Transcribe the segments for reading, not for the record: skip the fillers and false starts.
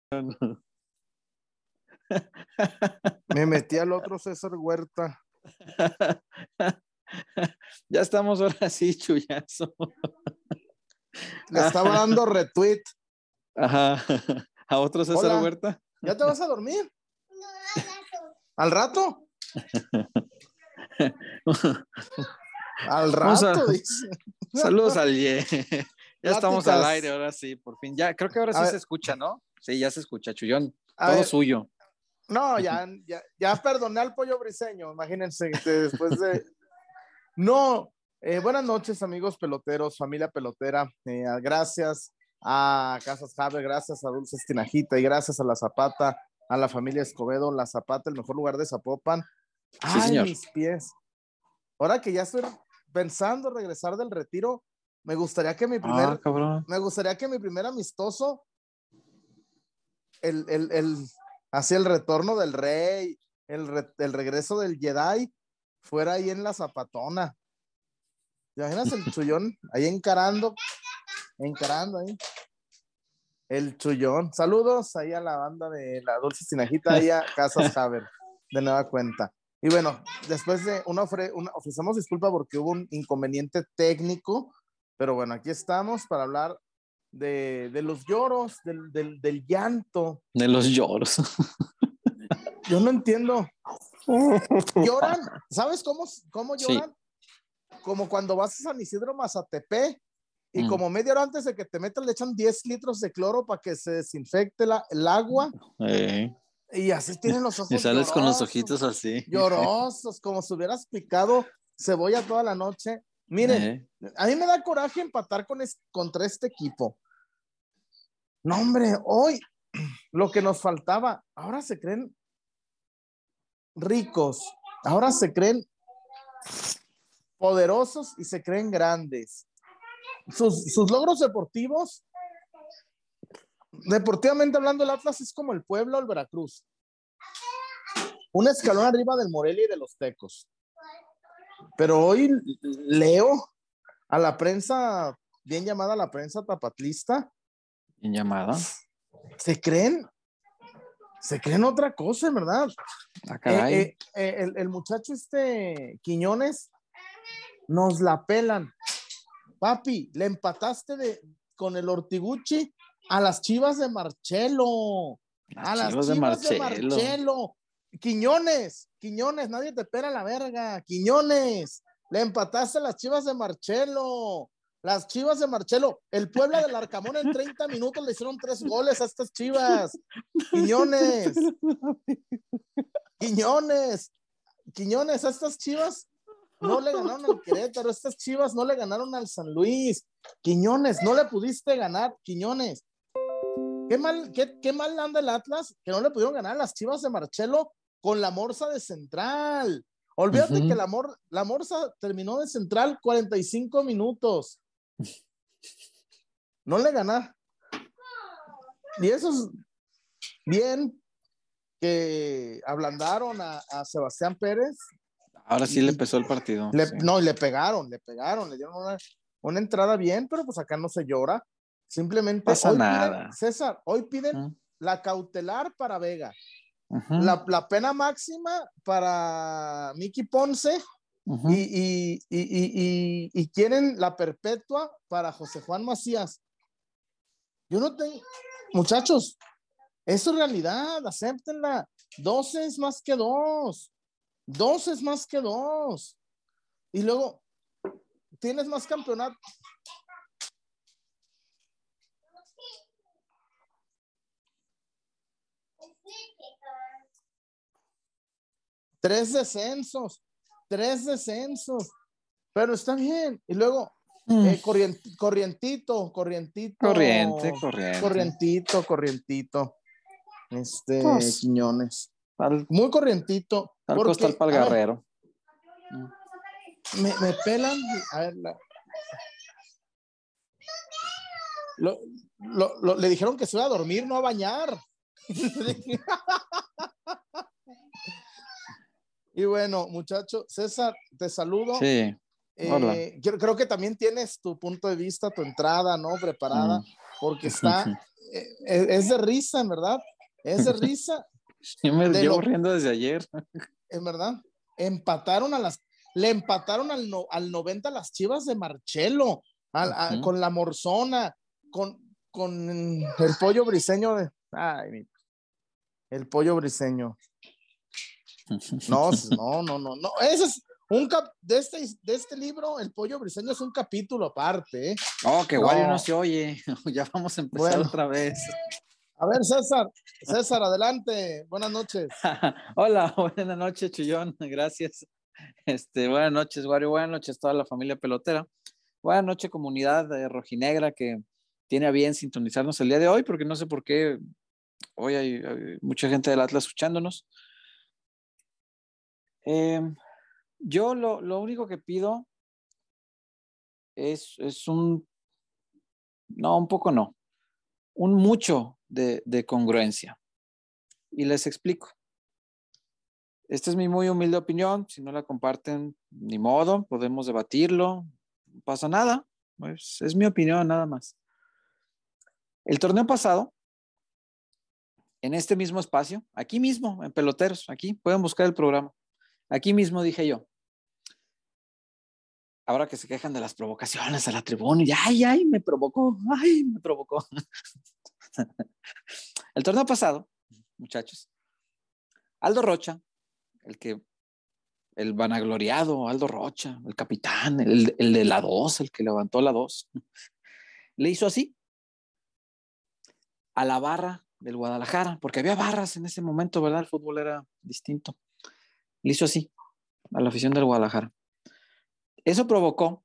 Me metí al otro César Huerta. Ya estamos ahora sí, chullazo. Le estaba dando retweet. Ajá. ¿A otro César Hola. Huerta? ¿Ya te vas a dormir? No, al rato. Al rato, dice. Saludos al Ye. Ya estamos al aire, Pláticas. ahora sí, por fin. Ya, creo que ahora A sí ver. se escucha, ¿no? Sí, ya se escucha, Chullón. A Todo ver. suyo. No, ya perdoné al pollo briseño, imagínense, después de... No, buenas noches, amigos peloteros, familia pelotera. Gracias a Casas Jave, gracias a Dulces Tinajita y gracias a La Zapata, a la familia Escobedo. La Zapata, el mejor lugar de Zapopan. Sí, señor. Mis pies. Ahora que ya estoy pensando regresar del retiro, me gustaría que mi primer amistoso, hacia el retorno del rey, el regreso del Jedi, fuera ahí en la Zapatona. ¿Te imaginas el Chullón ahí encarando ahí? El Chullón. Saludos ahí a la banda de la Dulce Tinajita, ahí a Casas Haber, de nueva cuenta. Y bueno, después de ofrecemos disculpa porque hubo un inconveniente técnico, pero bueno, aquí estamos para hablar de los lloros, del llanto. De los lloros. Yo no entiendo. Lloran, ¿sabes cómo lloran? Sí. Como cuando vas a San Isidro Mazatepec y como media hora antes de que te metan le echan 10 litros de cloro para que se desinfecte el agua. Y así tienen los ojos. Y sales llorosos, con los ojitos así. Llorosos, como si hubieras picado cebolla toda la noche. Miren, a mí me da coraje empatar contra este equipo. No, hombre, hoy lo que nos faltaba, ahora se creen ricos, ahora se creen poderosos y se creen grandes. Sus logros deportivos, deportivamente hablando, el Atlas es como el Puebla o el Veracruz. Un escalón arriba del Morelia y de los Tecos. Pero hoy leo a la prensa, bien llamada la prensa tapatlista. Bien llamada. Se creen otra cosa, ¿verdad? Ah, caray. El muchacho Quiñones nos la pelan. Papi, le empataste con el Ortiguchi a las Chivas de Marcelo. Las Chivas de Marcelo. Quiñones, nadie te pela la verga. Quiñones, le empataste a las Chivas de Marcelo. Las Chivas de Marcelo, el Puebla del Arcamón en 30 minutos le hicieron 3 goles a estas Chivas. Quiñones, a estas Chivas no le ganaron al Querétaro, estas Chivas no le ganaron al San Luis. Quiñones, no le pudiste ganar, Quiñones. Qué mal anda el Atlas que no le pudieron ganar a las Chivas de Marcelo con la Morsa de central. Olvídate que la Morsa terminó de central 45 minutos. No le ganar. Y eso es bien que ablandaron a Sebastián Pérez. Ahora sí le pesó el partido. No, le pegaron, le dieron una entrada bien, pero pues acá no se llora. Simplemente pasa nada. César, hoy piden la cautelar para Vega, la pena máxima para Miki Ponce y quieren la perpetua para José Juan Macías. Yo no tengo, muchachos, eso es realidad, acéptenla. 12 es más que 2. 12 es más que 2. Y luego tienes más campeonato. Tres descensos. Pero está bien. Y luego corrientito. Pues, Quiñones. Muy corrientito. Tal costal para el Guerrero. Me pelan. A ver, le dijeron que se iba a dormir, no a bañar. Y bueno, muchacho, César, te saludo. Sí. Hola. Creo que también tienes tu punto de vista, tu entrada, ¿no? Preparada. porque es de risa, en verdad, es de risa. Yo me llevo riendo desde ayer. En verdad, le empataron al 90 las Chivas de Marchelo, con la Morzona, con el Pollo Briseño el Pollo Briseño. No, ese es de este libro, El Pollo Briseño es un capítulo aparte, ¿eh? Oh, que Wario no se oye. Ya vamos a empezar otra vez. A ver, César, adelante. Buenas noches. Hola, buenas noches, Chullón. Gracias. Buenas noches, Wario. Buenas noches, toda la familia pelotera. Buenas noches, comunidad rojinegra que tiene a bien sintonizarnos el día de hoy, porque no sé por qué hoy hay mucha gente del Atlas escuchándonos. Yo lo único que pido es un mucho de congruencia. Y les explico. Esta es mi muy humilde opinión. Si no la comparten, ni modo, podemos debatirlo. No pasa nada. Pues es mi opinión, nada más. El torneo pasado, en este mismo espacio, aquí mismo, en Peloteros, aquí pueden buscar el programa. Aquí mismo dije yo, ahora que se quejan de las provocaciones a la tribuna, y ay, me provocó. El torneo pasado, muchachos, Aldo Rocha, el vanagloriado Aldo Rocha, el capitán, el de la 2, el que levantó la 2, le hizo así a la barra del Guadalajara, porque había barras en ese momento, ¿verdad? El fútbol era distinto. Le hizo así a la afición del Guadalajara. Eso provocó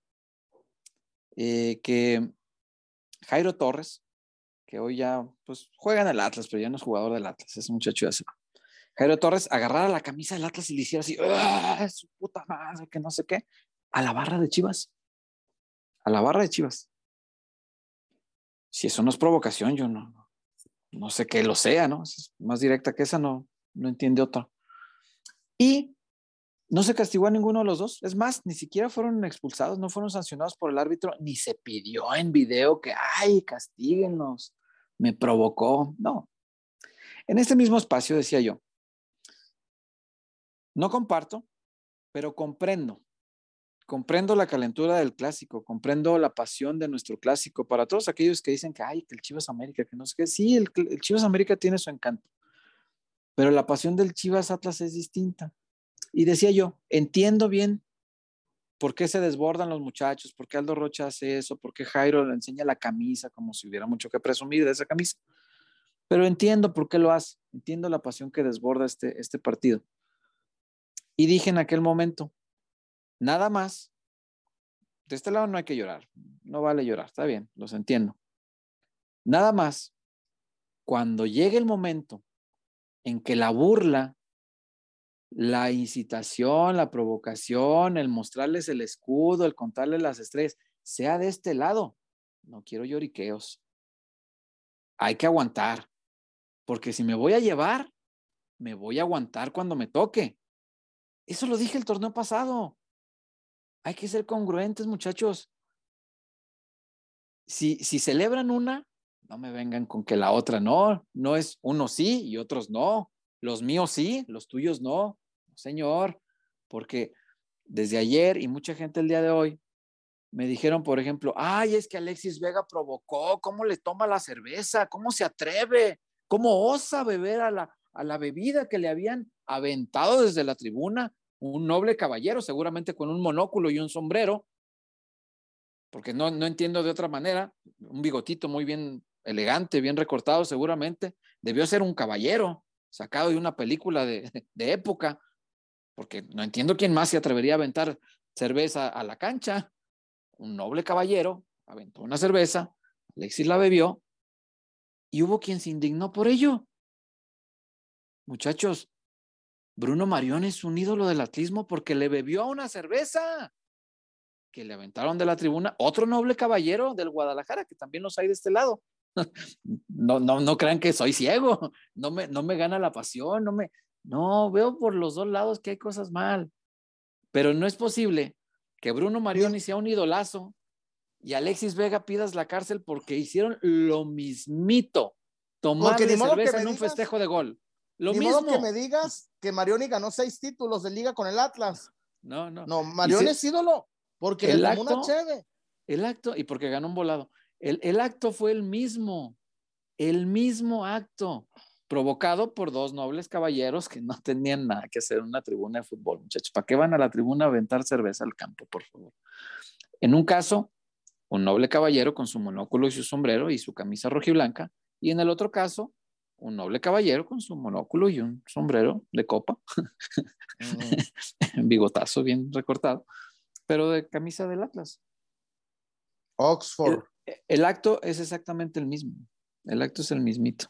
que Jairo Torres, que hoy ya pues juega en el Atlas, pero ya no es jugador del Atlas, ese muchacho ya se va. Jairo Torres agarrara la camisa del Atlas y le hiciera así, su puta madre, que no sé qué, a la barra de Chivas. A la barra de Chivas. Si eso no es provocación, yo no sé qué lo sea, ¿no? Es más directa que esa, no entiende otra. Y no se castigó a ninguno de los dos. Es más, ni siquiera fueron expulsados, no fueron sancionados por el árbitro, ni se pidió en video que, ay, castíguenlos, me provocó. No. En este mismo espacio decía yo, no comparto, pero comprendo la calentura del clásico, comprendo la pasión de nuestro clásico. Para todos aquellos que dicen que, ay, que el Chivas América, que no sé qué, sí, el Chivas América tiene su encanto, pero la pasión del Chivas Atlas es distinta. Y decía yo, entiendo bien por qué se desbordan los muchachos, por qué Aldo Rocha hace eso, por qué Jairo le enseña la camisa como si hubiera mucho que presumir de esa camisa, pero entiendo por qué lo hace, entiendo la pasión que desborda este partido. Y dije en aquel momento, nada más, de este lado no hay que llorar, no vale llorar, está bien, los entiendo. Nada más, cuando llegue el momento en que la burla, la incitación, la provocación, el mostrarles el escudo, el contarles las estrellas, sea de este lado, no quiero lloriqueos. Hay que aguantar, porque si me voy a llevar, me voy a aguantar cuando me toque. Eso lo dije el torneo pasado. Hay que ser congruentes, muchachos. Si celebran una, no me vengan con que la otra no. No es unos sí y otros no. Los míos sí, los tuyos no. Señor, porque desde ayer y mucha gente el día de hoy me dijeron, por ejemplo, ay, es que Alexis Vega provocó, ¿cómo le toma la cerveza? ¿Cómo se atreve? ¿Cómo osa beber a la bebida que le habían aventado desde la tribuna? Un noble caballero, seguramente con un monóculo y un sombrero, porque no entiendo de otra manera, un bigotito muy bien elegante, bien recortado seguramente, debió ser un caballero sacado de una película de época, porque no entiendo quién más se atrevería a aventar cerveza a la cancha. Un noble caballero aventó una cerveza, Alexis la bebió y hubo quien se indignó por ello. Muchachos, Bruno Marión es un ídolo del atlismo porque le bebió una cerveza que le aventaron de la tribuna otro noble caballero del Guadalajara, que también los hay de este lado. No crean que soy ciego, no me gana la pasión, no, veo por los dos lados que hay cosas mal, pero no es posible que Bruno Marioni sea un idolazo y Alexis Vega pidas la cárcel porque hicieron lo mismito, tomarle ni modo que cerveza me en un digas, festejo de gol. Lo ni mismo. modo que me digas que Marioni ganó 6 títulos de liga con el Atlas. No, no. No, Marioni es ídolo porque le tomó una cheve. El acto, y porque ganó un volado. El acto fue el mismo acto, provocado por dos nobles caballeros que no tenían nada que hacer en una tribuna de fútbol, muchachos. ¿Para qué van a la tribuna a aventar cerveza al campo, por favor? En un caso, un noble caballero con su monóculo y su sombrero y su camisa rojiblanca, y en el otro caso, un noble caballero con su monóculo y un sombrero de copa, bigotazo bien recortado, pero de camisa del Atlas. Oxford. El acto es exactamente el mismo. El acto es el mismito.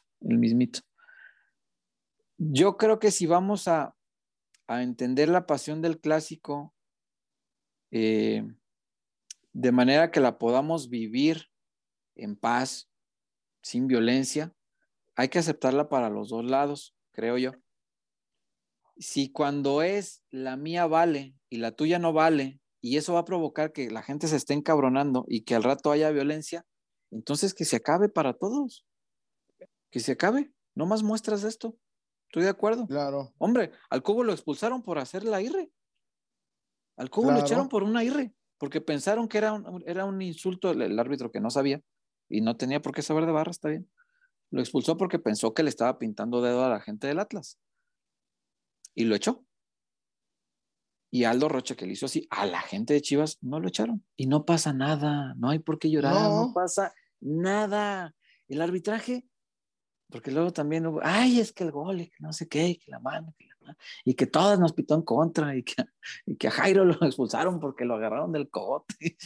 Yo creo que si vamos a entender la pasión del clásico de manera que la podamos vivir en paz, sin violencia, hay que aceptarla para los dos lados, creo yo. Si cuando es la mía vale y la tuya no vale, y eso va a provocar que la gente se esté encabronando y que al rato haya violencia, entonces que se acabe para todos. Que se acabe. No más muestras de esto. Estoy de acuerdo. Claro. Hombre, al Cubo lo expulsaron por hacer la irre. Al Cubo lo Claro. echaron por una irre, porque pensaron que era un insulto el árbitro que no sabía y no tenía por qué saber de barra, está bien. Lo expulsó porque pensó que le estaba pintando dedo a la gente del Atlas. Y lo echó. Y Aldo Rocha, que le hizo así, a la gente de Chivas no lo echaron. Y no pasa nada, no hay por qué llorar, no pasa nada. El arbitraje, porque luego también hubo, ay, es que el gol, y que no sé qué, y que la mano, y que todas nos pitó en contra, y que a Jairo lo expulsaron porque lo agarraron del cogote.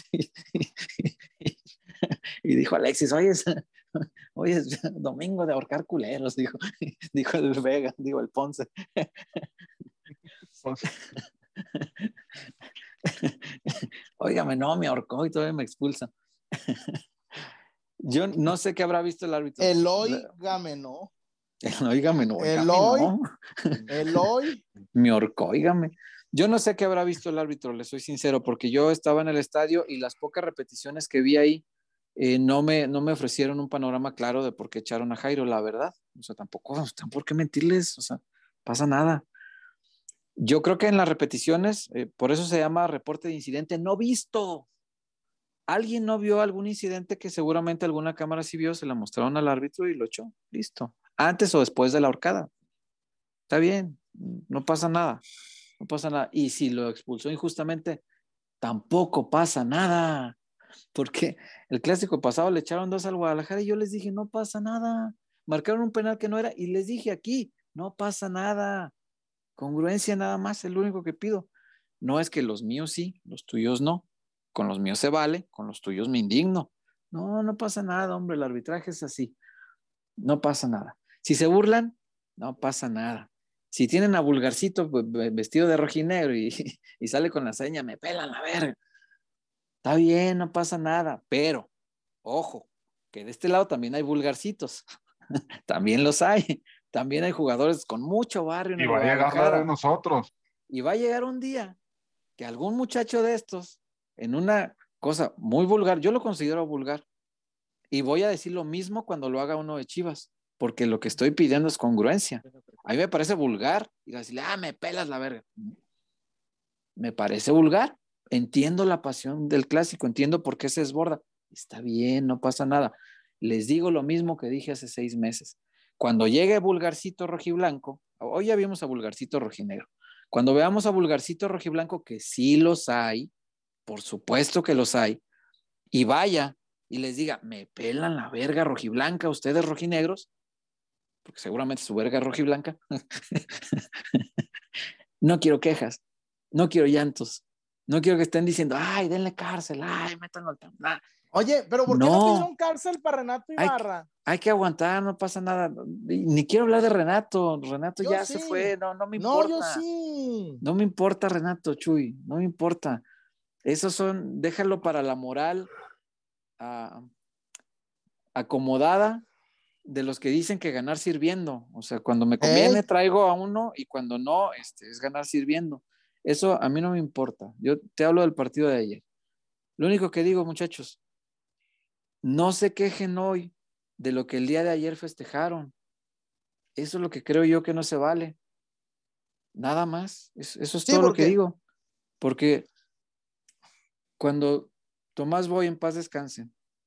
Y dijo Alexis, hoy es domingo de ahorcar culeros, dijo el Vega, digo el Ponce. Óigame, no, me ahorcó y todavía me expulsa. Yo no sé qué habrá visto el árbitro. El óigame, no. Óigame, no. Me ahorcó, óigame. Yo no sé qué habrá visto el árbitro, le soy sincero, porque yo estaba en el estadio y las pocas repeticiones que vi ahí no me ofrecieron un panorama claro de por qué echaron a Jairo, la verdad. O sea, tampoco por qué mentirles, o sea, pasa nada. Yo creo que en las repeticiones, por eso se llama reporte de incidente no visto. ¿Alguien no vio algún incidente que seguramente alguna cámara sí vio? Se la mostraron al árbitro y lo echó. Listo. Antes o después de la horcada. Está bien, no pasa nada. No pasa nada. Y si lo expulsó injustamente, tampoco pasa nada. Porque el clásico pasado le echaron 2 al Guadalajara y yo les dije, no pasa nada. Marcaron un penal que no era y les dije aquí, no pasa nada. Congruencia nada más, es lo único que pido. No es que los míos sí, los tuyos no. Con los míos se vale, con los tuyos me indigno. No, no pasa nada, hombre, el arbitraje es así. No pasa nada. Si se burlan, no pasa nada. Si tienen a Vulgarcito vestido de rojinegro y sale con la seña, me pelan la verga. Está bien, no pasa nada, pero, ojo, que de este lado también hay vulgarcitos. También los hay. También hay jugadores con mucho barrio en Y el va a llegar la de nosotros. Y va a llegar un día que algún muchacho de estos, en una cosa muy vulgar, yo lo considero vulgar, y voy a decir lo mismo cuando lo haga uno de Chivas, porque lo que estoy pidiendo es congruencia. A mí me parece vulgar, y decirle, me pelas la verga. Me parece vulgar. Entiendo la pasión del clásico, entiendo por qué se desborda. Está bien, no pasa nada. Les digo lo mismo que dije hace 6 meses. Cuando llegue Vulgarcito rojiblanco, hoy ya vimos a Vulgarcito rojinegro. Cuando veamos a Vulgarcito rojiblanco, que sí los hay, por supuesto que los hay, y vaya y les diga, me pelan la verga rojiblanca, ustedes rojinegros, porque seguramente su verga es rojiblanca. No quiero quejas, no quiero llantos, no quiero que estén diciendo, ay, denle cárcel, ay, métanlo al nah. Oye, pero ¿por qué no pidieron cárcel para Renato Ibarra? Hay que aguantar, no pasa nada. Ni quiero hablar de Renato. Renato yo ya sí. se fue, no me importa. No, yo sí. No me importa, Renato, Chuy, no me importa. Esos son, déjalo para la moral acomodada de los que dicen que ganar sirviendo. O sea, cuando me conviene traigo a uno y cuando no, es ganar sirviendo. Eso a mí no me importa. Yo te hablo del partido de ayer. Lo único que digo, muchachos, no se quejen hoy de lo que el día de ayer festejaron. Eso es lo que creo yo que no se vale. Nada más. Eso es Sí, todo lo que porque digo. Porque cuando Tomás Boy, en paz descanse,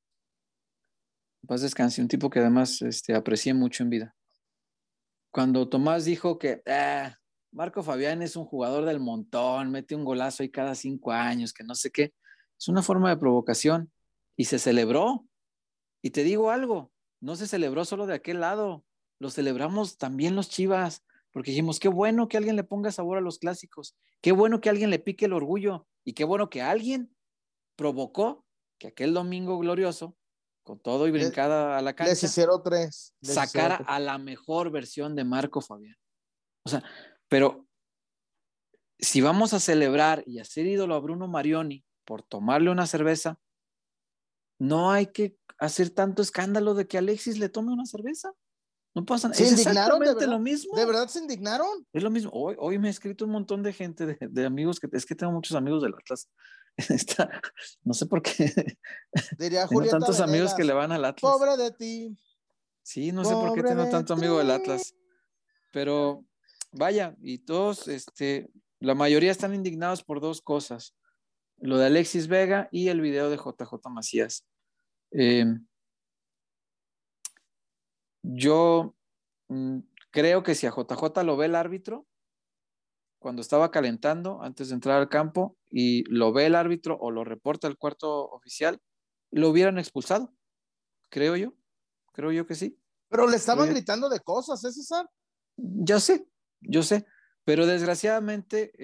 un tipo que además aprecié mucho en vida. Cuando Tomás dijo que Marco Fabián es un jugador del montón, mete un golazo ahí cada 5 años, que no sé qué, es una forma de provocación y se celebró. Y te digo algo, no se celebró solo de aquel lado, lo celebramos también los Chivas, porque dijimos, qué bueno que alguien le ponga sabor a los clásicos, qué bueno que alguien le pique el orgullo y qué bueno que alguien provocó que aquel domingo glorioso, con todo y brincada a la les cancha, hicieron tres. sacara a la mejor versión de Marco Fabián. O sea, pero si vamos a celebrar y hacer ídolo a Bruno Marioni por tomarle una cerveza, no hay que hacer tanto escándalo de que Alexis le tome una cerveza. No pasa nada. ¿Se Es indignaron de exactamente lo verdad? mismo. ¿De verdad se indignaron? Es lo mismo. Hoy me ha escrito un montón de gente, de amigos, es que tengo muchos amigos del Atlas. No sé por qué. Diría Tengo Julieta tantos amigos que le Venegas, van al Atlas. pobre de ti, Sí, no sé por qué pobre tengo de tanto amigo del ti. Atlas. Pero vaya, y todos, la mayoría están indignados por dos cosas. Lo de Alexis Vega y el video de JJ Macías. Eh, yo creo que si a JJ lo ve el árbitro, cuando estaba calentando antes de entrar al campo, y lo ve el árbitro o lo reporta el cuarto oficial, lo hubieran expulsado, creo yo que sí. Pero le estaban gritando de cosas, ¿eh, César? Yo sé, pero desgraciadamente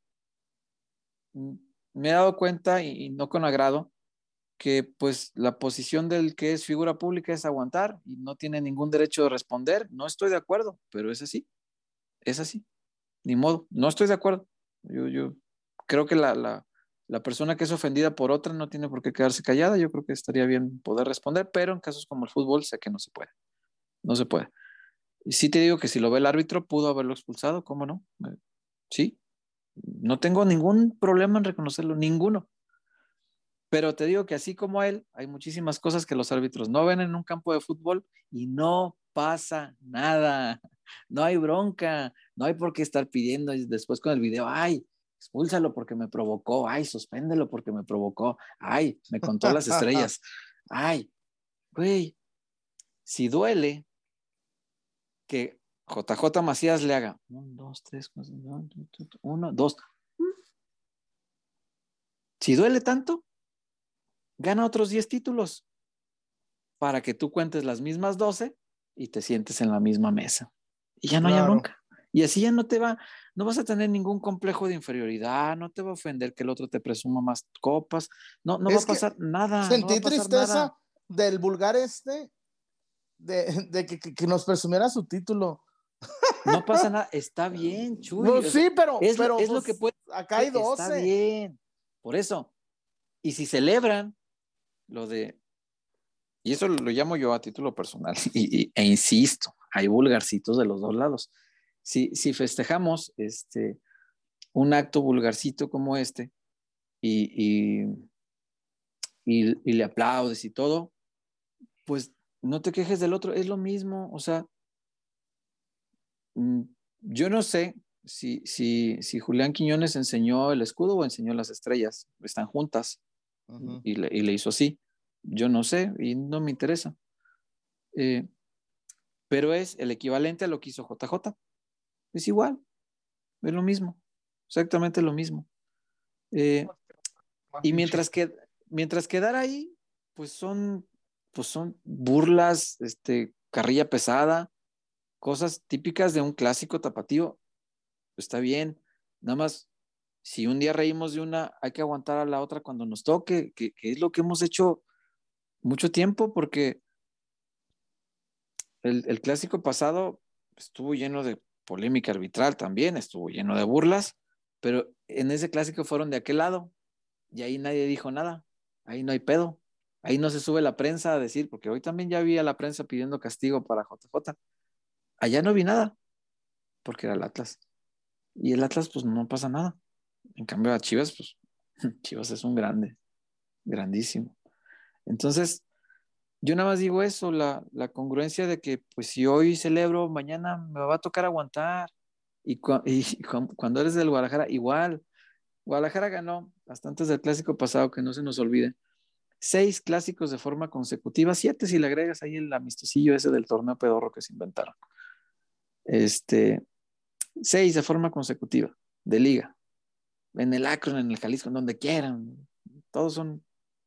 me he dado cuenta y no con agrado que pues la posición del que es figura pública es aguantar y no tiene ningún derecho de responder. No estoy de acuerdo, pero es así, ni modo, no estoy de acuerdo. Yo creo que la persona que es ofendida por otra no tiene por qué quedarse callada. Yo creo que estaría bien poder responder, pero en casos como el fútbol sé que no se puede, no se puede. Y sí te digo que si lo ve el árbitro, pudo haberlo expulsado, ¿cómo no? Sí, no tengo ningún problema en reconocerlo, ninguno. Pero te digo que así como él, hay muchísimas cosas que los árbitros no ven en un campo de fútbol y no pasa nada. No hay bronca, no hay por qué estar pidiendo después con el video, ay, expúlsalo porque me provocó, ay, suspéndelo porque me provocó, ay, me contó las estrellas, ay, güey, si duele que JJ Macías le haga 1, 2, 3, 1, 2, si duele tanto, gana otros 10 títulos para que tú cuentes las mismas 12 y te sientes en la misma mesa. Y ya no haya Claro. bronca. Y así ya no vas a tener ningún complejo de inferioridad, no te va a ofender que el otro te presuma más copas, no va a Es que pasar nada, no va sentí a pasar nada. tristeza del vulgar de que nos presumiera su título. No pasa nada, está bien, Chuy. Pues O sea, sí, pero es lo que pues puede acá hay ser, está 12. bien. Por eso. Y si celebran lo de, y eso lo llamo yo a título personal, e insisto, hay vulgarcitos de los dos lados. Si festejamos un acto vulgarcito como y, y, y le aplaudes y todo, pues no te quejes del otro, es lo mismo. O sea, mm, yo no sé si Julián Quiñones enseñó el escudo o enseñó las estrellas, están juntas Ujú. y le hizo así. Yo no sé y no me interesa. Eh, pero es el equivalente a lo que hizo JJ. Es igual, es lo mismo, exactamente lo mismo. Eh, Más y bien chico. mientras quedar ahí, pues son burlas, carrilla pesada, cosas típicas de un clásico tapatío. Está bien, nada más, si un día reímos de una, hay que aguantar a la otra cuando nos toque, que es lo que hemos hecho mucho tiempo, porque el clásico pasado estuvo lleno de polémica arbitral también, estuvo lleno de burlas, pero en ese clásico fueron de aquel lado y ahí nadie dijo nada, ahí no hay pedo, ahí no se sube la prensa a decir, porque hoy también ya vi a la prensa pidiendo castigo para JJ, allá no vi nada, porque era el Atlas, y el Atlas pues no pasa nada, en cambio a Chivas pues Chivas es un grande, grandísimo. Entonces, Yo nada más digo eso, la congruencia de que pues si hoy celebro, mañana me va a tocar aguantar. Cuando eres del Guadalajara, igual. Guadalajara ganó, hasta antes del clásico pasado, que no se nos olvide. 6 clásicos de forma consecutiva, 7 si le agregas ahí el amistosillo ese del torneo pedorro que se inventaron. 6 de forma consecutiva, de liga. En el Akron, en el Jalisco, en donde quieran. Todos son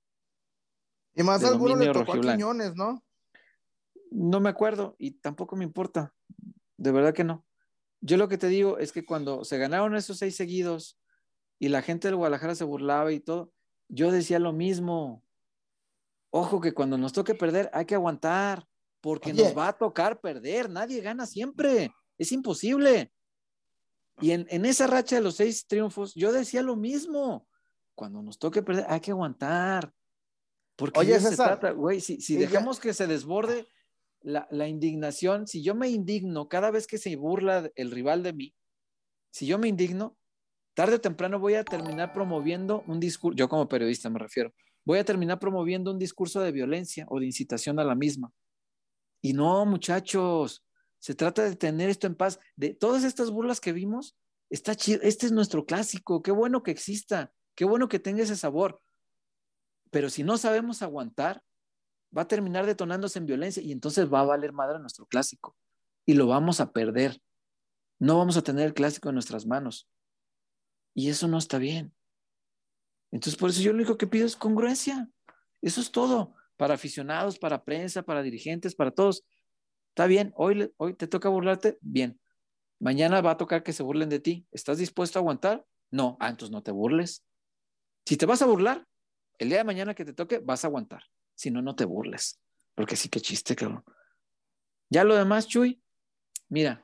Y más de a alguno le dominio tocó a rojiblanco. Quiñones, ¿no? No me acuerdo y tampoco me importa. De verdad que no. Yo lo que te digo es que cuando se ganaron esos 6 seguidos y la gente del Guadalajara se burlaba y todo, yo decía lo mismo. Ojo que cuando nos toque perder hay que aguantar, porque Oye, nos va a tocar perder. Nadie gana siempre. Es imposible. Y en esa racha de los 6 triunfos, yo decía lo mismo. Cuando nos toque perder hay que aguantar, porque de oye, eso se César, trata, güey. Si y ya, dejamos que se desborde la indignación, si yo me indigno cada vez que se burla el rival de mí, si yo me indigno, tarde o temprano voy a terminar promoviendo un discurso, yo como periodista me refiero, voy a terminar promoviendo un discurso de violencia o de incitación a la misma. Y no, muchachos, se trata de tener esto en paz. De todas estas burlas que vimos, está chido, este es nuestro clásico, qué bueno que exista, qué bueno que tenga ese sabor. Pero si no sabemos aguantar, va a terminar detonándose en violencia y entonces va a valer madre nuestro clásico y lo vamos a perder. No vamos a tener el clásico en nuestras manos y eso no está bien. Entonces, por eso yo lo único que pido es congruencia. Eso es todo. Para aficionados, para prensa, para dirigentes, para todos. Está bien, hoy te toca burlarte, bien. Mañana va a tocar que se burlen de ti. ¿Estás dispuesto a aguantar? No, entonces no te burles. Si te vas a burlar, el día de mañana que te toque, vas a aguantar. Si no, no te burles. Porque sí que chiste, cabrón. Ya lo demás, Chuy, mira,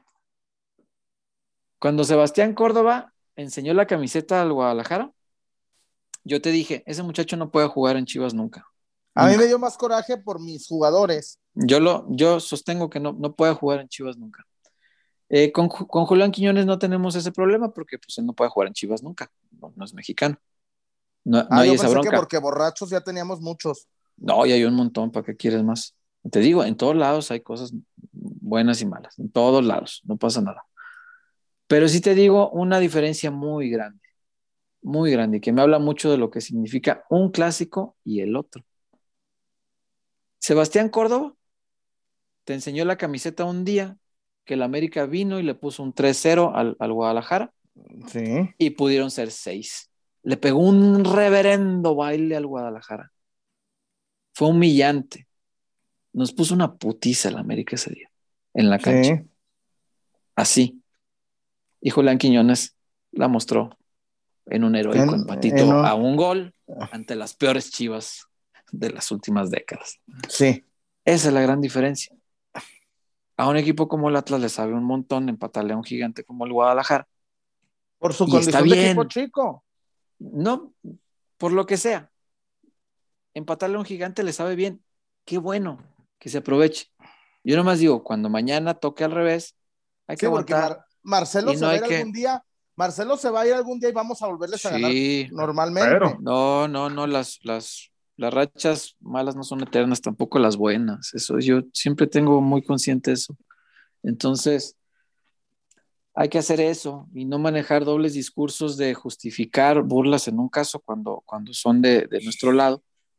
cuando Sebastián Córdoba enseñó la camiseta al Guadalajara, yo te dije, ese muchacho no puede jugar en Chivas nunca. a mí me Nunca. dio más coraje por mis jugadores. Yo sostengo que no puede jugar en Chivas nunca. Con Julián Quiñones no tenemos ese problema porque pues, él no puede jugar en Chivas nunca. No es mexicano. No hay Yo esa pensé que bronca. porque borrachos ya teníamos muchos. No, y hay un montón, ¿para qué quieres más? Te digo, en todos lados hay cosas buenas y malas, en todos lados, no pasa nada. Pero sí te digo una diferencia muy grande, y que me habla mucho de lo que significa un clásico y el otro. Sebastián Córdoba te enseñó la camiseta un día que el América vino y le puso un 3-0 al Guadalajara Sí. y pudieron ser 6. Le pegó un reverendo baile al Guadalajara. Fue humillante. Nos puso una putiza el América ese día en la cancha. Sí. Así. Y Julián Quiñones la mostró en un heroico empatito a un gol ante las peores Chivas de las últimas décadas. Sí. Esa es la gran diferencia. A un equipo como el Atlas le sabe un montón empatarle a un gigante como el Guadalajara. Por su Y está condición de equipo bien. chico. No, por lo que sea. Empatarle a un gigante le sabe bien. Qué bueno que se aproveche. Yo nomás digo, cuando mañana toque al revés, hay que Sí, porque aguantar. Marcelo Y se no va a hay ir que... algún día. Marcelo se va a ir algún día y vamos a volverles a ganar Sí, normalmente. Pero, no, las rachas malas no son eternas, tampoco las buenas. Eso yo siempre tengo muy consciente eso. Entonces, hay que hacer eso y no manejar dobles discursos de justificar burlas en un caso cuando son de nuestro lado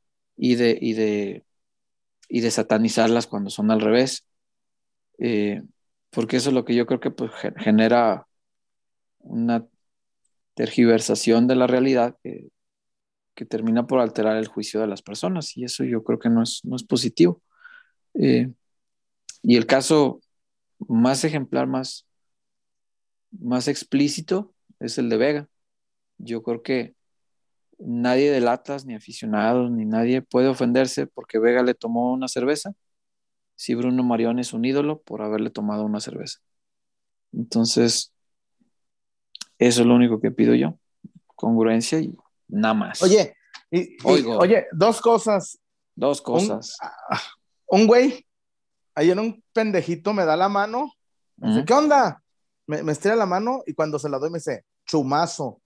y de satanizarlas cuando son al revés. Eh, porque eso es lo que yo creo que pues, genera una tergiversación de la realidad que termina por alterar el juicio de las personas y eso yo creo que no es positivo. Eh, y el caso más ejemplar, más explícito es el de Vega. Yo creo que nadie del Atlas, ni aficionados, ni nadie puede ofenderse porque Vega le tomó una cerveza, si Bruno Marión es un ídolo por haberle tomado una cerveza. Entonces, eso es lo único que pido yo, congruencia y nada más. Oye, Oigo, oye, dos cosas. dos Un, cosas. un güey, ayer un pendejito me da la mano, me dice, ¿qué onda? Me estira la mano y cuando se la doy me dice, chumazo,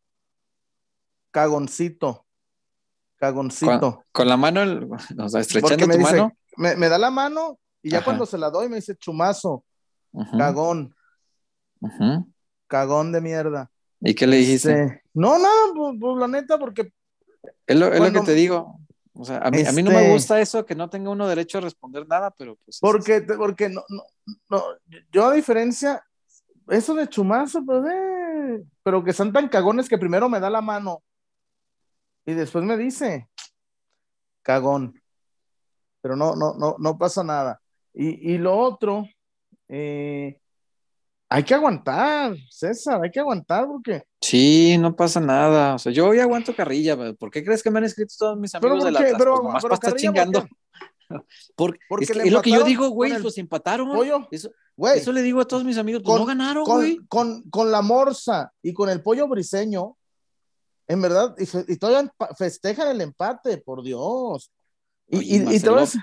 cagoncito, Con cagoncito. la mano, o sea, Porque estrechando tu mano. me da la mano y ya Ajá. cuando se la doy me dice chumazo, Ujú, cagón, ujú. cagón de mierda. ¿Y qué le dijiste? No, nada, pues, la neta, porque Es lo que te cuando, digo. O sea, a mí no me gusta eso, que no tenga uno derecho a responder nada, pero pues es así. porque no, yo a diferencia, eso de chumazo, pues, pero que son tan cagones que primero me da la mano y después me dice, cagón, pero no pasa nada. Y lo otro, eh, hay que aguantar, César, hay que aguantar porque, Sí, no pasa nada. O sea, yo hoy aguanto carrilla. ¿Por qué crees que me han escrito todos mis pero amigos ¿por del qué? Atlas? Pues nomás para estar Carrilla, ¿por chingando. qué? Es Porque que le es lo que yo empataron digo, con güey, el pues empataron. pollo, Eso güey, le digo a todos mis amigos, pues no ganaron, güey. con la morsa y con el pollo briseño, en verdad, y todavía festejan el empate, por Dios. Oye, Y te vas, Marcelo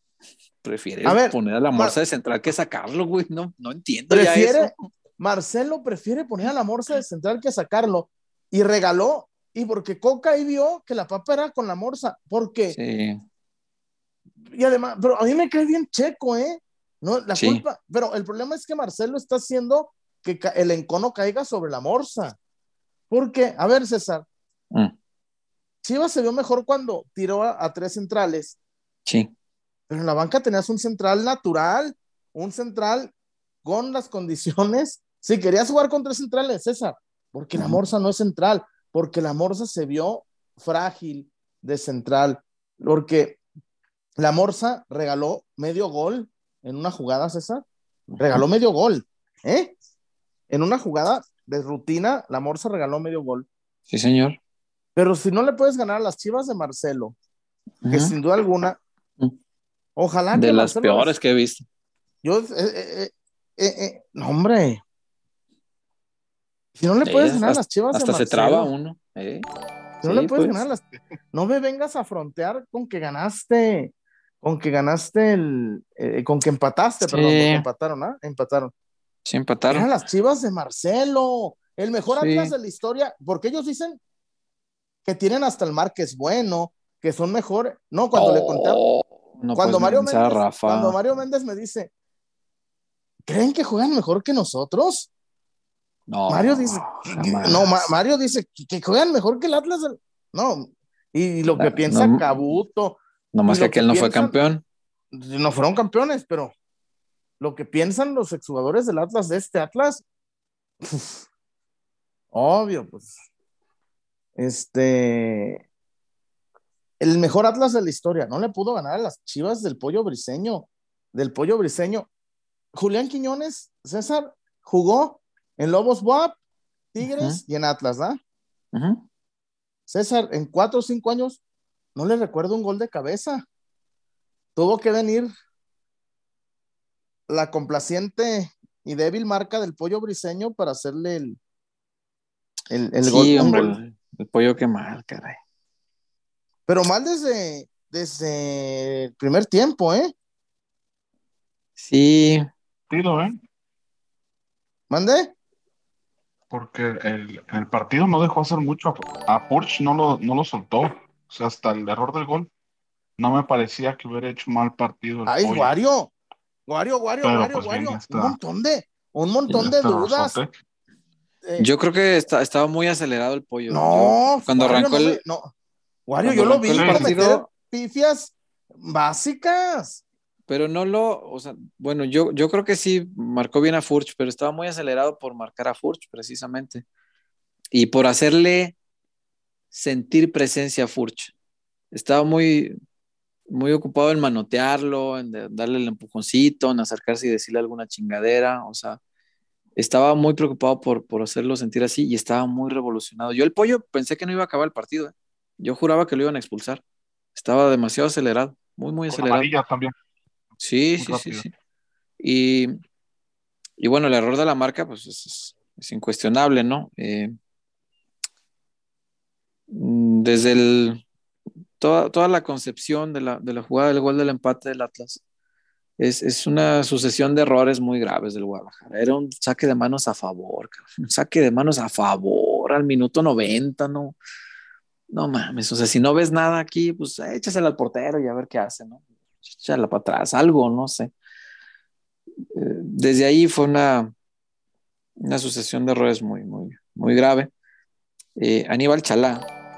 a prefiere ver, poner a la Mar- morsa de central que sacarlo, güey. No entiendo ya prefiere, eso. Marcelo prefiere poner a la morsa de central que sacarlo y regaló, y porque Coca ahí vio que la papa era con la morsa, porque, Sí, y además, pero a mí me cae bien Checo, ¿eh? No, la sí. culpa, pero el problema es que Marcelo está haciendo que el encono caiga sobre la morsa. Porque, a ver, César, Mm, Chivas se vio mejor cuando tiró a tres centrales, sí. pero en la banca tenías un central natural, un central con las condiciones. Si querías jugar con tres centrales, César, porque la Ujú. Morsa no es central, porque la Morsa se vio frágil de central, porque la Morsa regaló medio gol en una jugada, César, regaló medio gol, ¿eh? En una jugada de rutina, la Morsa regaló medio gol. Sí, señor. Pero si no le puedes ganar a las Chivas de Marcelo, que Ujú. sin duda alguna, ojalá De que las Marcelo peores que he visto. yo, no, hombre, si no le puedes ganar a las Chivas de Hasta se traba Marcelo, uno. si no le Sí, puedes ganar a pues. las, no me vengas a frontear con que ganaste con que empataste, perdón, porque Sí, empataron, ¿ah? Empataron. sí Eran empataron. las Chivas de Marcelo, el mejor Atlas Sí. de la historia, porque ellos dicen que tienen hasta el Márquez bueno, que son mejor. No, cuando le conté, Oh, no puedes minimizar a Cuando Rafa. Mario Méndez me dice, ¿creen que juegan mejor que nosotros? Mario No, dice, no, jamás. Mario dice que juegan mejor que el Atlas. No, y lo que piensa No, Cabuto, y nomás que lo que aquel no fue piensan, campeón. no fueron campeones, pero lo que piensan los exjugadores del Atlas, de este Atlas, obvio, pues, este, el mejor Atlas de la historia, no le pudo ganar a las Chivas del Pollo Briseño. Julián Quiñones, César, jugó en Lobos WAP, Ujú, Tigres y en Atlas, ¿da? ujú. César, en 4 o 5 años, no le recuerdo un gol de cabeza. Tuvo que venir la complaciente y débil marca del Pollo Briseño para hacerle el gol, Sí, un hombre, gol, el pollo qué mal, caray. pero mal desde el primer tiempo, ¿eh? Sí, Partido, ¿eh? ¿Mande? Porque el partido no dejó hacer mucho. A Purch no lo soltó. O sea, hasta el error del gol, no me parecía que hubiera hecho mal partido el Ay, pollo. Wario, Pero pues viene un montón de este dudas. errorzote. Eh, yo creo que estaba muy acelerado el pollo. Yo, no, cuando Wario, arrancó el, no, Wario, cuando yo lo arrancó el vi Sí, cometer partido, pifias básicas. pero o sea, bueno, yo creo que sí marcó bien a Furch, pero estaba muy acelerado por marcar a Furch, precisamente. Y por hacerle sentir presencia a Furch. Estaba muy ocupado en manotearlo, en darle el empujoncito, en acercarse y decirle alguna chingadera. O sea, estaba muy preocupado por hacerlo sentir así y estaba muy revolucionado. Yo el pollo pensé que no iba a acabar el partido, ¿eh? Yo juraba que lo iban a expulsar. Estaba demasiado acelerado, muy con acelerado. amarilla también, Sí, muy sí, sí, rápido. sí. Y, y bueno, el error de la marca, pues es incuestionable, ¿no? Desde toda la concepción de la jugada del gol del empate del Atlas es una sucesión de errores muy graves del Guadalajara. Era un saque de manos a favor, cabrón. Un saque de manos a favor al minuto 90, no, no mames. O sea, si no ves nada aquí, pues échasela al portero y a ver qué hace, ¿no? échala para atrás, algo, no sé. Desde ahí fue una sucesión de errores muy, muy, muy grave. Aníbal Chalá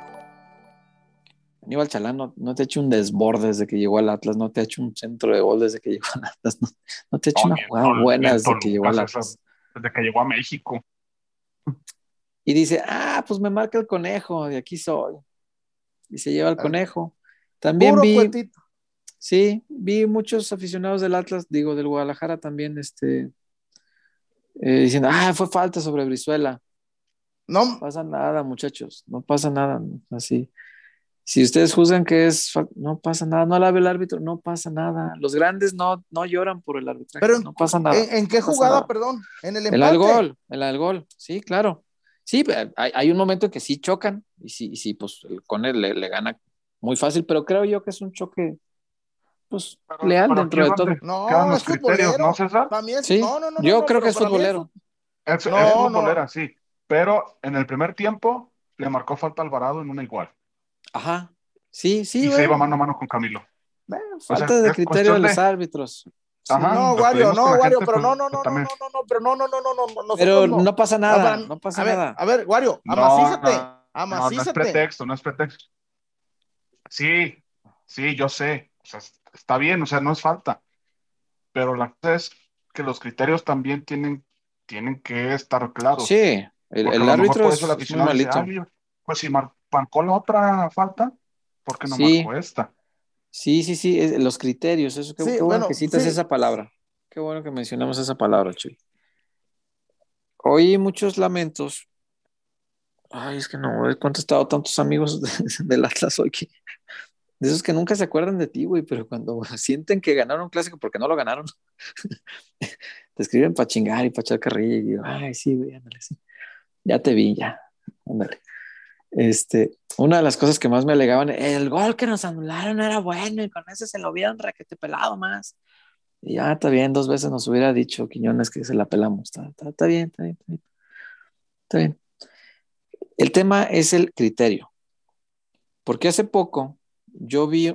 no te ha hecho un desborde desde que llegó al Atlas, no te ha hecho un centro de gol desde que llegó al Atlas, no te ha hecho No, una jugada buena ni en desde que llegó Toluca, al César, Atlas. desde que llegó a México. Y dice, pues me marca el conejo, de aquí soy. Y se lleva el Al conejo. También puro vi, cuetito. sí, vi muchos aficionados del Atlas, digo, del Guadalajara también, diciendo, fue falta sobre Brizuela. No, No pasa nada, muchachos, no pasa nada, así. Si ustedes juzgan que no pasa nada, no la ve el árbitro, no pasa nada. Los grandes no lloran por el arbitraje, pero no pasa nada, ¿en qué no pasa jugada, nada. perdón? ¿En el En la del empate? gol, sí, claro. Sí, hay un momento en que sí chocan y sí, pues con él le gana muy fácil, pero creo yo que es un choque, pues, leal Pero aquí dentro es de donde todo. quedan No, los es criterios, ¿no, futbolero. César? Para mí es, Sí, no, yo creo que pero es para mí es futbolero. Es no, no. futbolera, sí. Pero en el primer tiempo le marcó falta a Alvarado en una igual. Ajá, sí, Y se iba bueno, mano a mano con Camilo. O sea, falta de es criterio de cuestión los de. árbitros. Ajá, Sí, No, pues Wario, pedimos que la gente, pero pues, no, no, pues no, no, también. no, no, no, pero no, nosotros pero no. no pasa Ah, nada, no pasa nada. a ver, Wario, No, amacízate, no, no es amacízate. pretexto, no es pretexto. Sí, sí, yo sé. O sea, está bien, o sea, no es falta. Pero la cosa es que los criterios también tienen que estar Sí, claros. Porque a el lo mejor árbitro por eso el es muy aficionado dice, malito. ay, pues si marcó la otra falta, ¿por qué no Sí, marcó esta? sí, los criterios, eso, Sí, qué bueno que bueno, citas sí. esa palabra. Qué bueno que mencionamos esa palabra, Chuy. Oí muchos lamentos. Ay, es que no he contestado tantos amigos del Atlas hoy de esos que nunca se acuerdan de ti, güey, pero cuando sienten que ganaron un clásico porque no lo ganaron, te escriben para chingar y para echar carrilla y digo, ay, sí, güey, ándale, sí. Ya te vi, ya, ándale. Una de las cosas que más me alegaban, el gol que nos anularon era bueno y con ese se lo hubieran raquete pelado más. Y ya está bien, 2 veces nos hubiera dicho Quiñones que se la pelamos. Está bien, está bien, está bien, está bien. El tema es el criterio, porque hace poco yo vi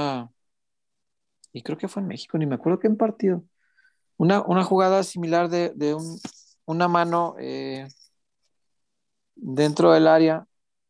y creo que fue en México, ni me acuerdo qué partido, una jugada similar de una mano dentro del área,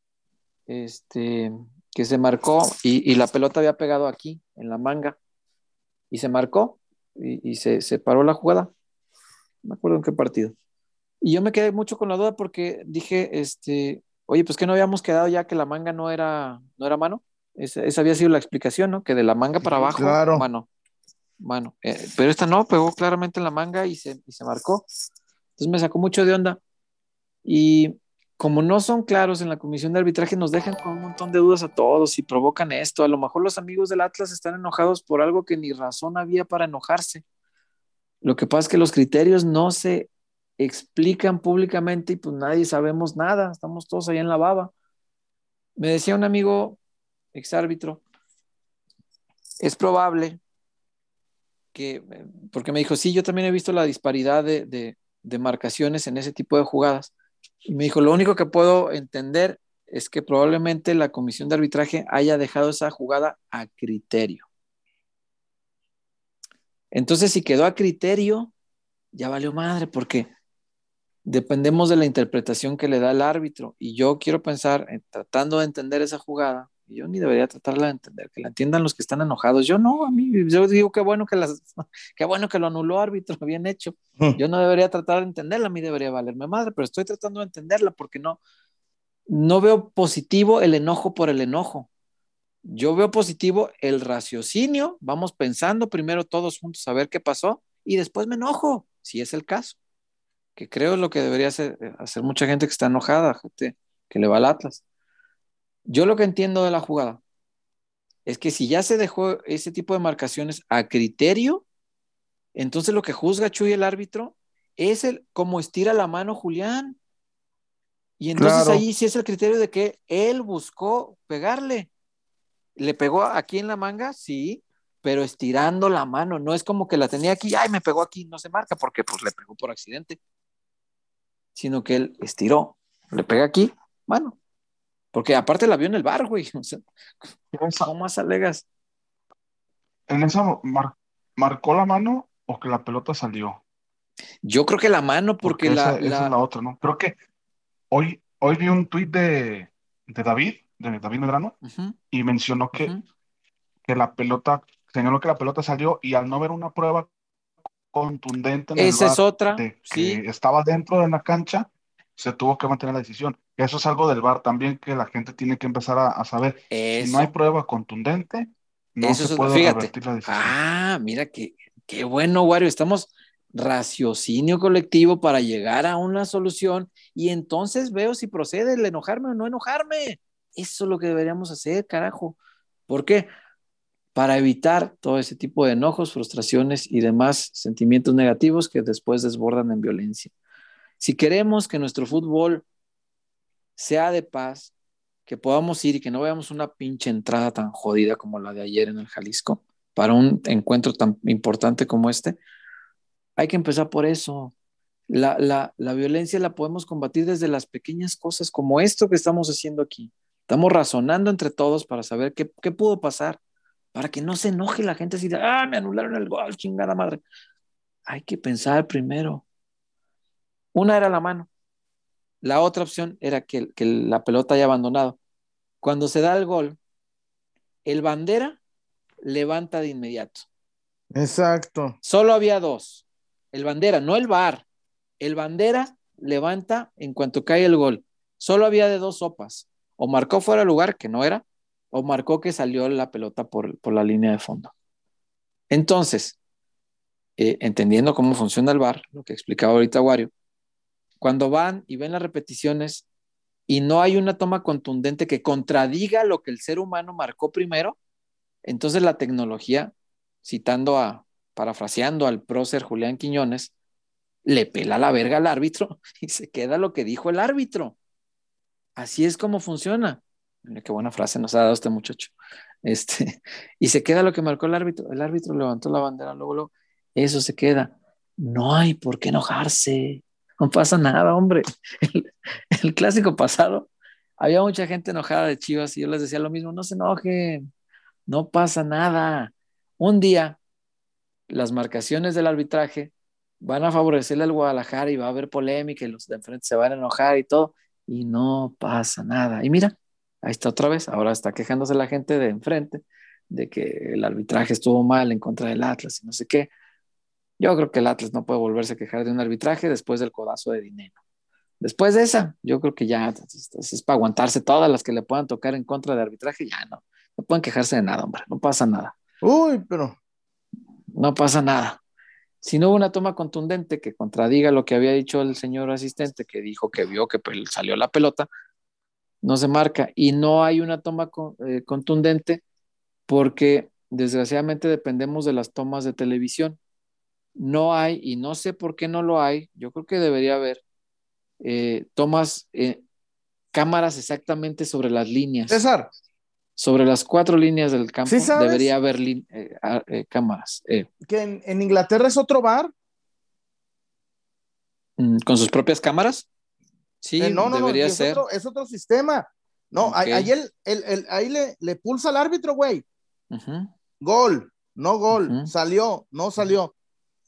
que se marcó y la pelota había pegado aquí, en la manga, y se marcó y se paró la jugada. No me acuerdo en qué partido. Y yo me quedé mucho con la duda porque dije, oye, pues que no habíamos quedado ya que la manga no era mano. Esa había sido la explicación, ¿no? Que de la manga para abajo, Claro. mano. Pero esta no, pegó claramente en la manga y se marcó. Entonces me sacó mucho de onda. Y como no son claros en la comisión de arbitraje, nos dejan con un montón de dudas a todos y provocan esto. A lo mejor los amigos del Atlas están enojados por algo que ni razón había para enojarse. Lo que pasa es que los criterios no se explican públicamente y pues nadie sabemos nada, estamos todos ahí en la baba. Me decía un amigo exárbitro, es probable porque me dijo, sí, yo también he visto la disparidad de marcaciones en ese tipo de jugadas. Y me dijo, lo único que puedo entender es que probablemente la comisión de arbitraje haya dejado esa jugada a criterio. Entonces, si quedó a criterio, ya valió madre, porque dependemos de la interpretación que le da el árbitro. Y yo quiero pensar, tratando de entender esa jugada, yo ni debería tratarla de entender, que la entiendan los que están enojados. Yo no, yo digo qué bueno que lo anuló árbitro, bien hecho. Yo no debería tratar de entenderla, a mí debería valerme madre, pero estoy tratando de entenderla porque no veo positivo el enojo por el enojo. Yo veo positivo el raciocinio, vamos pensando primero todos juntos a ver qué pasó y después me enojo, si es el caso, que creo es lo que debería hacer mucha gente que está enojada, gente que le va al Atlas. Yo lo que entiendo de la jugada es que si ya se dejó ese tipo de marcaciones a criterio, entonces lo que juzga Chuy el árbitro es cómo estira la mano Julián. Y entonces Claro. ahí sí es el criterio de que él buscó pegarle. ¿Le pegó aquí en la manga? Sí, pero estirando la mano. No es como que la tenía aquí, ay, me pegó aquí, no se marca porque pues le pegó por accidente. Sino que él estiró, le pega aquí, mano. Porque aparte la vio en el bar, güey. O sea, ¿cómo más alegas? en esa marcó la mano o que la pelota salió, Yo creo que la mano, porque porque esa es la otra, ¿no? Creo que hoy vi un tuit de David Medrano, Ujú, y mencionó ujú. que la pelota, señaló que la pelota salió y al no ver una prueba contundente en el Esa es VAR otra, de que sí, estaba dentro de la cancha, se tuvo que mantener la decisión. Eso es algo del VAR también que la gente tiene que empezar a saber. Si no hay eso, prueba contundente, no eso se es otra. puede Fíjate, revertir la decisión. mira qué bueno, Wario, estamos raciocinio colectivo para llegar a una solución y entonces veo si procede el enojarme o no enojarme. Eso es lo que deberíamos hacer, carajo. ¿Por qué? Para evitar todo ese tipo de enojos, frustraciones y demás sentimientos negativos que después desbordan en violencia. Si queremos que nuestro fútbol sea de paz, que podamos ir y que no veamos una pinche entrada tan jodida como la de ayer en el Jalisco, para un encuentro tan importante como este, hay que empezar por eso. La violencia la podemos combatir desde las pequeñas cosas como esto que estamos haciendo aquí. Estamos razonando entre todos para saber qué pudo pasar, para que no se enoje la gente así de, me anularon el gol, chingada madre. Hay que pensar primero. Una era la mano, la otra opción era que la pelota haya abandonado. Cuando se da el gol, el bandera levanta de inmediato. Exacto. Solo había dos. El bandera, no el VAR. El bandera levanta en cuanto cae el gol. Solo había de dos sopas. O marcó fuera de lugar, que no era, o marcó que salió la pelota por la línea de fondo. Entonces, entendiendo cómo funciona el VAR, lo que explicaba ahorita Wario, cuando van y ven las repeticiones y no hay una toma contundente que contradiga lo que el ser humano marcó primero, entonces la tecnología, parafraseando al prócer Julián Quiñones, le pela la verga al árbitro y se queda lo que dijo el árbitro. Así es como funciona. Mira qué buena frase nos ha dado este muchacho. Y se queda lo que marcó el árbitro. El árbitro levantó la bandera, luego, eso se queda. No hay por qué enojarse. No pasa nada, hombre. El, el clásico pasado, había mucha gente enojada de Chivas y yo les decía lo mismo, no se enojen, no pasa nada. Un día las marcaciones del arbitraje van a favorecerle al Guadalajara y va a haber polémica y los de enfrente se van a enojar y todo, y no pasa nada. Y mira, ahí está otra vez, ahora está quejándose la gente de enfrente de que el arbitraje estuvo mal en contra del Atlas y no sé qué. Yo creo que el Atlas no puede volverse a quejar de un arbitraje después del codazo de dinero. Después de esa, yo creo que ya es para aguantarse todas las que le puedan tocar en contra de arbitraje, ya no. No pueden quejarse de nada, hombre, no pasa nada. Uy, pero No pasa nada. Si no hubo una toma contundente que contradiga lo que había dicho el señor asistente, que dijo que vio que salió la pelota, no se marca. Y no hay una toma contundente porque desgraciadamente dependemos de las tomas de televisión. No hay, y no sé por qué no lo hay, yo creo que debería haber tomas, cámaras exactamente sobre las líneas. César, Sobre las cuatro líneas del ¿sí campo debería sabes haber cámaras que en Inglaterra es otro bar? con sus propias cámaras. Sí, No, no, no, debería ser. es otro sistema. No, Ok. ahí, ahí le pulsa al árbitro, güey. Ujú, Gol, no gol, ujú. salió, no salió.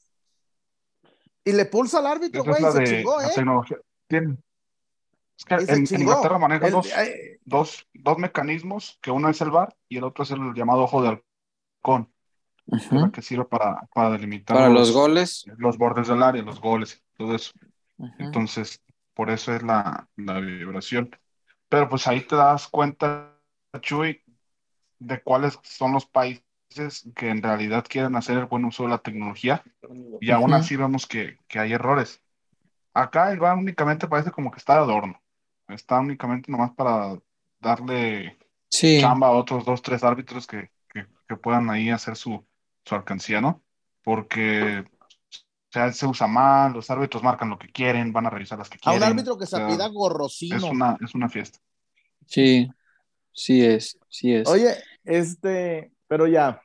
Y le pulsa al árbitro, Esa es güey, y la se de chingó, la ¿eh? tecnología. Es que Y se en chingó. Inglaterra manejan dos mecanismos, que uno es el VAR y el otro es el llamado ojo de halcón, que es la Ujú. que sirve para delimitar Para los goles. los bordes del área, los goles, todo eso. Ujú. Entonces, por eso es la vibración. Pero pues ahí te das cuenta, Chuy, de cuáles son los países que en realidad quieren hacer el buen uso de la tecnología, y aún Ujú. así vemos que hay errores. Acá el VAR únicamente parece como que está de adorno. Está únicamente nomás para darle Sí, chamba a otros dos, tres árbitros que puedan ahí hacer su alcancía, ¿no? Porque, o sea, se usa mal, los árbitros marcan lo que quieren, van a revisar las que A un quieren. árbitro que O se apellida sea, es Gorrocino. una fiesta. sí, sí es, sí es. Oye, pero ya,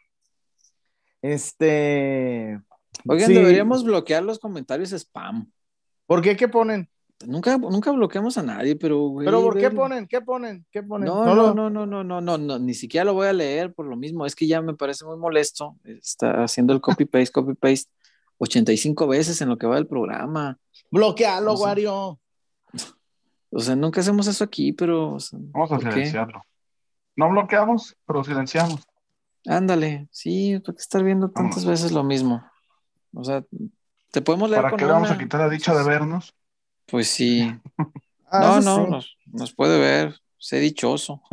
este, Oigan, sí, deberíamos bloquear los comentarios spam. ¿por qué? ¿Qué ponen? Nunca bloqueamos a nadie, pero, güey, Pero ¿por qué ve- ponen? ¿Qué ponen? ¿Qué ponen? No, No, no, no. no, no, no, no, no, no, ni siquiera lo voy a leer por lo mismo. Es que ya me parece muy molesto. Está haciendo el copy paste 85 veces en lo que va del programa. Bloquealo, O sea, Wario. nunca hacemos eso aquí, pero, o sea, Vamos a ¿por qué? silenciarlo. No bloqueamos, pero silenciamos. Ándale, sí, ¿por qué estar viendo tantas Vámonos. veces lo mismo? O sea, te podemos leer ¿Para con qué le vamos a una. quitar la dicha de vernos? Pues sí. Ah, No, eso no, sí. nos puede ver. Sé dichoso.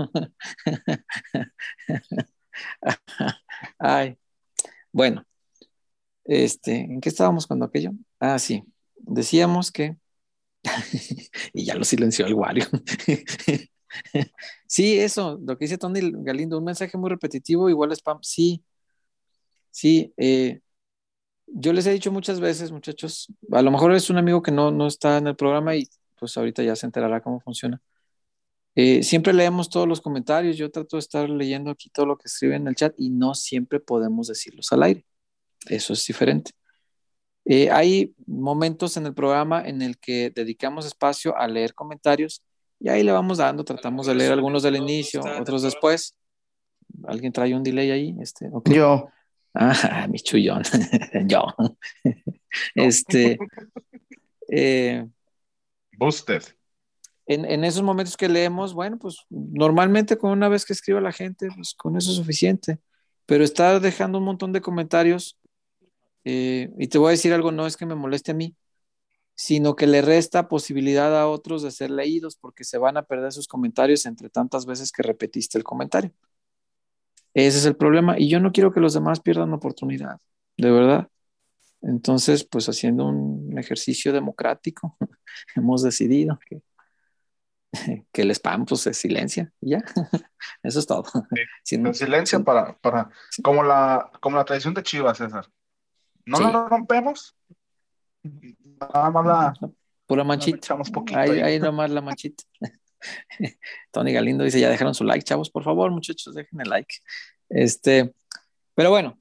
Ay, bueno, ¿en qué estábamos cuando aquello? Ah, sí. Decíamos que y ya lo silenció el Wario. Sí, eso, lo que dice Tony Galindo, un mensaje muy repetitivo, igual spam. Sí, sí. Yo les he dicho muchas veces, muchachos, a lo mejor es un amigo que no está en el programa y pues ahorita ya se enterará cómo funciona. Siempre leemos todos los comentarios, yo trato de estar leyendo aquí todo lo que escriben en el chat y no siempre podemos decirlos al aire. Eso es diferente. Hay momentos en el programa en el que dedicamos espacio a leer comentarios y ahí le vamos dando, tratamos de leer algunos del inicio, otros después. ¿Alguien trae un delay ahí? Ok. Yo. Ah, mi chullón. Yo. No. Este, eh, Busted. en esos momentos que leemos, bueno, pues normalmente con una vez que escriba la gente, pues con eso es suficiente. Pero estar dejando un montón de comentarios, y te voy a decir algo, no es que me moleste a mí, sino que le resta posibilidad a otros de ser leídos porque se van a perder sus comentarios entre tantas veces que repetiste el comentario. Ese es el problema y yo no quiero que los demás pierdan oportunidad, de verdad. Entonces, pues haciendo un ejercicio democrático, hemos decidido que el spam pues se silencia y ya. Eso es todo. Sí. En Sin, silencio sin, para, sin- como la tradición de Chivas, César. No la sí, rompemos, nada más pura la manchita. echamos poquito Ahí, ahí. ahí nomás la manchita. Tony Galindo dice, ya dejaron su like, chavos, por favor, muchachos, dejen el like. Pero bueno,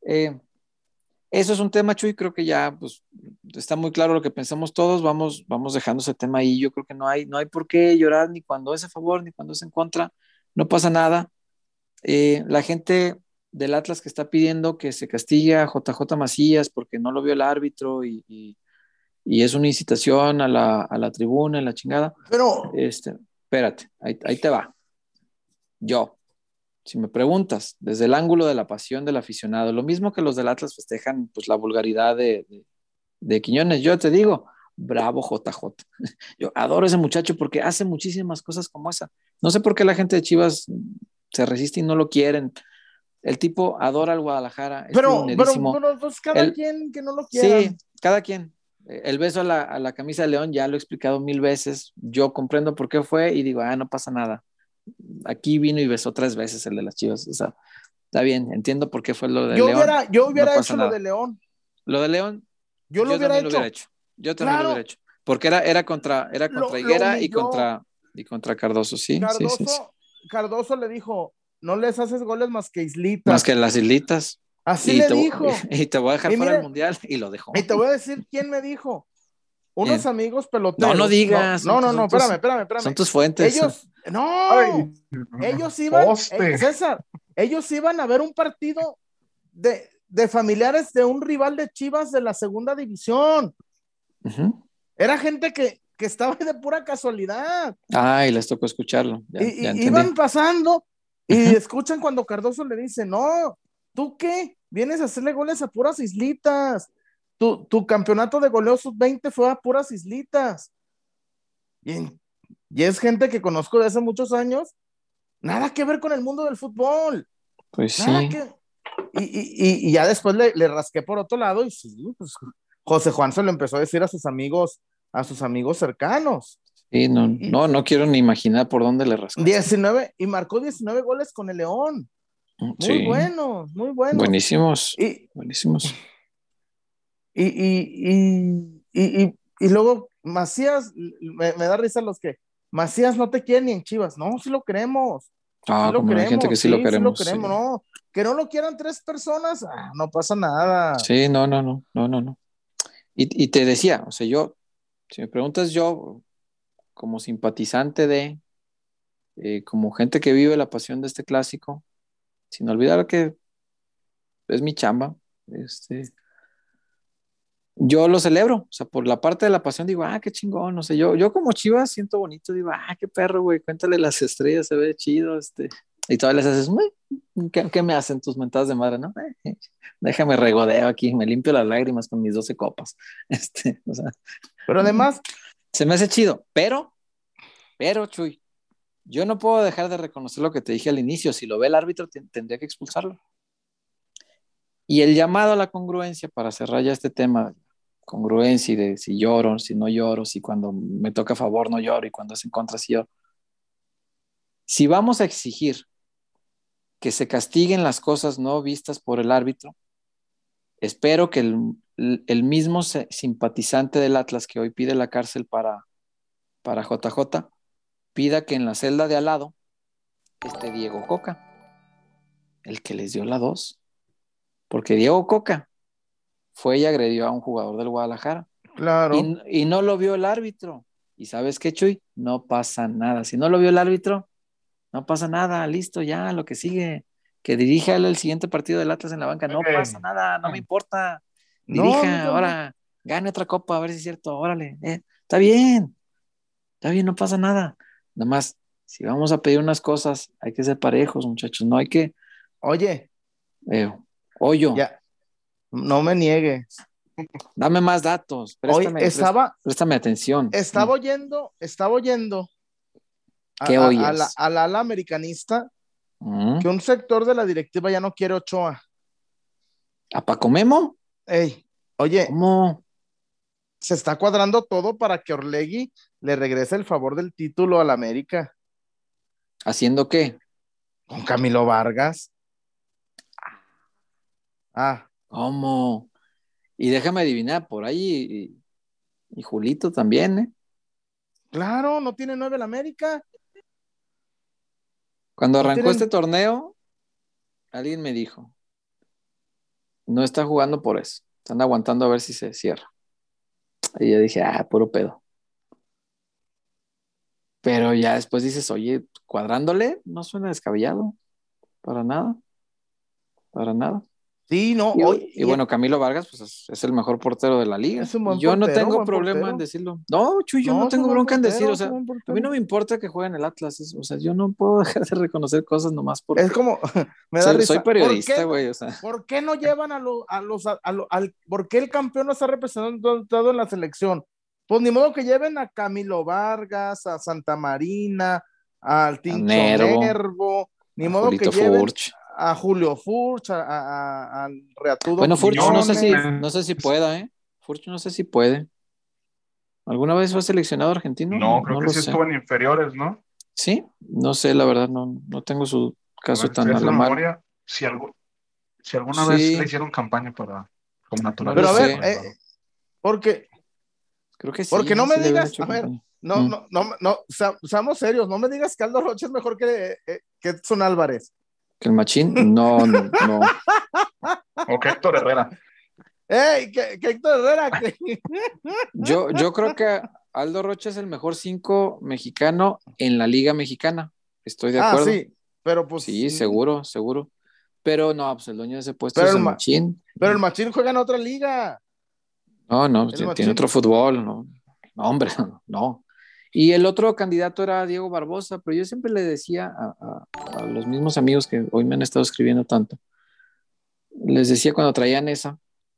eso es un tema, Chuy, creo que ya pues, está muy claro lo que pensamos todos, vamos dejando ese tema ahí, yo creo que no hay por qué llorar ni cuando es a favor ni cuando es en contra, no pasa nada. La gente del Atlas que está pidiendo que se castigue a JJ Macías porque no lo vio el árbitro y es una incitación a la tribuna, en la chingada. Pero, Espérate, ahí te va. Yo, si me preguntas, desde el ángulo de la pasión del aficionado, lo mismo que los del Atlas festejan pues la vulgaridad de Quiñones, yo te digo, bravo JJ. Yo adoro a ese muchacho porque hace muchísimas cosas como esa. No sé por qué la gente de Chivas se resiste y no lo quieren. El tipo adora al Guadalajara, es peleonerísimo. pues cada Él, quien que no lo sí, quieran. cada quien. El beso a la camisa de León ya lo he explicado 1000 veces. Yo comprendo por qué fue y digo, no pasa nada. Aquí vino y besó 3 veces el de las Chivas. O sea, está bien, entiendo por qué fue lo de León. Yo No hubiera pasa hecho lo de nada. León. Lo de León, Yo lo yo hubiera también lo hubiera hecho. hecho. Yo también lo hubiera Claro, hecho. Porque era contra lo Higuera y humilló. contra Cardoso. Sí, sí, sí, sí. Cardoso le dijo, no les haces goles más que Más que islitas. las islitas. Así Y le te, dijo. y te voy a dejar Y fuera del miren, mundial. Y lo y dejó. te voy a decir quién me dijo. Unos ¿Quién? amigos No peloteros. No, digas, no, no, no, son espérame. tus fuentes. Ellos, no, Ay, ellos iban, poste. César, ellos iban a ver un partido de familiares de un rival de Chivas de la segunda división. Ujú. Era gente que estaba de pura casualidad. Ay, les tocó escucharlo. Ya entendí. Iban pasando y Ujú. escuchan cuando Cardoso le dice, no, ¿tú qué? Vienes a hacerle goles a puras islitas. Tu campeonato de goleo sub-20 fue a puras islitas. Y, y es gente que conozco de hace muchos años, nada que ver con el mundo del fútbol. Pues Nada sí. que... Y ya después le rasqué por otro lado y sí, pues José Juan se lo empezó a decir a sus amigos cercanos. Sí, no, Y no, no quiero ni imaginar por dónde le rascaste. 19, y marcó 19 goles con el León. Muy Sí, buenos, muy buenos. buenísimos, Y, buenísimos. y luego Macías, me da risa los que, Macías no te quiere ni en Chivas. No, Como no hay gente que sí lo sí lo queremos, sí. queremos, no. Que no lo quieran 3 personas, no pasa nada. Sí, no, no, no, no, no, no. Y te decía, o sea, yo Si me preguntas yo, como simpatizante como gente que vive la pasión de este clásico, sin olvidar que es mi chamba, yo lo celebro, o sea, por la parte de la pasión digo, qué chingón, no sé, yo como Chivas siento bonito, digo, qué perro, güey, cuéntale las estrellas, se ve chido, y todavía les haces, ¿qué me hacen tus mentadas de madre, no? Déjame regodeo aquí, me limpio las lágrimas con mis 12 copas, o sea, Pero además, se me hace chido, pero, Chuy, yo no puedo dejar de reconocer lo que te dije al inicio, si lo ve el árbitro tendría que expulsarlo. Y el llamado a la congruencia, para cerrar ya este tema, congruencia y de si lloro, si no lloro, si cuando me toca a favor no lloro y cuando es en contra sí lloro. Si vamos a exigir que se castiguen las cosas no vistas por el árbitro, espero que el mismo simpatizante del Atlas que hoy pide la cárcel para JJ pida que en la celda de al lado esté Diego Coca, el que les dio la 2, porque Diego Coca fue y agredió a un jugador del Guadalajara. claro. Y no lo vio el árbitro. ¿Y sabes qué, Chuy? No pasa nada. Si no lo vio el árbitro, no pasa nada. Listo, ya, lo que sigue. Que dirija él el siguiente partido del Atlas en la banca. No pasa nada, no me importa. No, a mí Dirija, tampoco. ahora, gane otra copa, a ver si es cierto. Órale, está bien, no pasa nada. Nada más, si vamos a pedir unas cosas, hay que ser parejos, muchachos. No hay que, Oye, eh, hoyo, ya, no me niegues. dame más datos, Hoy préstame atención. estaba oyendo ¿Qué oías? a la ala americanista ¿Mm? que un sector de la directiva ya no quiere Ochoa. ¿A Paco Memo? Ey, oye, ¿Cómo? se está cuadrando todo para que Orlegui le regrese el favor del título al América ¿Haciendo qué? con Camilo Vargas. Ah, ¿Cómo? Y déjame adivinar, por ahí, y Julito también, ¿eh? claro, no tiene 9 el América. Cuando No arrancó este tienen. torneo, alguien me dijo, no está jugando por eso, están aguantando a ver si se cierra. Y yo dije, puro pedo. Pero ya después dices, oye, cuadrándole, no suena descabellado, para nada, para nada. Sí, no, Y, hoy y bueno, Camilo Vargas, pues es el mejor portero de la liga. es un Y buen yo no portero, tengo buen problema en portero. decirlo. No, Chuy, yo no No, es un tengo buen bronca en decir, portero, o es un sea, buen a mí portero. no me importa que juegue en el Atlas, o sea, yo no puedo dejar de reconocer cosas nomás Es porque como, me da soy risa. periodista, güey, o sea. ¿Por qué no llevan por qué el campeón no está representado en la selección? Pues ni modo que lleven a Camilo Vargas, a Santa Marina, al A Tincho Nervo, Nervo, ni a modo que Julito lleven Furch. a Julio Furch, al Reatudo Bueno, Furch no sé si, Quiñones. no sé si pueda, ¿eh? Furch no sé si puede. ¿Alguna vez fue seleccionado argentino? No, No, creo no que lo sí sé. estuvo en inferiores, ¿no? Sí, no sé, la verdad, no tengo su A caso ver, estoy tan a la haciendo mano. memoria. Si alguna vez le Sí, hicieron campaña como no lo Pero a naturalizado, ver, no sé. es raro. porque, Creo que porque no sí, me sí le habían digas, hecho a ver, campaña. no, Mm. no, no, no, seamos serios, no me digas que Aldo Rocha es mejor que Edson Álvarez. ¿Que el machín? No, no. O que Héctor Herrera. ¡Ey! Que Héctor Herrera, que Yo creo que Aldo Rocha es el mejor 5 mexicano en la Liga Mexicana. Estoy de acuerdo. sí, pero pues, Sí, seguro, seguro. Pero no, pues el dueño de ese puesto pero es el Machín. pero el Machín juega en otra liga. No, El tiene otro Machín, fútbol, no. No, hombre, no. Y el otro candidato era Diego Barbosa, pero yo siempre le decía a los mismos amigos que hoy me han estado escribiendo tanto, les decía cuando traían esa,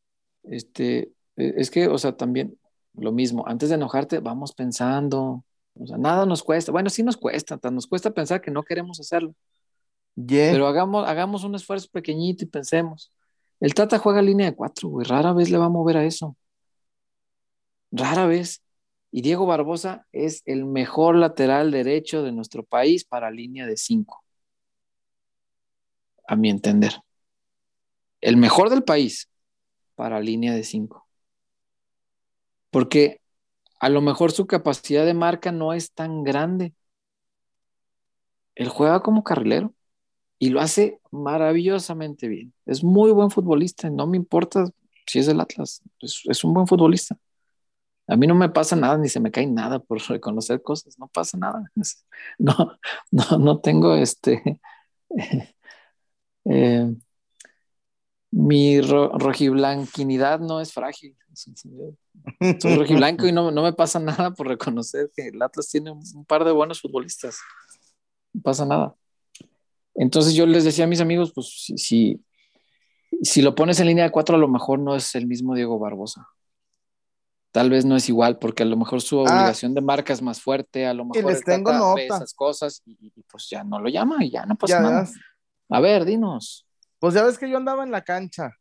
es que, o sea, también lo mismo, antes de enojarte, vamos pensando, o sea, nada nos cuesta, bueno, sí nos cuesta, nos cuesta pensar que no queremos hacerlo, yeah. pero hagamos un esfuerzo pequeñito y pensemos. El Tata juega línea de 4, güey, rara vez le va a mover a eso, rara vez. Y Diego Barbosa es el mejor lateral derecho de nuestro país para línea de 5, a mi entender. El mejor del país para línea de 5. Porque a lo mejor su capacidad de marca no es tan grande. Él juega como carrilero y lo hace maravillosamente bien. Es muy buen futbolista, no me importa si es del Atlas, es un buen futbolista. A mí no me pasa nada, ni se me cae nada por reconocer cosas, no pasa nada. No, no tengo eh, mi rojiblanquinidad no es frágil. Soy rojiblanco y no me pasa nada por reconocer que el Atlas tiene un par de buenos futbolistas. No pasa nada. Entonces yo les decía a mis amigos, pues si lo pones en línea de 4, a lo mejor no es el mismo Diego Barbosa. Tal vez no es igual, porque a lo mejor su obligación de marca es más fuerte, a lo Y mejor les el tengo Tata ve nota. esas cosas y pues ya no lo llama y ya no pasa nada. Ya, A ver, dinos. pues ya ves que yo andaba en la cancha.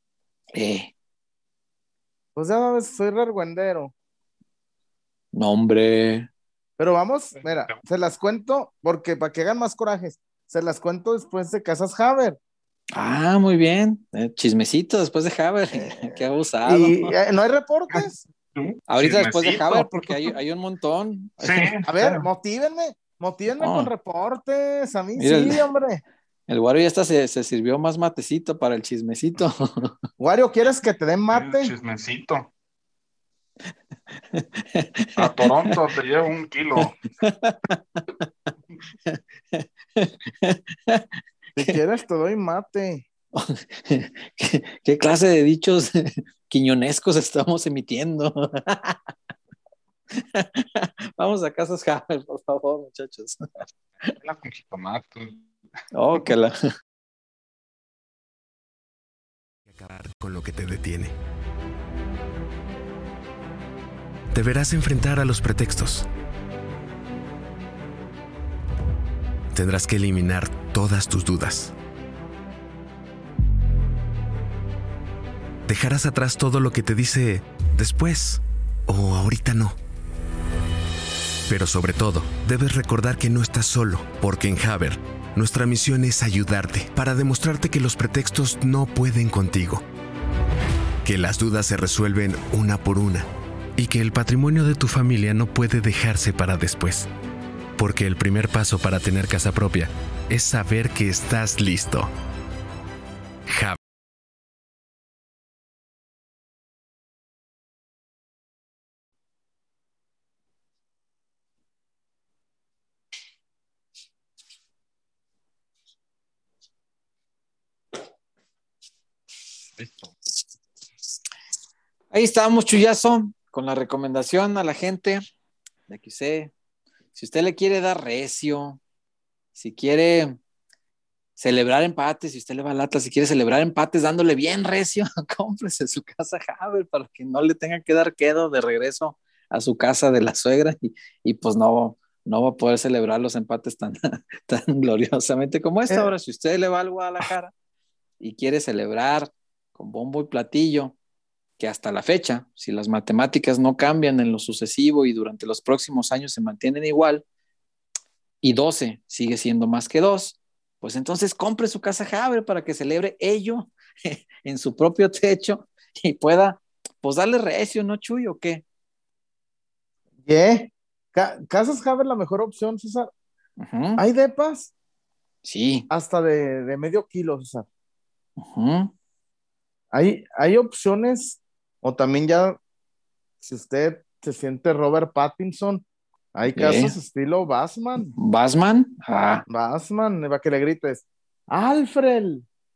Pues ya ves, soy rargüendero. No, hombre. Pero vamos, mira, se las cuento porque para que hagan más corajes, se las cuento después de Casas Haber. Ah, muy bien. Chismecito después de Haber. Qué abusado. Y no hay reportes. Ahorita después de Chismecito. Haber, porque hay un montón. Sí, A ver, sí. motívenme No. con reportes. A mí Mira, sí, hombre. El Guaro ya hasta se sirvió más matecito para el chismecito. Wario, ¿quieres que te den mate? Chismecito. A Toronto te llevo 1 kilo. Si quieres, te doy mate. ¿Qué clase de dichos quiñonescos estamos emitiendo? Vamos a Casas Haber, por favor, muchachos. La con jitomate. Oh, que la... Acabar con lo que te detiene. Deberás enfrentar a los pretextos. Tendrás que eliminar todas tus dudas. Dejarás atrás todo lo que te dice después o ahorita no. Pero sobre todo, debes recordar que no estás solo, porque en Haber, nuestra misión es ayudarte para demostrarte que los pretextos no pueden contigo, que las dudas se resuelven una por una y que el patrimonio de tu familia no puede dejarse para después. Porque el primer paso para tener casa propia es saber que estás listo. Haber. Listo. Ahí estábamos, Chuyazo, con la recomendación a la gente de que si usted le quiere dar recio, si quiere celebrar empates, si usted le va al Atlas, si quiere celebrar empates dándole bien recio, cómprese su casa Haber para que no le tenga que dar quedo de regreso a su casa de la suegra y pues no va a poder celebrar los empates tan gloriosamente como esta. Ahora, si usted le va al Guadalajara y quiere celebrar con bombo y platillo, que hasta la fecha, si las matemáticas no cambian en lo sucesivo y durante los próximos años se mantienen igual, y 12 sigue siendo más que 2, pues entonces compre su casa Haber para que celebre ello en su propio techo y pueda, pues darle recio, ¿no, Chuy, o qué? Casas Haber la mejor opción, César. Uh-huh. Hay depas Sí. hasta de medio kilo, César. Uh-huh. Hay opciones, o también ya, si usted se siente Robert Pattinson, hay casas estilo Bassman. ¿Bassman? Ah. Bassman, para que le grites, Alfred,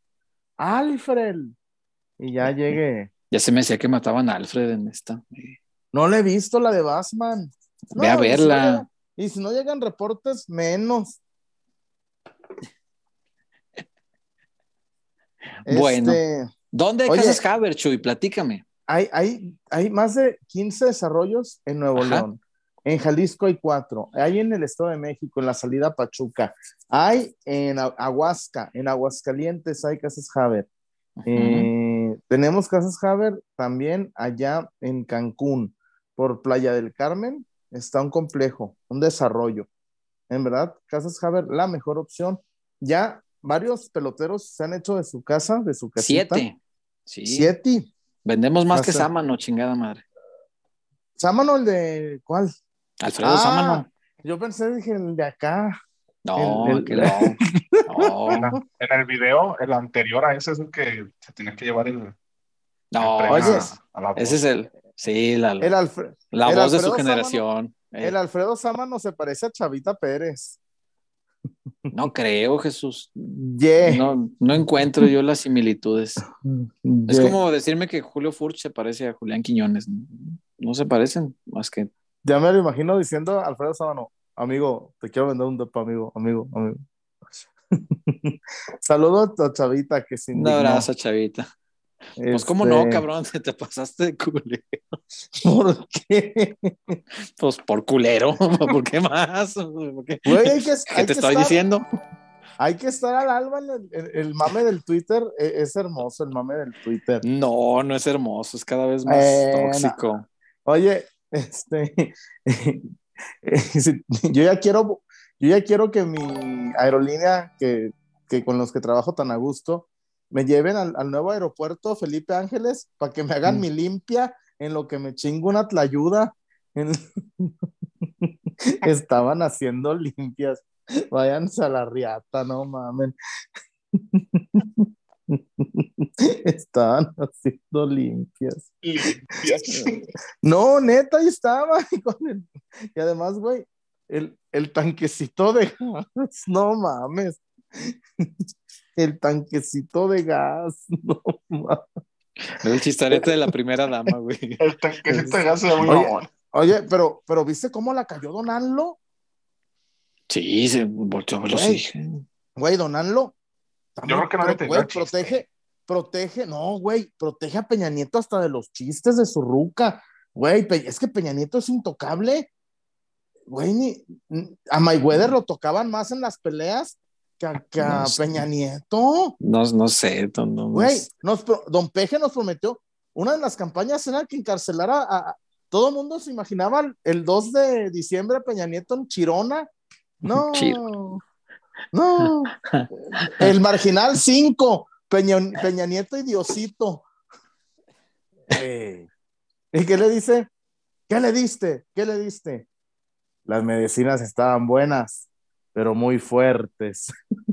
y ya llegue. Ya se me decía que mataban a Alfred en esta. No le he visto la de Bassman. Ve a verla. Y si no llegan reportes, menos. Bueno, ¿dónde hay casas Haber, Chuy? Platícame. Hay más de 15 desarrollos en Nuevo León. En Jalisco hay 4. Hay en el Estado de México, en la salida a Pachuca. Hay en en Aguascalientes hay casas Haber. Uh-huh. Tenemos casas Haber también allá en Cancún. Por Playa del Carmen está un complejo, un desarrollo. En verdad, casas Haber, la mejor opción. Ya varios peloteros se han hecho de su casa, de su casita. 7. Sí. 7. Vendemos más que Sámano, chingada madre. ¿Sámano el de cuál? Alfredo Sámano. Yo pensé, dije, el de acá. No, que no. En el video, el anterior a ese es el que se tenía que llevar el no, premio ese es Sí, la El, Alfre- voz el de su Alfredo generación. el Alfredo Sámano se parece a Chavita Pérez. No creo, Jesús. Yeah. No encuentro yo las similitudes. Es Yeah. como decirme que Julio Furch se parece a Julián Quiñones. No se parecen, más que... Ya me lo imagino diciendo a Alfredo Sámano, amigo, te quiero vender un depa, amigo. Saludos a Chavita que se Un indignó. abrazo, Chavita. Pues cómo no, cabrón, te pasaste de culero. ¿Por qué? Pues por culero, ¿por qué más? ¿Por qué? Güey, ¿Qué te estoy diciendo? Hay que estar al alba en el mame del Twitter. Es hermoso el mame del Twitter. No es hermoso, es cada vez más tóxico. No. Oye, yo ya quiero que mi aerolínea, que con los que trabajo tan a gusto, me lleven al nuevo aeropuerto Felipe Ángeles para que me hagan mi limpia en lo que me chingo una tlayuda. Estaban haciendo limpias. Váyanse a la riata, no mamen. Estaban haciendo limpias. No, neta, ahí estaba. Y además, güey, el tanquecito de gas, no mames. El tanquecito de gas, no mames. El chistarete de la primera dama, güey. El tanquecito de gas es muy mamón. Oye, pero ¿viste cómo la cayó Don Anlo? Sí, se volteó a ver los hijos. Güey, Don Anlo. Yo creo que no le entendió el chiste. Protege a Peña Nieto hasta de los chistes de su ruca. Güey, es que Peña Nieto es intocable. Güey, a Mayweather lo tocaban más en las peleas que a Peña Nieto. No sé. Güey, Don Peje nos prometió, una de las campañas era que encarcelara a todo el mundo. Se imaginaba el 2 de diciembre Peña Nieto en Chirona. No. El Marginal 5, Peña Nieto y Diosito. ¿Y qué le dice? ¿Qué le diste? Las medicinas estaban buenas, pero muy fuertes.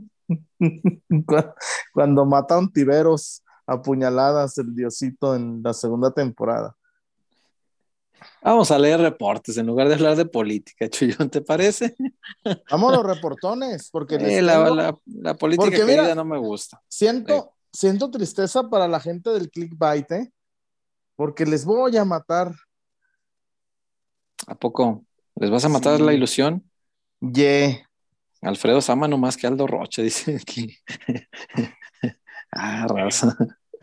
Cuando mata a un Tiberos a puñaladas el Diosito en la segunda temporada. Vamos a leer reportes en lugar de hablar de política, Chuyón, ¿te parece? Vamos a los reportones, porque la política porque, querida mira, no me gusta. Siento tristeza para la gente del clickbait, porque les voy a matar. ¿A poco les vas a matar la ilusión? Yeah. Alfredo Sama no más que Aldo Rocha, dice aquí. Raza.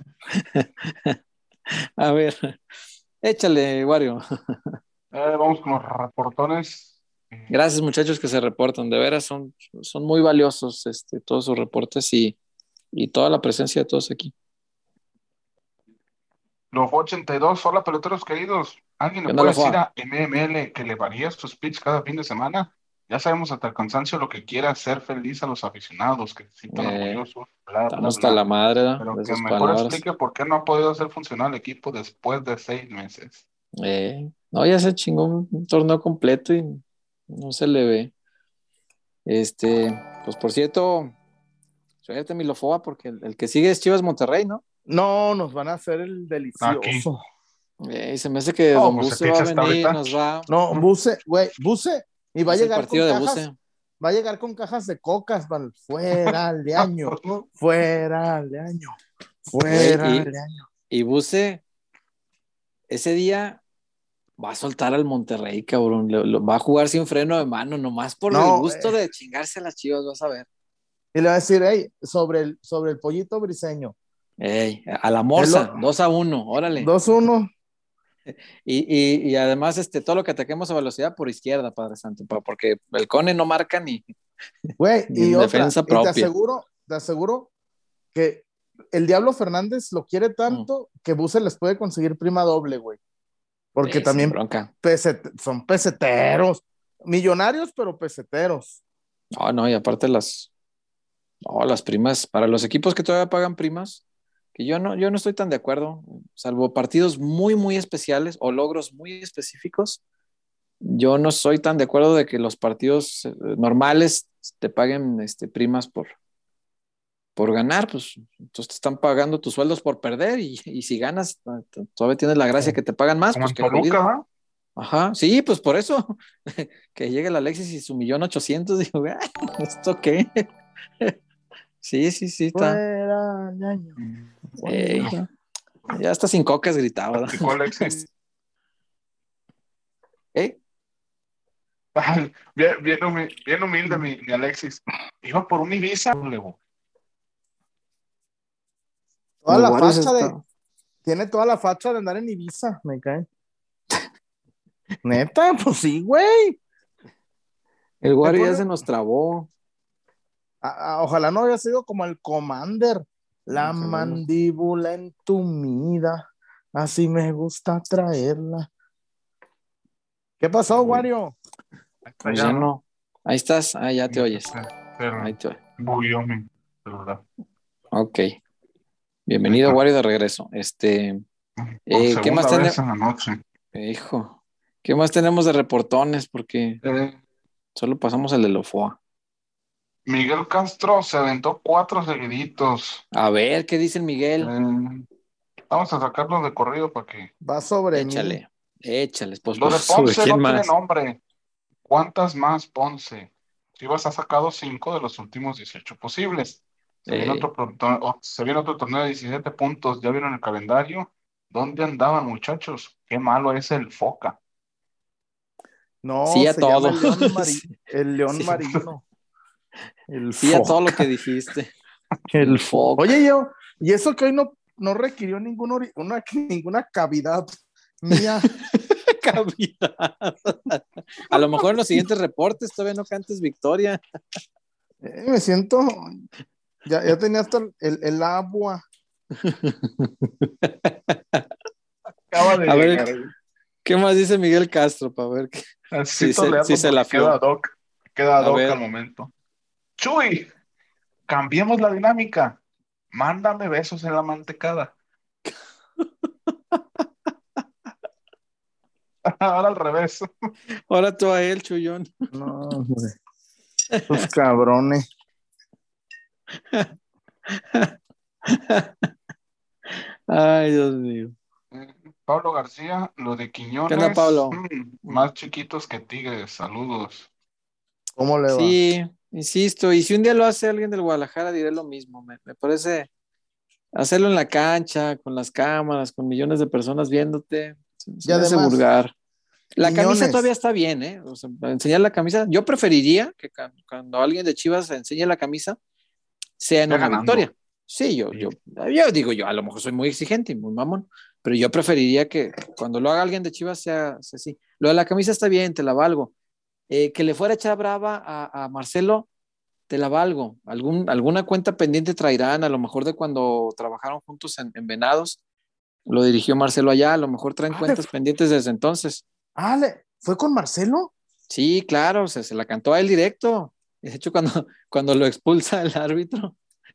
A ver, échale, Wario. Vamos con los reportones. Gracias, muchachos, que se reportan. De veras, son muy valiosos todos sus reportes y toda la presencia de todos aquí. Los 82, hola peloteros queridos. ¿Alguien le puede decir a MML que le varíe sus picks cada fin de semana? Ya sabemos hasta el cansancio lo que quiera hacer feliz a los aficionados, que se sientan orgullosos. Estamos hasta la madre, ¿no? Pero de que sus mejor palabras. explique por qué no ha podido hacer funcionar el equipo después de 6 meses. No, ya se chingó un torneo completo y no se le ve. Pues por cierto, suerte Milofoa, porque el que sigue es Chivas Monterrey, ¿no? No, nos van a hacer el delicioso. Se me hace que Don Buse va a venir, nos va. No, Buse, y va a llegar con cajas. Va a llegar con cajas de cocas, fuera de año. Y Buse, ese día va a soltar al Monterrey, cabrón. Va a jugar sin freno de mano, nomás por el gusto de chingarse a las Chivas, vas a ver. Y le va a decir, sobre el pollito briseño. A la morsa, 2-1, órale. 2-1. Y además, todo lo que ataquemos a velocidad por izquierda, Padre Santo, porque el Cone no marca ni defensa propia. Te aseguro que el Diablo Fernández lo quiere tanto que Buse les puede conseguir prima doble, güey. Porque también son peseteros. Millonarios, pero peseteros. No, y aparte las primas, para los equipos que todavía pagan primas, que yo no estoy tan de acuerdo, salvo partidos muy, muy especiales o logros muy específicos. Yo no soy tan de acuerdo de que los partidos normales te paguen primas por ganar, pues entonces te están pagando tus sueldos por perder y si ganas, todavía tienes la gracia que te pagan más, Como pues en qué jodido. Toluca, ¿no? Ajá, sí, pues por eso, que llegue el Alexis y su 1,800,000, digo, "Ah, ¿esto qué?" Sí, está. Fuera, ñaño. Ey, ya hasta sin cocas gritaba, ¿verdad? Practicó Alexis. ¿Eh? Bien humilde mi Alexis. Iba por un Ibiza. Toda El la Warriors facha está- tiene toda la facha de andar en Ibiza, me cae. Neta, pues sí, güey. el Me Warriors ya pone- se nos trabó. Ojalá no haya sido como el Commander. La Ojalá no. mandíbula entumida. Así me gusta traerla. ¿Qué pasó, Wario? Pues Ya ya no. no. Ahí estás, ya te oyes. Pero Ahí te oyes. bugueó mi celular. Ok. Bienvenido, Wario, de regreso. Por ¿Qué más segunda vez tenemos? en la noche. Hijo, ¿qué más tenemos de reportones? Porque solo pasamos el de Lofoa. Miguel Castro se aventó 4 seguiditos. A ver, ¿qué dice el Miguel? Vamos a sacarlos de corrido para que. Va sobre mí. Échale, pues Lo de sobre Ponce quién no tiene más. nombre. ¿Cuántas más Ponce? Chivas ha sacado 5 de los últimos 18 posibles. Se viene otro torneo de 17 puntos. ¿Ya vieron el calendario? ¿Dónde andaban, muchachos? Qué malo es el Foca. No, Sí a se llama todo. el león Sí. marino. El Sí, a todo lo foca. que dijiste. El foca. Oye, y eso que hoy no requirió ninguna cavidad mía. Cavidad. A lo mejor en los siguientes reportes todavía no cantes victoria. Me siento, ya tenía hasta el agua. Acaba de A llegar. ver, ¿qué más dice Miguel Castro? Para ver Necesito si leerlo se la porque queda fió. queda A doc ver. al momento. Chuy, cambiemos la dinámica. Mándame besos en la mantecada. Ahora al revés. Ahora tú a él, Chullón. No, hombre. Los cabrones. Ay, Dios mío. Pablo García, lo de ¿Qué onda, Quiñones, Pablo? más chiquitos que Tigres. Saludos. ¿Cómo le va? Sí, insisto, y si un día lo hace alguien del Guadalajara, diré lo mismo. Me parece hacerlo en la cancha, con las cámaras, con millones de personas viéndote, se Y me hace además, vulgar. La camisa Quiñones. todavía está bien, ¿eh? O sea, enseñar la camisa, yo preferiría que cuando alguien de Chivas enseñe la camisa, sea en Ya una ganando. victoria. Sí, yo digo, yo a lo mejor soy muy exigente y muy mamón, pero yo preferiría que cuando lo haga alguien de Chivas sea así. Lo de la camisa está bien, te la valgo. Que le fuera a echar brava a Marcelo, te la valgo. Alguna cuenta pendiente traerán, a lo mejor de cuando trabajaron juntos en Venados, lo dirigió Marcelo allá, a lo mejor traen cuentas pendientes desde entonces. ¿Fue con Marcelo? Sí, claro, se la cantó a él directo. De hecho, cuando lo expulsa el árbitro,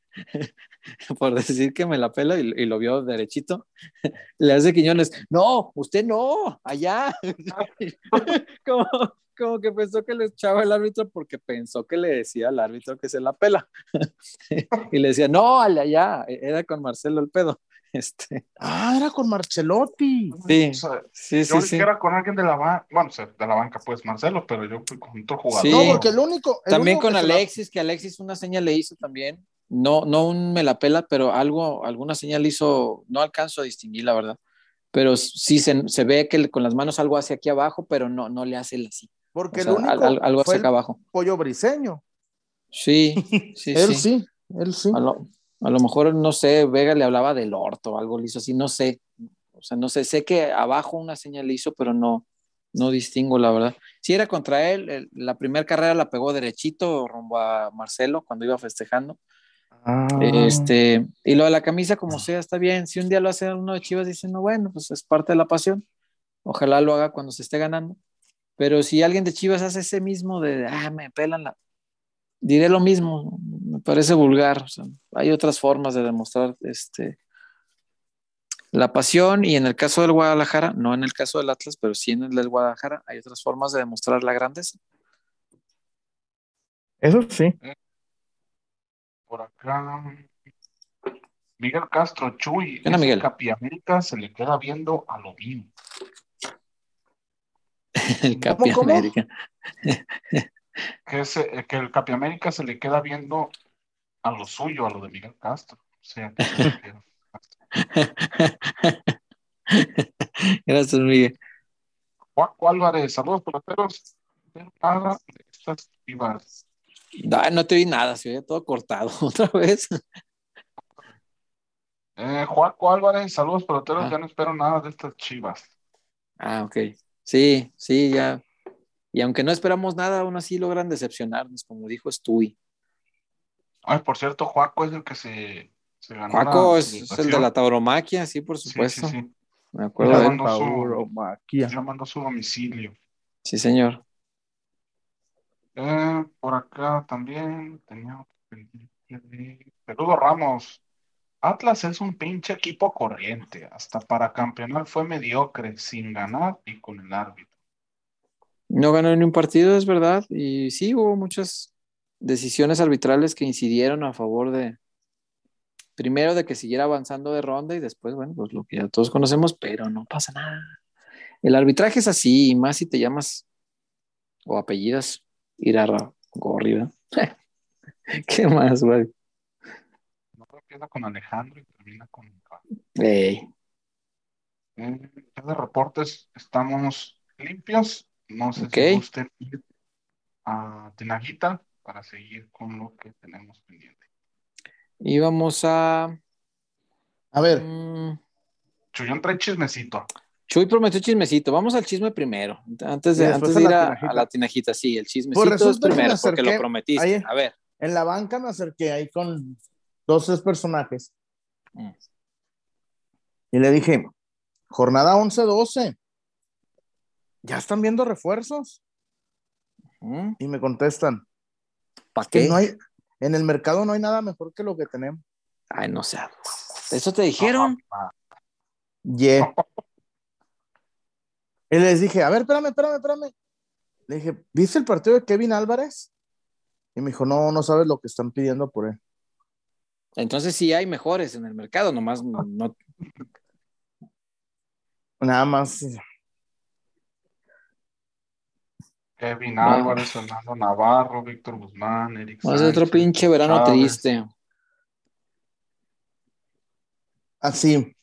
por decir que me la pela y lo vio derechito, le hace Quiñones, no, usted no, allá. como, como que pensó que le echaba el árbitro porque pensó que le decía al árbitro que se la pela. Y le decía, no, allá, era con Marcelo el pedo. Era con Marcelotti. Sí, O sea, sí. yo que era con alguien de la banca, bueno, o sea, de la banca, pues Marcelo, pero yo fui con otro jugador. No, Sí. porque el único También con que Alexis, que Alexis una señal le hizo también. No un me la pela, pero alguna señal hizo, no alcanzo a distinguir, la verdad. Pero sí se ve que con las manos algo hace aquí abajo, pero no le hace el así. Porque O sea, el único algo fue hace acá abajo. Pollo Briseño. Sí. Él sí. A lo mejor, no sé, Vega le hablaba del orto o algo le hizo así, no sé. O sea, no sé, sé que abajo una señal le hizo, pero no distingo, la verdad. Si era contra él, la primera carrera la pegó derechito rumbo a Marcelo cuando iba festejando. Y lo de la camisa, como sea, está bien. Si un día lo hace uno de Chivas diciendo, bueno, pues es parte de la pasión. Ojalá lo haga cuando se esté ganando. Pero si alguien de Chivas hace ese mismo me pelan diré lo mismo. Me parece vulgar. O sea, hay otras formas de demostrar la pasión, y en el caso del Guadalajara, no en el caso del Atlas, pero sí en el del Guadalajara, hay otras formas de demostrar la grandeza. Eso sí. Por acá acá. Miguel Castro, Chuy, ¿Qué onda, ese Miguel? Capiamérica se le queda viendo a lo mío. El Capi ¿Cómo? América. Que el Capiamérica se le queda viendo a lo suyo, a lo de Miguel Castro. O sea, ¿a qué se refiere? Gracias, Miguel. Juaco Álvarez, saludos peloteros. Nada de estas Chivas. Ay, no te vi nada, se veía todo cortado otra vez. Juaco Álvarez, saludos peloteros. Ajá. Ya no espero nada de estas Chivas. Ah, ok. Sí, sí, ya. Y aunque no esperamos nada, aún así logran decepcionarnos, como dijo Stewie. Ay, por cierto, Juaco es el que se ganó Juaco su es el de la dotación. tauromaquia, sí, por Sí, sí, supuesto. sí. Me acuerdo Ya de él. mandó Tauromaquia. ya mandó su domicilio. Sí, señor. Por acá también tenía otro pendiente de Peludo Ramos. Atlas es un pinche equipo corriente. Hasta para campeonar fue mediocre, sin ganar y con el árbitro. No ganó ni un partido, es verdad. Y sí, hubo muchas decisiones arbitrales que incidieron a favor de, primero, de que siguiera avanzando de ronda y después, bueno, pues lo que ya todos conocemos, pero no pasa nada. El arbitraje es así, y más si te llamas o apellidas Irarrágorri, ¿verdad? ¿Qué más, güey? No empieza con Alejandro y termina con... Ey, Ya de reportes estamos limpios. No sé ok. si gusten ir a Tenaguita para seguir con lo que tenemos pendiente. Y vamos a... A ver, mm, Chuyón trae chismecito. Chuy prometió chismecito. Vamos al chisme primero. y Antes después a de ir la a la tinajita. tinajita, sí, el Pues chismecito es resulta que me primero, porque lo acerqué prometiste. ahí A ver. en la banca, me acerqué ahí con dos, tres personajes Mm. y le dije, jornada 11-12, ¿ya están viendo refuerzos? Y me contestan, ¿Para que no qué? hay, en el mercado no hay nada mejor que lo que tenemos. Ay, no sé. ¿Eso te dijeron? Yeah. Y les dije, a ver, espérame. Le dije, ¿viste el partido de Kevin Álvarez? Y me dijo, no sabes lo que están pidiendo por él. Entonces sí hay mejores en el mercado, nomás no. Nada más. Kevin No, Álvarez, Fernando Navarro, Víctor Guzmán, Eric más de otro Sánchez, pinche Paul verano Chávez. triste. Así.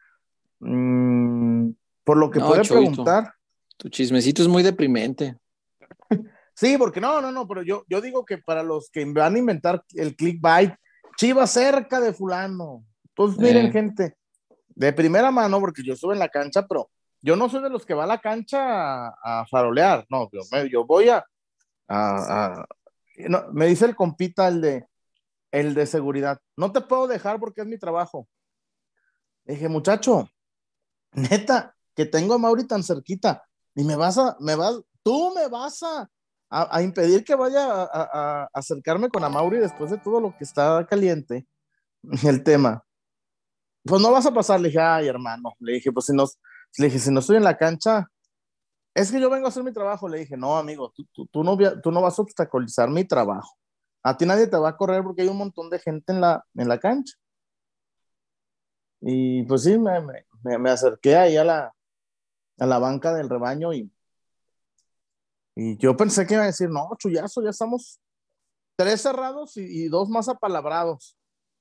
Por lo que No, puede Choito, preguntar. tu chismecito es muy deprimente. Sí, porque no, pero yo digo que para los que van a inventar el clickbait, Chivas cerca de fulano. Entonces, miren, Eh, gente, de primera mano, porque yo estuve en la cancha, pero yo no soy de los que va a la cancha a farolear, no, yo voy a- no, me dice el compita, el de seguridad, no te puedo dejar porque es mi trabajo. Le dije, muchacho, neta, que tengo a Mauri tan cerquita, y tú me vas a impedir que vaya a acercarme con Amauri después de todo lo que está caliente, el tema. Pues no vas a pasar, le dije, ay, hermano, le dije, pues si no estoy en la cancha, es que yo vengo a hacer mi trabajo, le dije, no, amigo, tú no vas a obstaculizar mi trabajo. A ti nadie te va a correr porque hay un montón de gente en la cancha. Y pues sí, me acerqué ahí a la banca del rebaño y yo pensé que iba a decir, no, chullazo, ya estamos 3 cerrados y 2 más apalabrados.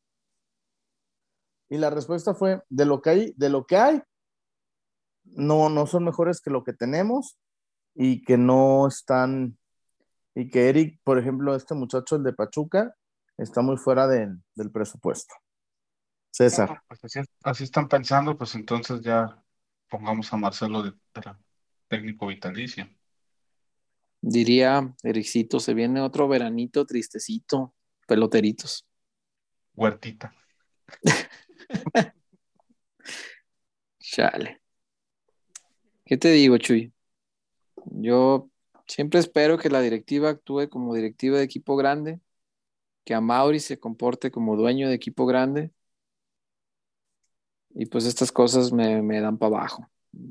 Y la respuesta fue, de lo que hay, no son mejores que lo que tenemos y que no están, y que Eric, por ejemplo, este muchacho, el de Pachuca, está muy fuera del presupuesto. César. Bueno, pues así están pensando, pues entonces ya pongamos a Marcelo de técnico vitalicio. diría Ericito, se viene otro veranito tristecito, peloteritos. Huertita. Chale. ¿Qué te digo, Chuy? Yo siempre espero que la directiva actúe como directiva de equipo grande, que a Mauri se comporte como dueño de equipo grande, y pues estas cosas me dan para abajo.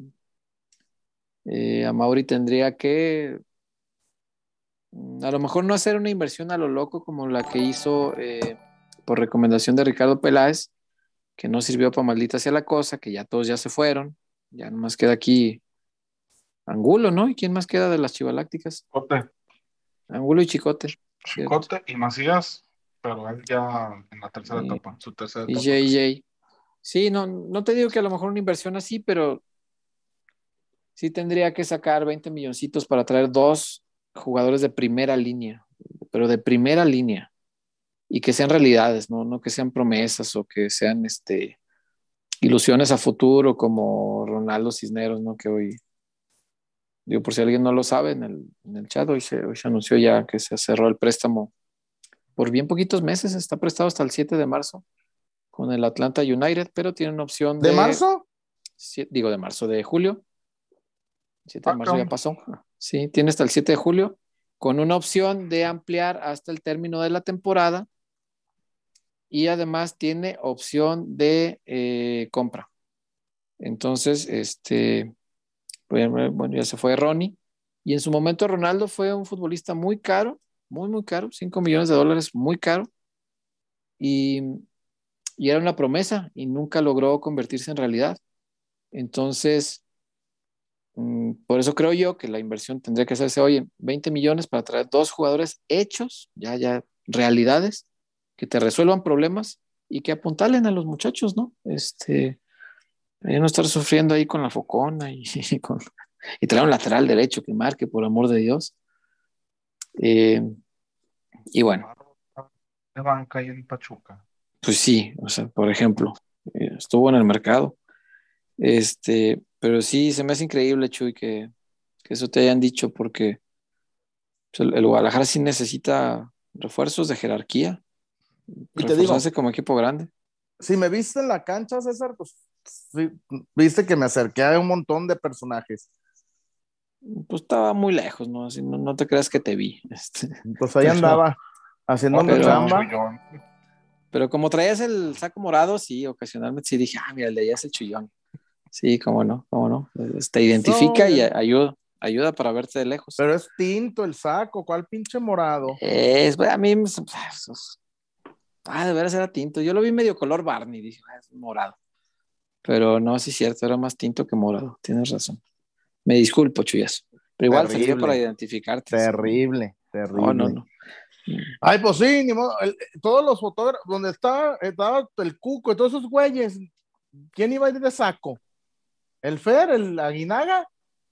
A Mauri tendría que, a lo mejor no hacer una inversión a lo loco como la que hizo por recomendación de Ricardo Peláez, que no sirvió para maldita sea la cosa, que ya todos ya se fueron, ya nomás queda aquí Angulo, ¿no? ¿Y quién más queda de las Chivalácticas? Chicote, Angulo y Chicote, ¿cierto? Chicote y Macías, pero él ya en la tercera Y, etapa, su tercera y etapa. JJ. Sí, no te digo que a lo mejor una inversión así, pero sí tendría que sacar 20 milloncitos para traer 2 jugadores de primera línea, pero de primera línea, y que sean realidades, no que sean promesas o que sean ilusiones a futuro como Ronaldo Cisneros, ¿no? Que hoy, digo, por si alguien no lo sabe en el chat, hoy se anunció ya que se cerró el préstamo por bien poquitos meses, está prestado hasta el 7 de marzo con el Atlanta United, pero tiene una opción ¿De marzo? de marzo, de julio. 7 de Ah, marzo ya cabrón. pasó. Sí, tiene hasta el 7 de julio con una opción de ampliar hasta el término de la temporada y además tiene opción de compra. Entonces, bueno, ya se fue Ronnie y en su momento Ronaldo fue un futbolista muy caro, muy caro, 5 millones de dólares, muy caro y, y era una promesa y nunca logró convertirse en realidad. Entonces, por eso creo yo que la inversión tendría que hacerse hoy en 20 millones para traer 2 jugadores hechos, ya realidades, que te resuelvan problemas y que apuntalen a los muchachos, ¿no? No estar sufriendo ahí con la focona y traer un lateral derecho que marque, por amor de Dios. Eh, y bueno, De banca ahí en Pachuca. pues sí, o sea, por ejemplo, estuvo en el mercado. Pero sí, se me hace increíble, Chuy, que eso te hayan dicho, porque pues, el Guadalajara sí necesita refuerzos de jerarquía, Y te digo, reforzarse como equipo grande. si me viste en la cancha, César, pues sí, viste que me acerqué a un montón de personajes. Pues estaba muy lejos, ¿no? Así, no te creas que te vi. Pues ahí Pero, andaba haciendo mi Otro pero, chamba. chullón. pero como traías el saco morado, sí, ocasionalmente sí dije, mira, el de allá es el chullón. Sí, cómo no, cómo no. Te No, identifica y ayuda para verte de lejos. pero es tinto el saco, ¿cuál pinche morado? A mí, de veras era tinto. Yo lo vi medio color Barney, dije, es morado. Pero no, sí es cierto, era más tinto que morado. Tienes razón. Me disculpo, Chuyas. Pero igual servía para Terrible, identificarte. ¿Sí? terrible, No, no, terrible. no. Ay, pues sí, ni modo. Todos los fotógrafos, donde estaba el Cuco y todos esos güeyes, ¿quién iba a ir de saco? ¿El Fer, el Aguinaga?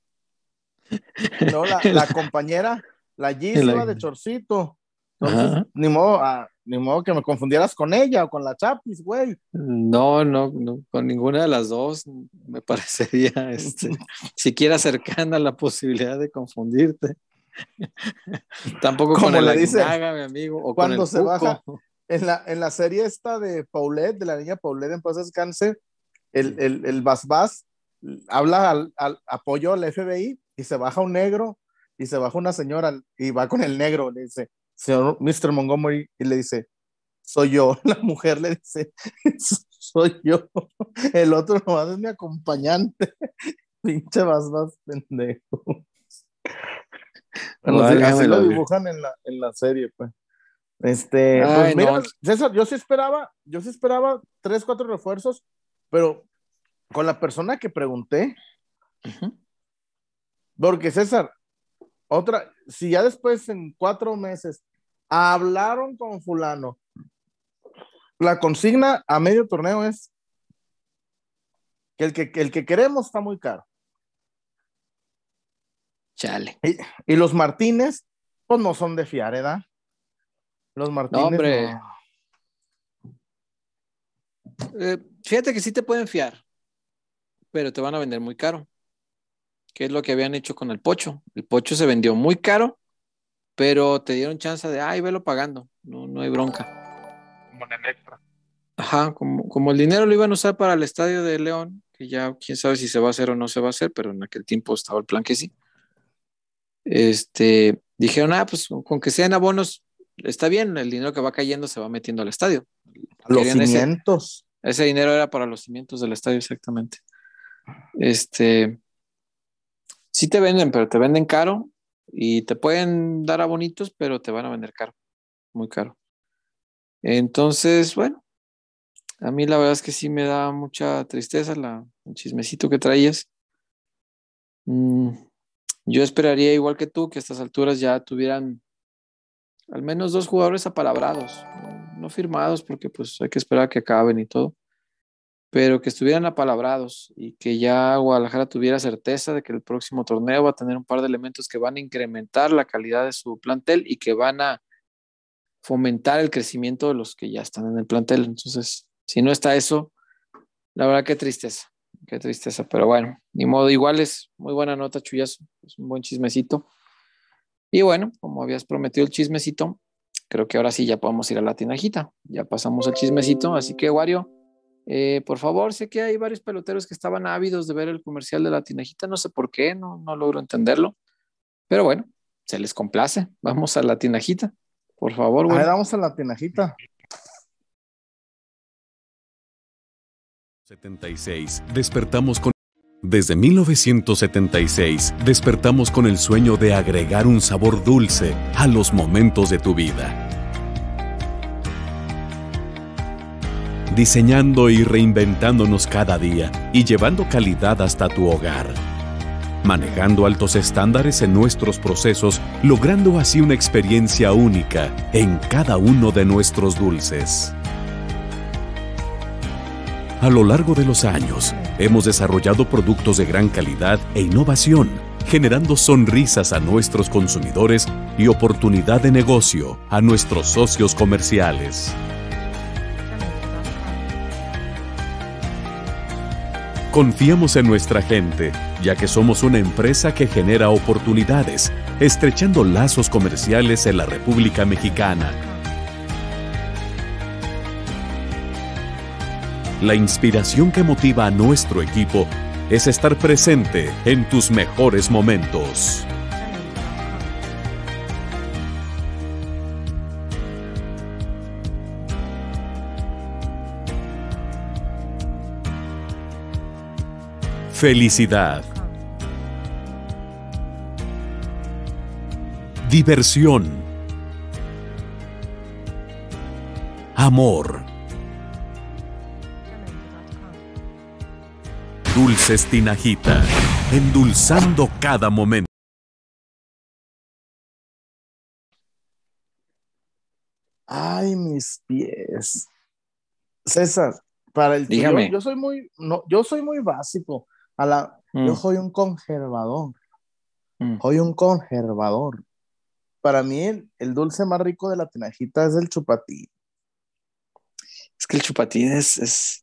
Y luego la compañera, la Giz iba de chorcito. Entonces, Ajá. ni modo que me confundieras con ella o con la Chapis, güey. No, con ninguna de las dos me parecería siquiera cercana a la posibilidad de confundirte. Tampoco con Como el le dicen, Aguinaga, mi amigo, o con cuando el se baja Cuco. en la serie esta de Paulette, de la niña Paulette en paz descanse, el Bas Bas habla al apoyo al FBI y se baja un negro y se baja una señora y va con el negro, le dice, señor Mr. Montgomery, y le dice, soy yo. La mujer le dice, soy yo. El otro nomás es mi acompañante. Pinche Bas Bas, pendejo. Bueno, sí, así lo Válgamelo Dios. dibujan en la serie, pues. Pues Ay, mira, no. César, yo sí esperaba 3, 4 refuerzos, pero con la persona que pregunté, Ujú. porque César, si ya después en 4 meses hablaron con fulano, la consigna a medio torneo es que el que queremos está muy caro. Chale. Y los Martínez, pues no son de fiar, ¿verdad? Los No, Martínez hombre. no. Fíjate que sí te pueden fiar, pero te van a vender muy caro. ¿Qué es lo que habían hecho con el Pocho? El Pocho se vendió muy caro, pero te dieron chance de, velo pagando. No hay bronca. Como en Electra. Ajá, como el dinero lo iban a usar para el estadio de León, que ya quién sabe si se va a hacer o no se va a hacer, pero en aquel tiempo estaba el plan que sí. Dijeron, pues con que sean abonos, está bien, el dinero que va cayendo se va metiendo al estadio. A los Querían cimientos. ese dinero era para los cimientos del estadio, exactamente. Sí te venden, pero te venden caro y te pueden dar abonitos, pero te van a vender caro, muy caro. Entonces, bueno, a mí la verdad es que sí me da mucha tristeza el chismecito que traías. Mm, yo esperaría, igual que tú, que a estas alturas ya tuvieran al menos 2 jugadores apalabrados, no firmados, porque pues hay que esperar a que acaben y todo, pero que estuvieran apalabrados y que ya Guadalajara tuviera certeza de que el próximo torneo va a tener un par de elementos que van a incrementar la calidad de su plantel y que van a fomentar el crecimiento de los que ya están en el plantel. Entonces, si no está eso, la verdad qué tristeza, pero bueno, ni modo, igual es muy buena nota, Chuyazo, es un buen chismecito. Y bueno, como habías prometido el chismecito, creo que ahora sí ya podemos ir a la tinajita, ya pasamos al chismecito, así que Wario, por favor, sé que hay varios peloteros que estaban ávidos de ver el comercial de la tinajita, no sé por qué, no logro entenderlo, pero bueno, se les complace, vamos a la tinajita, por favor, A ver, Wario. vamos a la tinajita. 76. Desde 1976, despertamos con el sueño de agregar un sabor dulce a los momentos de tu vida. Diseñando y reinventándonos cada día y llevando calidad hasta tu hogar. Manejando altos estándares en nuestros procesos, logrando así una experiencia única en cada uno de nuestros dulces. A lo largo de los años, hemos desarrollado productos de gran calidad e innovación, generando sonrisas a nuestros consumidores y oportunidad de negocio a nuestros socios comerciales. Confiamos en nuestra gente, ya que somos una empresa que genera oportunidades, estrechando lazos comerciales en la República Mexicana. La inspiración que motiva a nuestro equipo es estar presente en tus mejores momentos. Felicidad. Diversión. Amor. Dulces Tinajita, endulzando cada momento. Ay, mis pies. César, para el Dígame. yo soy muy, no, yo soy muy básico. Yo soy un conservador. Soy un conservador. Para mí, el dulce más rico de la tinajita es el chupatín. Es que el chupatín es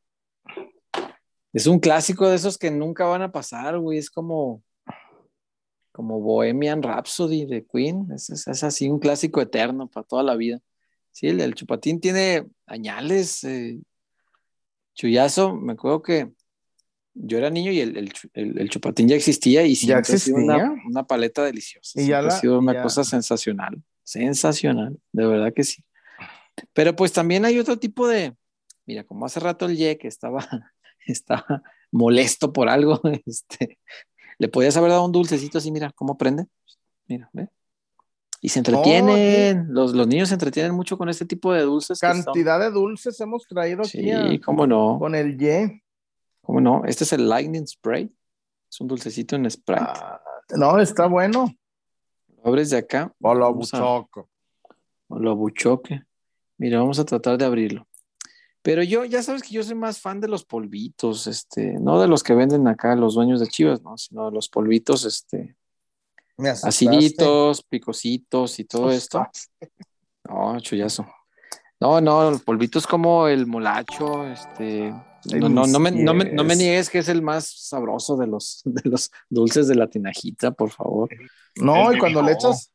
un clásico de esos que nunca van a pasar, güey. Es como Bohemian Rhapsody de Queen. Es así un clásico eterno para toda la vida. Sí, el chupatín tiene añales. Chuyazo, me acuerdo que yo era niño y el chupatín ya existía y ¿Ya siempre ha sido existía? una paleta deliciosa. Y Siempre ya ha sido una ya- cosa sensacional. Sensacional, de verdad que sí. Pero pues también hay otro tipo de, mira, como hace rato el Ye que estaba molesto por algo, le podías haber dado un dulcecito así, mira cómo prende. Mira, ¿ve? Y se No, entretienen, los niños se entretienen mucho con este tipo de dulces que son. cantidad de dulces hemos traído aquí Sí, cómo no, con el Y. cómo no. Este es el Lightning Spray, es un dulcecito en Sprite. No, está bueno. Lo abres de acá. O lo Vamos a- buchoco. o lo abuchoque. Mira, vamos a tratar de abrirlo. Pero yo, ya sabes que yo soy más fan de los polvitos, no de los que venden acá los dueños de Chivas, ¿no? Sino de los polvitos, Me asustaste. aciditos, picositos y todo esto. No, chullazo. No, los polvitos como el molacho, Ay, no me mis niegues que es el más sabroso de los dulces de la tinajita, por favor. No, El y cuando Bibijo. le echas,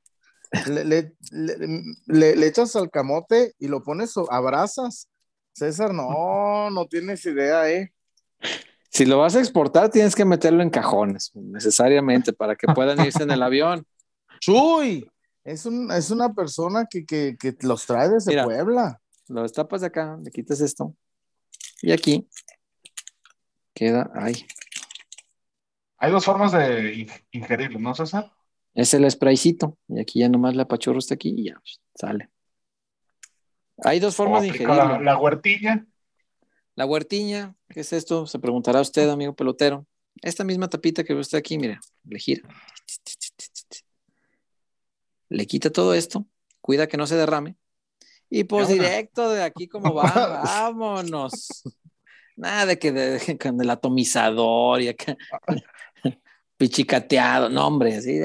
le echas al camote y lo pones a brasas. César, no tienes idea, Si lo vas a exportar, tienes que meterlo en cajones, necesariamente, para que puedan irse en el avión. Chuy, es una persona que los trae desde Mira. Puebla. Lo destapas de acá, le quitas esto. Y aquí queda, Hay dos formas de ingerirlo, ¿no, César? es el spraycito. Y aquí ya nomás le apachurro hasta aquí y ya sale. Hay dos O formas de aplica ingerirlo. la huertilla. La huertiña, ¿qué es esto? Se preguntará usted, amigo pelotero. Esta misma tapita que ve usted aquí, mire, le gira. Le quita todo esto, cuida que no se derrame. Y pues Ahora. directo de aquí como van, vámonos. Nada de que con el atomizador y acá pichicateado, no hombre, así.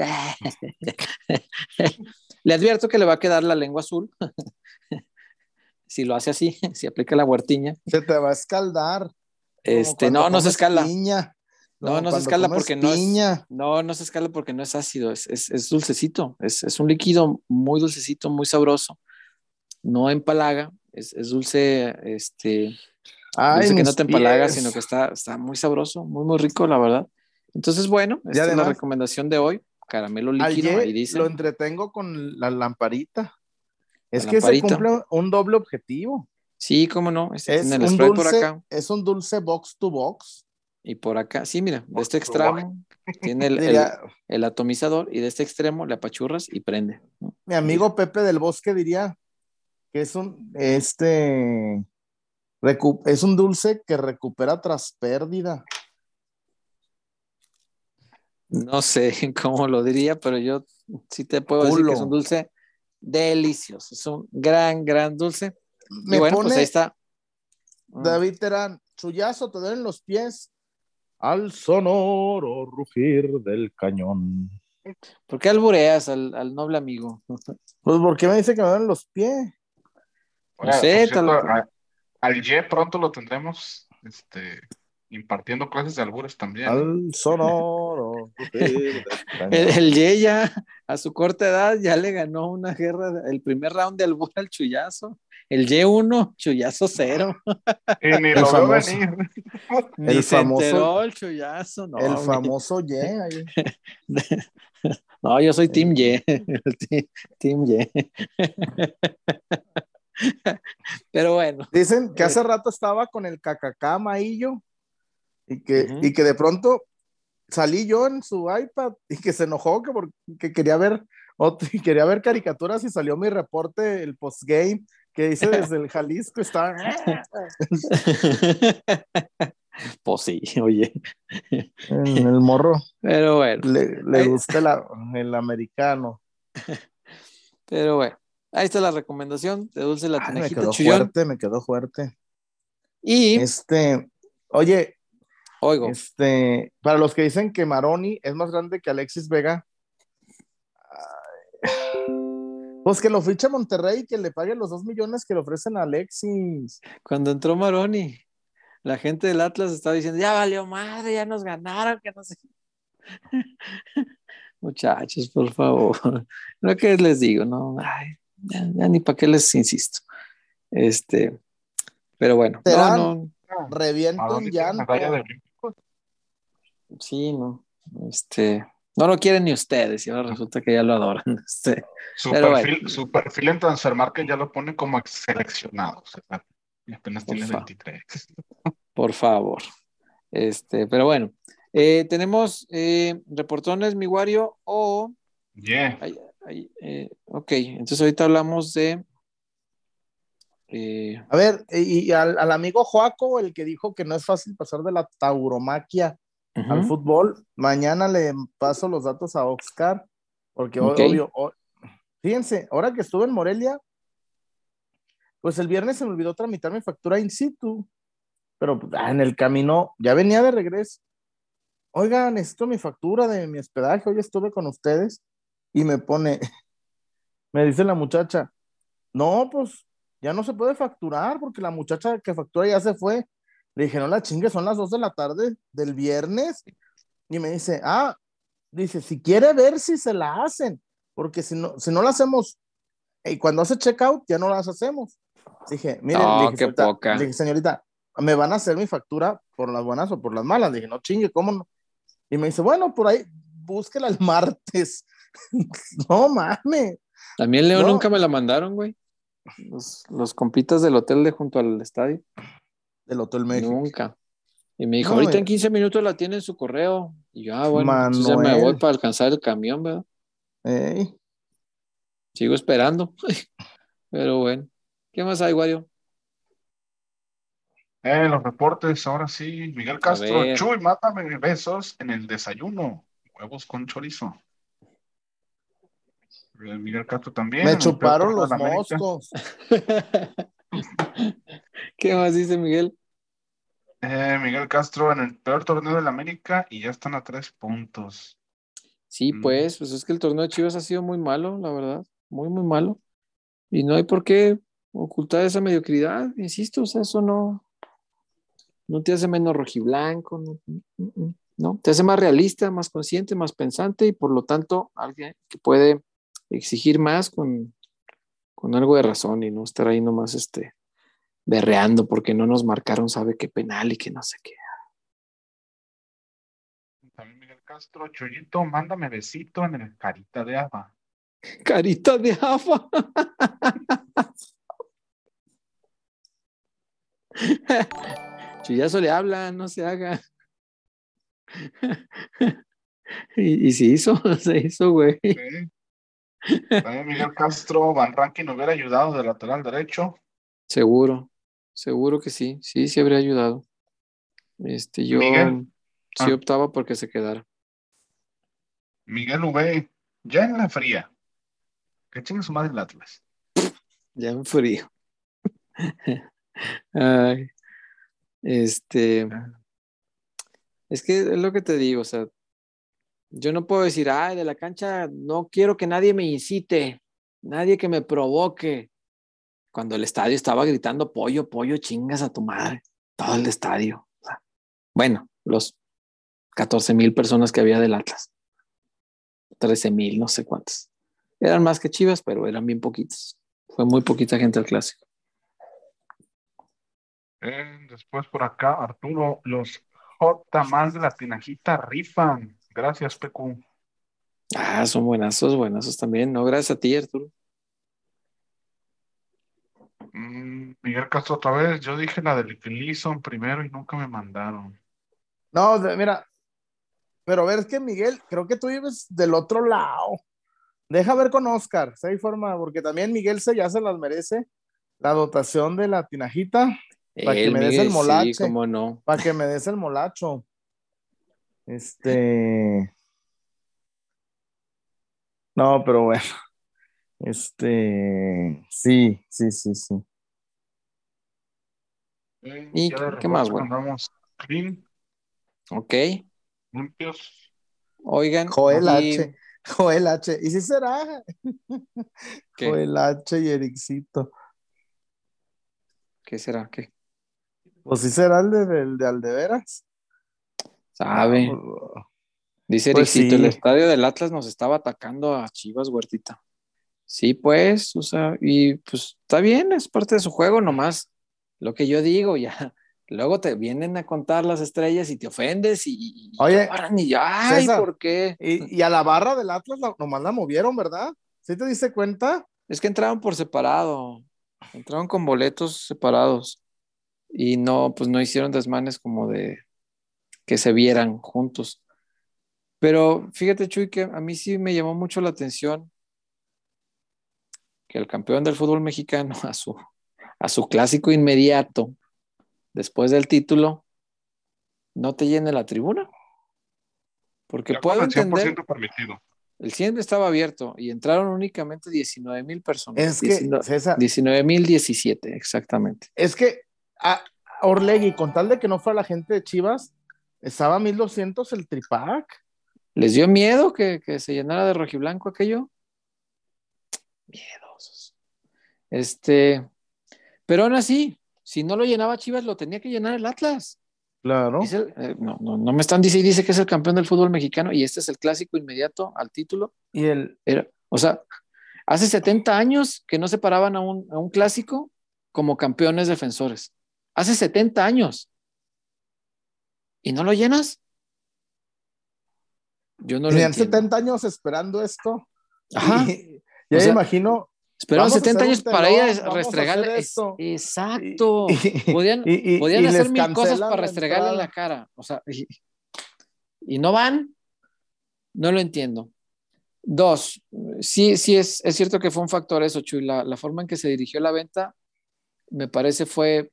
Le advierto que le va a quedar la lengua azul si lo hace así, si aplica la huertiña. Se te va a escaldar. Como cuando No se comes escala. piña. No Como se cuando escala comes porque piña. no se escala porque no es ácido, es dulcecito, es un líquido muy dulcecito, muy sabroso. No empalaga, es dulce, Ay, dulce que no mis te empalaga, sino pies. que está muy sabroso, muy, muy rico, la verdad. Entonces, bueno, Y esta es la además, recomendación de hoy. Caramelo al líquido, ahí Ye lo dice, entretengo con la lamparita. la Es que se lamparita. cumple un doble objetivo. Sí, cómo no, tiene el spray por acá Es un dulce box to box. y por acá. Sí, mira, de este Por favor. extremo tiene Diría, el atomizador y de este extremo le apachurras y prende, ¿no? mi amigo Pepe del Bosque diría que es un dulce que recupera tras pérdida. No sé cómo lo diría, pero yo sí te puedo decir que es un Culo. dulce delicioso, es un gran, gran dulce. Y Me bueno, pues ahí pone está. David Terán, chullazo, te duelen los pies al sonoro rugir del cañón. ¿Por qué albureas al noble amigo? Pues, ¿por qué me dice que me duelen los pies? No Oiga, por sé, cierto, al Ye pronto lo tendremos impartiendo clases de albures también, ¿eh? Al sonoro rugir del el cañón. Ye ya a su corta edad ya le ganó una guerra, el primer round de albur al Chullazo. El Ye 1, Chullazo 0. Y ni El lo veo famoso, venir. Ni el se famoso, enteró el Chullazo, el no. famoso Ye. Ahí. No, yo soy Team Ye. Team Ye. Pero bueno. Dicen que hace rato estaba con el cacacá amarillo Uh-huh. y que de pronto salí yo en su iPad y que se enojó porque y quería ver caricaturas y salió mi reporte, el postgame, que dice desde el Jalisco, estaba Pues sí, oye. en el morro, Pero bueno. le gusta el americano. Pero bueno. Ahí está la recomendación de Dulce la Ay, Tinajita Chullón. me quedó fuerte. Y, Oye, oigo, para los que dicen que Maroni es más grande que Alexis Vega, pues que lo fiche a Monterrey y que le pague los 2 millones que le ofrecen a Alexis. cuando entró Maroni, la gente del Atlas estaba diciendo, ya valió madre, ya nos ganaron, que no sé. Muchachos, por favor. Lo que les digo, no, ay, ya ni para qué les insisto. Pero bueno, Terán, no, reviento ¿A en dónde tiene medalla llanto. de olímpicos? sí, no, no lo quieren ni ustedes y ahora resulta que ya lo adoran. Su Pero bueno, perfil, su perfil en Transfermarkt ya lo pone como seleccionado. O sea, y apenas por, tiene 23. por favor. Pero bueno, tenemos reportones, mi Wario, o... Yeah. Ok, entonces ahorita hablamos de... A ver, y al amigo Joaco, el que dijo que no es fácil pasar de la tauromaquia al uh-huh, fútbol, mañana le paso los datos a Oscar, porque ok, obvio, fíjense, ahora que estuve en Morelia, pues el viernes se me olvidó tramitar mi factura in situ, pero en el camino ya venía de regreso. Oigan, necesito mi factura de mi hospedaje, hoy estuve con ustedes, y me dice la muchacha, no, pues ya no se puede facturar porque la muchacha que factura ya se fue. Le dije, no la chingue, son las 2 de la tarde del viernes. Y me dice, dice, si quiere ver si se la hacen, porque si no la hacemos, y cuando hace checkout ya no las hacemos. Dije, mire, no, qué le poca. dije, señorita, me van a hacer mi factura por las buenas o por las malas. Le dije, no chingue, ¿cómo no? Y me dice, bueno, por ahí, búsquela el martes. No mames. A mí en León No, nunca me la mandaron, güey. Los compitas del hotel de junto al estadio. del Hotel México. Nunca. Y me dijo, No, ahorita en 15 minutos la tiene en su correo. Y yo, bueno, entonces ya me voy Manuel. para alcanzar el camión, ¿verdad? Ey. Sigo esperando. Pero bueno. ¿Qué más hay, Wario? Los reportes, ahora sí. Miguel A Castro, ver. Chuy, mátame besos en el desayuno. Huevos con chorizo. Miguel Castro también, Me en el peor chuparon torneo de los la América. moscos. ¿Qué más dice Miguel? Miguel Castro en el peor torneo de la América y ya están a 3 puntos. Sí, pues es que el torneo de Chivas ha sido muy malo, la verdad. Muy, muy malo. Y no hay por qué ocultar esa mediocridad, insisto, o sea, eso no te hace menos rojiblanco, no, te hace más realista, más consciente, más pensante y por lo tanto alguien que puede exigir más con algo de razón y no estar ahí nomás berreando porque no nos marcaron sabe qué penal y que no sé qué. También Miguel Castro, Chuyito, mándame besito en el carita de haba. Carita de afa. Chuyazo le habla, no se haga. Y se hizo, güey. Sí. También Miguel Castro, Van Rankin hubiera ayudado de lateral derecho. Seguro que sí, sí habría ayudado. Yo Miguel, sí optaba porque se quedara. Miguel V, ya en la fría. Que chingue su madre el Atlas. Ya en frío. Ay, es que es lo que te digo, o sea, yo no puedo decir, ay, de la cancha no quiero que nadie me incite, nadie que me provoque. Cuando el estadio estaba gritando pollo, pollo, chingas a tu madre, todo el estadio. O sea, bueno, los 14,000 personas que había del Atlas, 13,000, no sé cuántas. Eran más que Chivas, pero eran bien poquitos. Fue muy poquita gente al clásico. Después por acá, Arturo, los J más de la tinajita rifan. Gracias, PQ. Ah, son buenazos también. No, gracias a ti, Arturo. Miguel Castro otra vez, yo dije la del Gleason primero y nunca me mandaron. No, mira, pero ver, es que Miguel, creo que tú vives del otro lado. Deja ver con Oscar, si hay forma, porque también Miguel ya se las merece la dotación de la tinajita para que El me des el Miguel, sí, molache, cómo no. para que me des el molacho. No, pero bueno, sí. ¿Y Ya de qué más, reporte güey? mandamos clean, Ok. limpios. Oigan, Joel y H, Joel H, y si será ¿qué? Joel H y Ericito, ¿Qué será? ¿Qué? pues si será el de Aldeveras. No, ¿Sabe? pues, Dice pues Ericito, el sí. estadio del Atlas nos estaba atacando a Chivas, Huertita. Sí, pues, o sea, y pues está bien, es parte de su juego nomás. Lo que yo digo, ya. Luego te vienen a contar las estrellas y te ofendes y Oye, lloran y ya, ay, César, ¿por qué? y a la barra del Atlas nomás la movieron, ¿verdad? ¿Sí te diste cuenta? Es que entraron por separado, entraron con boletos separados y no, pues no hicieron desmanes como de que se vieran juntos. Pero fíjate, Chuy, que a mí sí me llamó mucho la atención que el campeón del fútbol mexicano a su clásico inmediato, después del título, no te llene la tribuna. Porque Ya con puedo el cien por entender, ciento permitido. el 100 estaba abierto y entraron únicamente 19,000 personas. Es que, César, 19,017, exactamente. es que a Orlegui, con tal de que no fuera la gente de Chivas, estaba a 1200 el tripac. ¿Les dio miedo que se llenara de rojiblanco aquello? Miedosos. Pero aún así, si no lo llenaba Chivas, lo tenía que llenar el Atlas. Claro. No me están dice que es el campeón del fútbol mexicano y este es el clásico inmediato al título. Y O sea, hace 70 años que no se paraban a un clásico como campeones defensores. Hace 70 años. ¿Y no lo llenas? Yo no lo tenían entiendo. 70 años esperando esto. Ajá. Y O ya me sea, imagino, esperaban vamos a 70 hacer años un para ir telón, a vamos a hacer restregarle. esto. Y, Exacto. Podían y hacer les mil cosas cancelan para la restregarle en la entrada. cara. O sea, y no van. No lo entiendo. Dos, sí es cierto que fue un factor eso, Chuy, la forma en que se dirigió la venta me parece fue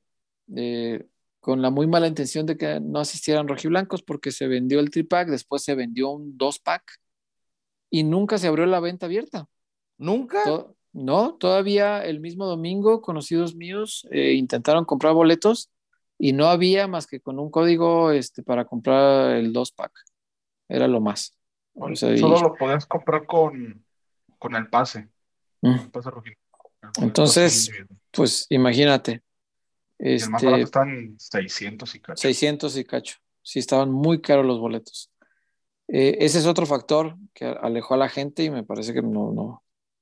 con la muy mala intención de que no asistieran rojiblancos porque se vendió el tripack, después se vendió un 2-pack y nunca se abrió la venta abierta. ¿Nunca? No, todavía el mismo domingo conocidos míos intentaron comprar boletos y no había más que con un código para comprar el 2-pack. Era lo más. O sea, Solo lo podías comprar con el pase. El pase rojizo. El boleto así entonces, individual. pues imagínate, Y el más barato está en 600 y cacho. 600 y cacho. Sí, estaban muy caros los boletos. Ese es otro factor que alejó a la gente y me parece que no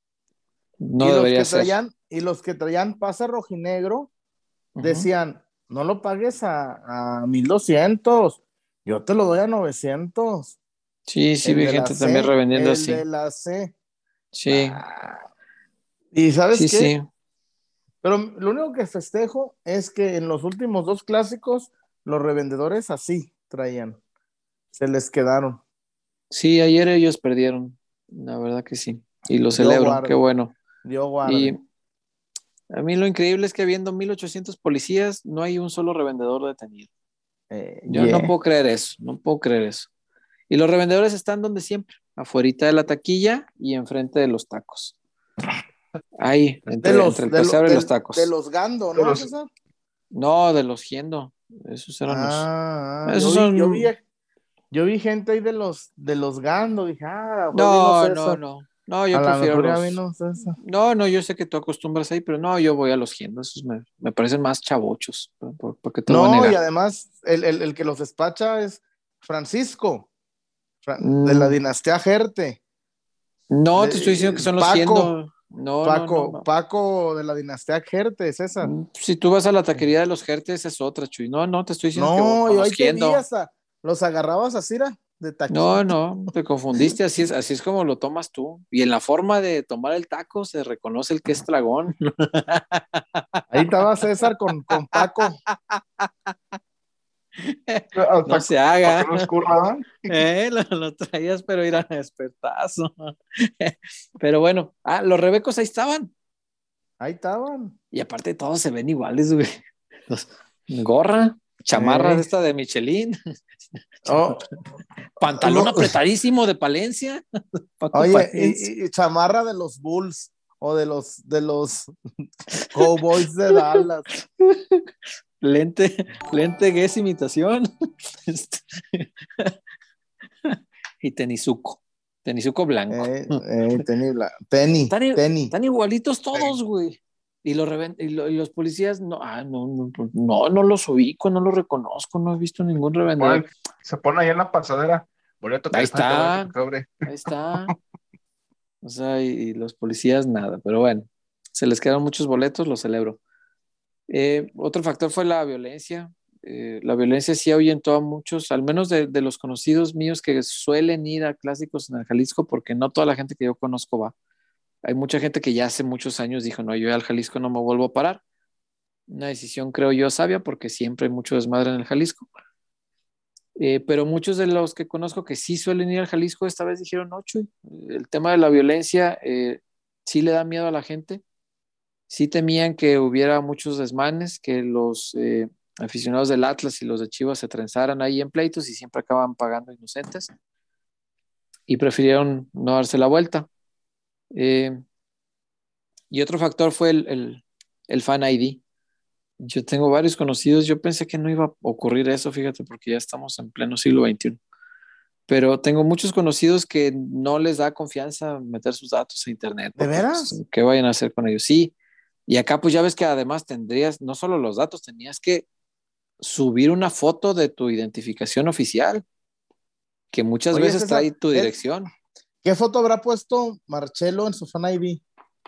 Y los debería que ser. y los que traían pase rojinegro Ujú. decían, no lo pagues a 1,200, yo te lo doy a 900. Sí, El vi de la gente también C, revendiendo el así. de la C. Sí, ¿Y sabes sí, qué? sí. Pero lo único que festejo es que en los últimos 2 clásicos los revendedores así traían, se les quedaron. Sí, ayer ellos perdieron, la verdad que sí. Y lo Dios celebro, qué guarde, bueno. Dios Y guarde. a mí lo increíble es que habiendo 1,800 policías, no hay un solo revendedor detenido. Yo no Yeah. puedo creer eso, no puedo creer eso. Y los revendedores están donde siempre, afuerita de la taquilla y enfrente de los tacos. Ahí, entre el pesebre y los De tacos. los Gando, De ¿no, los- César? No, de los Giendo. Esos eran los. Yo Esos vi, son. yo vi gente ahí de los Gando, dije, a lo mejor vino No, no, César, no. No, yo a lo prefiero mejor ya los. vino César. No, no, yo sé que tú acostumbras ahí, pero no, yo voy a los Giendo. Esos me parecen más chavochos. ¿Por qué te voy a No, y negar? además el que los despacha es Francisco, de la Mm, dinastía Jerte. no, te estoy diciendo que son los Paco, Giendo. No, no, no, Paco, no. Paco de la dinastía Jerte, César. Si tú vas a la taquería de los Jertes, es otra, Chuy. No, no, te estoy diciendo que voy No, con yo los ahí te vi Giendo. hasta, los agarrabas así, era, de No, taquito. no, te confundiste, así es como lo tomas tú. Y en la forma de tomar el taco se reconoce el que es dragón. Ahí estaba César con Paco. No Hasta se para que haga. no escurra. Lo traías, pero era despertazo. Pero bueno, los rebecos ahí estaban. Ahí estaban. Y aparte todos se ven iguales, güey. Los- Gorra, chamarra de Eh, esta de Michelin, oh, pantalón no, apretadísimo de Palencia, Paco oye, Palencia. y chamarra de los Bulls o de los Cowboys de Dallas. Lente Guess imitación. Este, y tenisuco blanco. Están igualitos todos, güey. Y los policías, no los ubico, no los reconozco, no he visto ningún revendedor. Se pone ahí en la pasadera. Boleto que boleto que sobre. Ahí está. O sea, y los policías nada, pero bueno, se les quedaron muchos boletos, lo celebro. Otro factor fue la violencia. La violencia sí ahuyentó a muchos, al menos de los conocidos míos que suelen ir a clásicos en el Jalisco, porque no toda la gente que yo conozco va. Hay mucha gente que ya hace muchos años dijo, no, yo al Jalisco no me vuelvo a parar. Una decisión, creo yo, sabia, porque siempre hay mucho desmadre en el Jalisco. Pero muchos de los que conozco que sí suelen ir al Jalisco esta vez dijeron, no, Chuy, el tema de la violencia sí le da miedo a la gente. Sí temían que hubiera muchos desmanes, que los aficionados del Atlas y los de Chivas se trenzaran ahí en pleitos y siempre acaban pagando inocentes. Y prefirieron no darse la vuelta. Y otro factor fue el Fan ID. Yo tengo varios conocidos, yo pensé que no iba a ocurrir eso, fíjate, porque ya estamos en pleno siglo XXI. Pero tengo muchos conocidos que no les da confianza meter sus datos a internet, ¿De porque pues, veras? ¿qué vayan a hacer con ellos? Sí, y acá pues ya ves que además tendrías, no solo los datos, tenías que subir una foto de tu identificación oficial, que muchas Oye, veces César, trae tu dirección. ¿qué foto habrá puesto Marcelo en su Fan ID?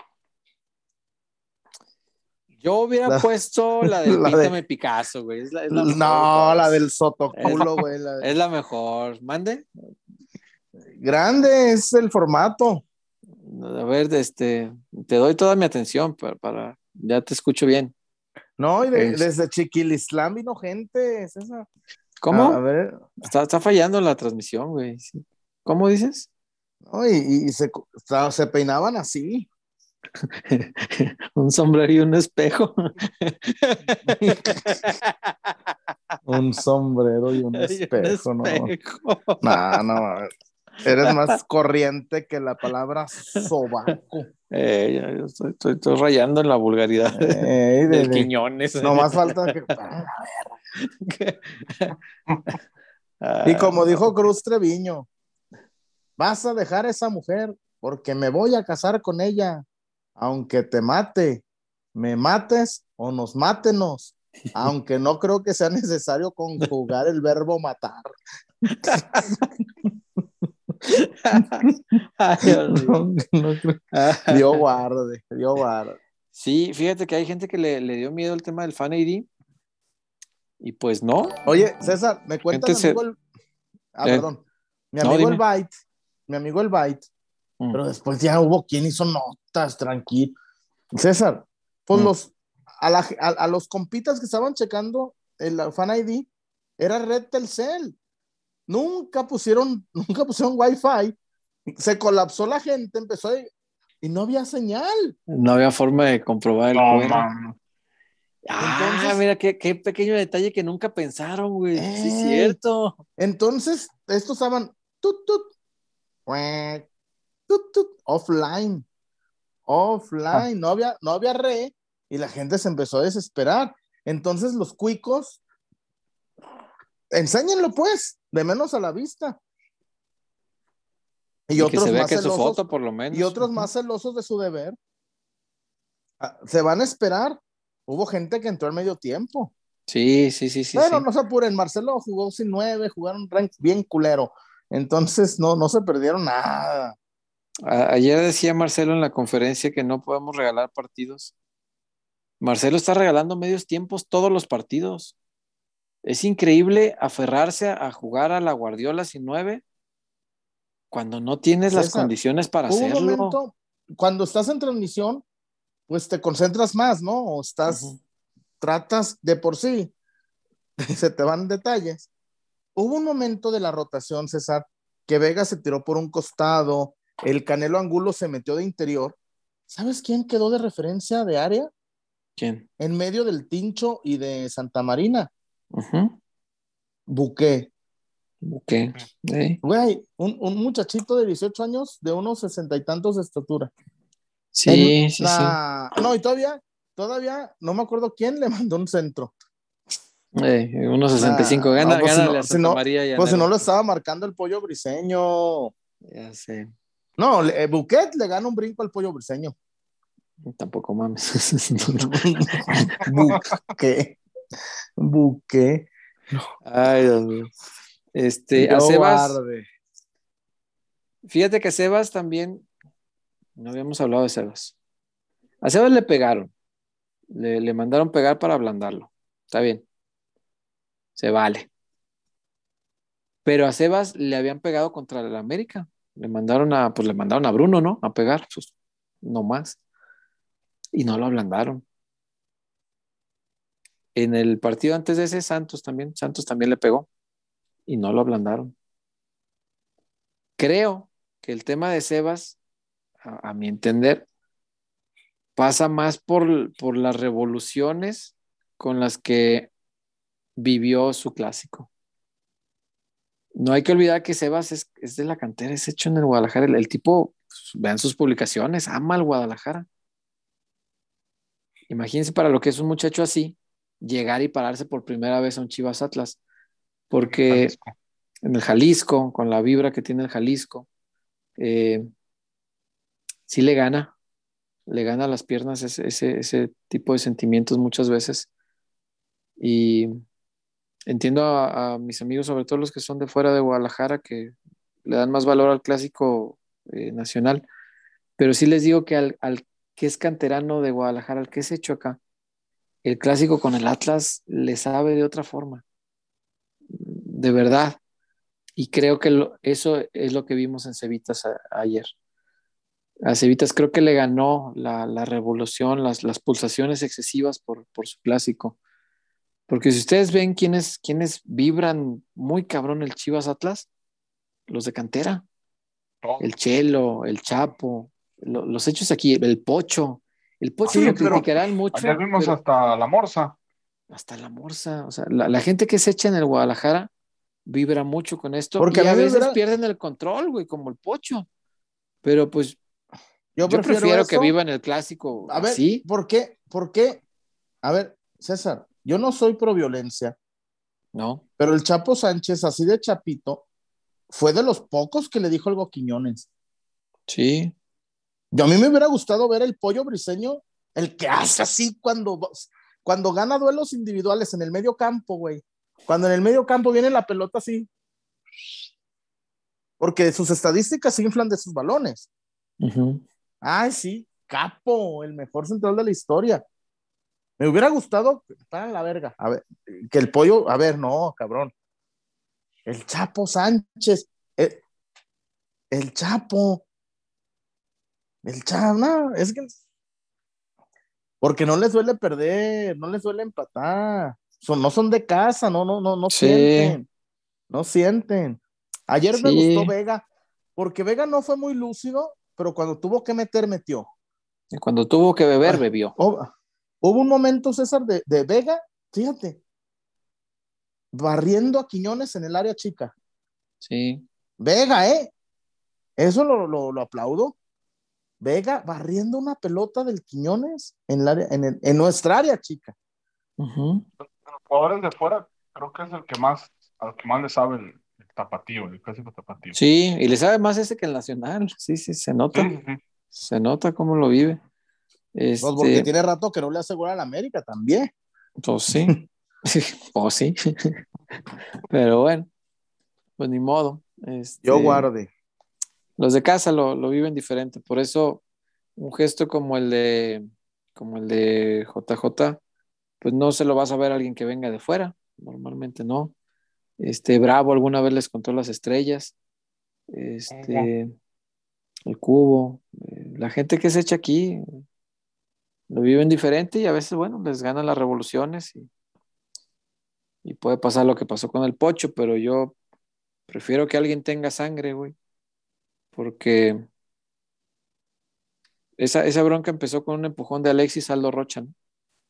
Yo hubiera La, puesto la del la de, Píntame Picasso, güey, es la mejor de no, la todas. del Sotoculo, güey. Es la mejor. ¿Mande? Grande es el formato. A ver, te doy toda mi atención ya te escucho bien. No, y desde Chiquilistlán vino gente, César. A ¿Cómo? ver. Está fallando la transmisión, güey. Sí. ¿Cómo dices? No, y se peinaban así. Un sombrero y un espejo. Un sombrero y un Y un espejo, ¿no? espejo. No. Eres más corriente que la palabra sobaco. Ya estoy rayando en la vulgaridad del Quiñones. No más falta que... Y como dijo Cruz Treviño, vas a dejar a esa mujer porque me voy a casar con ella, aunque te mate, me mates o nos mátenos, aunque no creo que sea necesario conjugar el verbo matar. Ay, Dios mío. No creo. Dios guarde. Sí, fíjate que hay gente que le dio miedo el tema del Fan ID y pues no. Oye, César, me cuenta mi Gente amigo perdón. Mi No, amigo dime. mi amigo el Byte, pero después ya hubo quien hizo notas, tranquilo. César, pues a los compitas que estaban checando el Fan ID, era red Telcel. Nunca pusieron Wi-Fi. Se colapsó la gente, y no había señal. No había forma de comprobar el No, QR. man. Entonces, mira, qué pequeño detalle que nunca pensaron, güey. Sí, es cierto. Entonces, estos estaban tut, tut, offline. No había red y la gente se empezó a desesperar. Entonces, los cuicos, enséñenlo pues, de menos a la vista. Y otros que se vea más que es su celosos, foto, por lo menos. Y otros más celosos de su deber. Se van a esperar. Hubo gente que entró al medio tiempo. Sí. Pero no se apuren, Marcelo jugó sin 9, jugaron rank bien culero. Entonces no se perdieron nada. Ayer decía Marcelo en la conferencia que no podemos regalar partidos. Marcelo está regalando medios tiempos todos los partidos. Es increíble aferrarse a jugar a la Guardiola sin 9 cuando no tienes las condiciones para hacerlo. Un momento, cuando estás en transmisión, pues te concentras más, ¿no? O tratas de por sí, se te van detalles. Hubo un momento de la rotación, César, que Vega se tiró por un costado, el Canelo Angulo se metió de interior. ¿Sabes quién quedó de referencia de área? ¿Quién? En medio del Tincho y de Santa Marina. Buqué. Güey, un muchachito de 18 años, de unos 60 y tantos de estatura. Sí. No, y todavía no me acuerdo quién le mandó un centro. Unos 65. Gánale a Santa María. Pues si no lo estaba marcando el Pollo Briseño. Ya sé. No, Buquet le gana un brinco al Pollo Briseño. Tampoco mames. Buqué. Ay, Dios mío. A Sebas. Fíjate que a Sebas también, no habíamos hablado de Sebas. A Sebas le pegaron. Le mandaron pegar para ablandarlo. Está bien. Se vale. Pero a Sebas le habían pegado contra el América. Le mandaron a Bruno, ¿no? A pegar, pues, no más. Y no lo ablandaron. En el partido antes de ese, Santos también le pegó. Y no lo ablandaron. Creo que el tema de Sebas, a mi entender, pasa más por las revoluciones con las que vivió su clásico. No hay que olvidar que Sebas es de la cantera, es hecho en el Guadalajara. El tipo, pues, vean sus publicaciones, ama al Guadalajara. Imagínense para lo que es un muchacho así, llegar y pararse por primera vez a un Chivas Atlas, porque en el Jalisco, con la vibra que tiene el Jalisco, sí le gana a las piernas ese tipo de sentimientos muchas veces. Y entiendo a mis amigos, sobre todo los que son de fuera de Guadalajara, que le dan más valor al clásico nacional, pero sí les digo que al que es canterano de Guadalajara, al que es hecho acá, el clásico con el Atlas le sabe de otra forma, de verdad. Y creo que eso es lo que vimos en Cevitas ayer. A Cevitas creo que le ganó la revolución, las pulsaciones excesivas por su clásico. Porque si ustedes ven quiénes vibran muy cabrón el Chivas Atlas, los de cantera. El Chelo, el Chapo, los hechos aquí, el Pocho Sí, lo pero criticarán mucho, Ayer vimos pero hasta la Morsa. hasta la Morsa, o sea, la gente que se echa en el Guadalajara vibra mucho con esto porque a y mí a me veces hubiera, pierden el control, güey, como el Pocho, pero pues yo yo prefiero prefiero que eso. vivan el clásico A ver, así, ¿por qué? ¿Por qué? A ver, César, yo no soy pro violencia, ¿no? pero el Chapo Sánchez, así de chapito, fue de los pocos que le dijo algo a Quiñones. Sí, Yo a mí me hubiera gustado ver el Pollo Briseño, el que hace así cuando gana duelos individuales en el medio campo, güey. Cuando en el medio campo viene la pelota así, porque sus estadísticas se inflan de sus balones. uh-huh. Ay, sí, capo, el mejor central de la historia. Me hubiera gustado, para la verga, a ver, que el Pollo, a ver, no, cabrón. El Chapo Sánchez, el Chapo, no, es que porque no les duele perder, no les duele empatar. No son de casa, no Sí, sienten, no sienten. Ayer me gustó sí, Vega, porque Vega no fue muy lúcido, pero cuando tuvo que meter, metió. y cuando tuvo que beber, Ah, bebió, hubo un momento, César, de Vega, fíjate, barriendo a Quiñones en el área chica. sí, Vega, eso lo aplaudo. Vega barriendo una pelota del Quiñones en nuestra área chica. uh-huh. De los jugadores de fuera, creo que es el que más, al que más le sabe el tapatío, el clásico tapatío. Sí, y le sabe más ese que el Nacional, sí, Sí, sí, sí. se nota cómo lo vive, Pues porque tiene rato que no le asegura a la América también. pues sí, pues sí, pero bueno, pues ni modo, Yo guarde. los de casa lo viven diferente, por eso un gesto como el de JJ, pues no se lo vas a ver a alguien que venga de fuera, normalmente no. Bravo alguna vez les contó las estrellas, Hugo. este, el cubo, la gente que se echa aquí lo viven diferente y a veces, bueno, les ganan las revoluciones y puede pasar lo que pasó con el Pocho, pero yo prefiero que alguien tenga sangre, güey, porque esa bronca empezó con un empujón de Alexis Aldo Rocha, ¿no?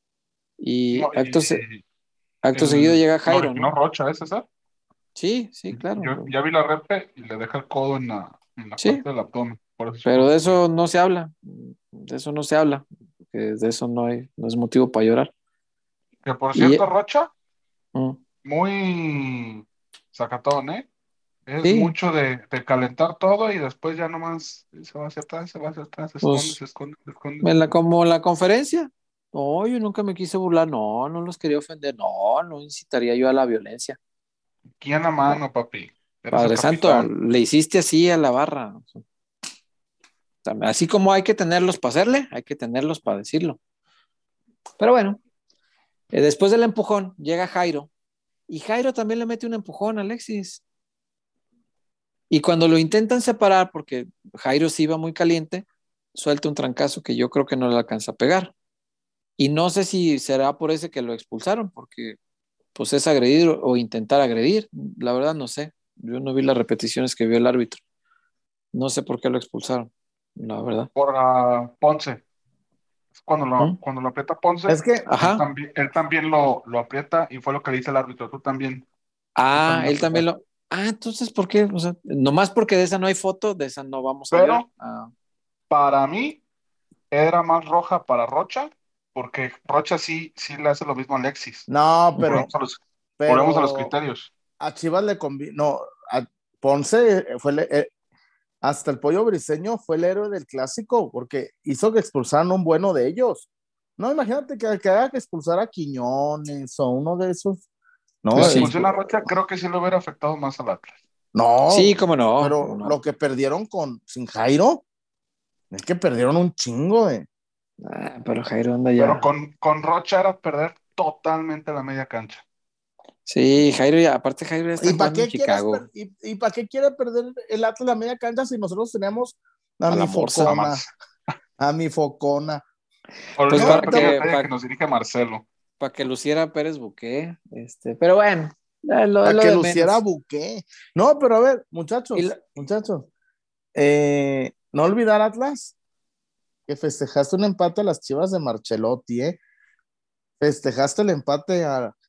Y No, acto seguido llega lo Jairo, originó ¿no? Rocha, ¿es esa? Sí, sí, claro. Yo ya vi la repe y le deja el codo en la Sí, parte del abdomen. Por eso pero supongo de que fue. eso no se habla. De eso no se habla. Porque de eso no es motivo para llorar. Que por cierto, Y Rocha, mm, muy sacatón, ¿eh? Es sí, mucho de calentar todo y después ya nomás se va hacia atrás, se va hacia atrás, se esconde, pues se esconde, se esconde, se esconde. como en la conferencia. No, yo nunca me quise burlar. No, no los quería ofender. No, no incitaría yo a la violencia. Aquí en la Pa- mano, papi. Eres el Padre Santo, capitán. le hiciste así a la barra. O sea, así como hay que tenerlos para hacerle, hay que tenerlos para decirlo. Pero bueno, después del empujón llega Jairo. Y Jairo también le mete un empujón a Alexis. Y cuando lo intentan separar, porque Jairo sí iba muy caliente, suelta un trancazo que yo creo que no le alcanza a pegar. Y no sé si será por ese que lo expulsaron, porque pues es agredir o intentar agredir. La verdad no sé. Yo no vi las repeticiones que vio el árbitro. No sé por qué lo expulsaron, la verdad. Por Ponce. Cuando ¿Mm? cuando lo aprieta Ponce, Es que, Ajá. él también lo aprieta y fue lo que le dice el árbitro. Tú Ah, también él también apretaste. lo... Ah, entonces, ¿por qué? O sea, nomás porque de esa no hay foto, de esa no vamos a hablar. Pero Ah, para mí era más roja para Rocha, porque Rocha sí le hace lo mismo a Alexis. no, ujú. Volvemos a los pero criterios. a Chivas le convino, no, a Ponce hasta el Pollo Briseño fue el héroe del clásico, porque hizo que expulsaran a un bueno de ellos. No, imagínate que haga que expulsar a Quiñones o uno de esos. Si No, Pues la sí. expulsión a Rocha, creo que sí le hubiera afectado más al Atlas. Sí, no, cómo no, cómo pero lo no. que perdieron sin Jairo, es que perdieron un chingo de. Ah, pero Jairo anda Pero ya. con Rocha era perder totalmente la media cancha. Sí, Jairo ya, aparte Jairo ya está ¿Y para jugando en qué Chicago, y para qué quiere perder el Atlas la media cancha si nosotros tenemos a a la mi Morsa. A Focona, Marcelo. a mi Focona? Pues Olvida el No, pequeño detalle que nos dirige Marcelo. para que luciera Pérez Buqué, pero bueno, es para lo que de luciera menos. Buque. No, pero a ver, Y lo- muchachos, no olvidar Atlas. que festejaste un empate a las Chivas de Marchelotti, ¿eh? Festejaste el empate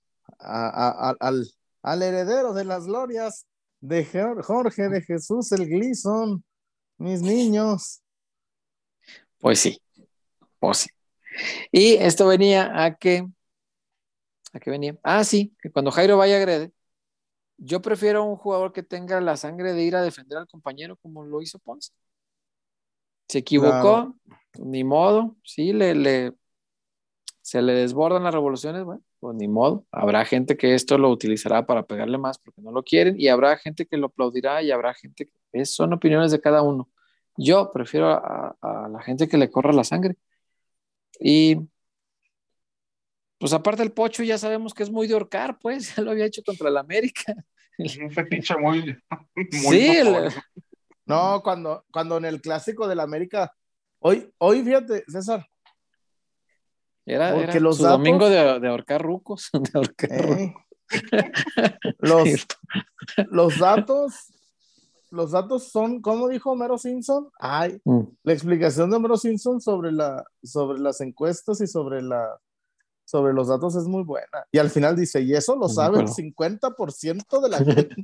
al heredero de las glorias de Jorge de Jesús el Gleason, mis niños. Pues sí, pues sí. Y esto venía ¿a qué venía? Ah, sí, que cuando Jairo vaya agrede, yo prefiero un jugador que tenga la sangre de ir a defender al compañero como lo hizo Ponce. Se equivocó, ni modo, sí, se le desbordan las revoluciones, bueno, pues ni modo. Habrá gente que esto lo utilizará para pegarle más porque no lo quieren y habrá gente que lo aplaudirá y habrá gente que son opiniones de cada uno. Yo prefiero a la gente que le corra la sangre. Y pues aparte el Pocho ya sabemos que es muy de ahorcar, pues ya lo había hecho contra el América. Un fetiche muy Sí, notorio. No, cuando en el clásico del América, hoy fíjate, César, porque era los su domingo datos, de ahorcar rucos, de ahorcar rucos. los, los datos, los datos son, ¿cómo dijo Homero Simpson? Ay, la explicación de Homero Simpson sobre las encuestas y sobre los datos es muy buena. Y al final dice, y eso lo sabe el 50% de la gente.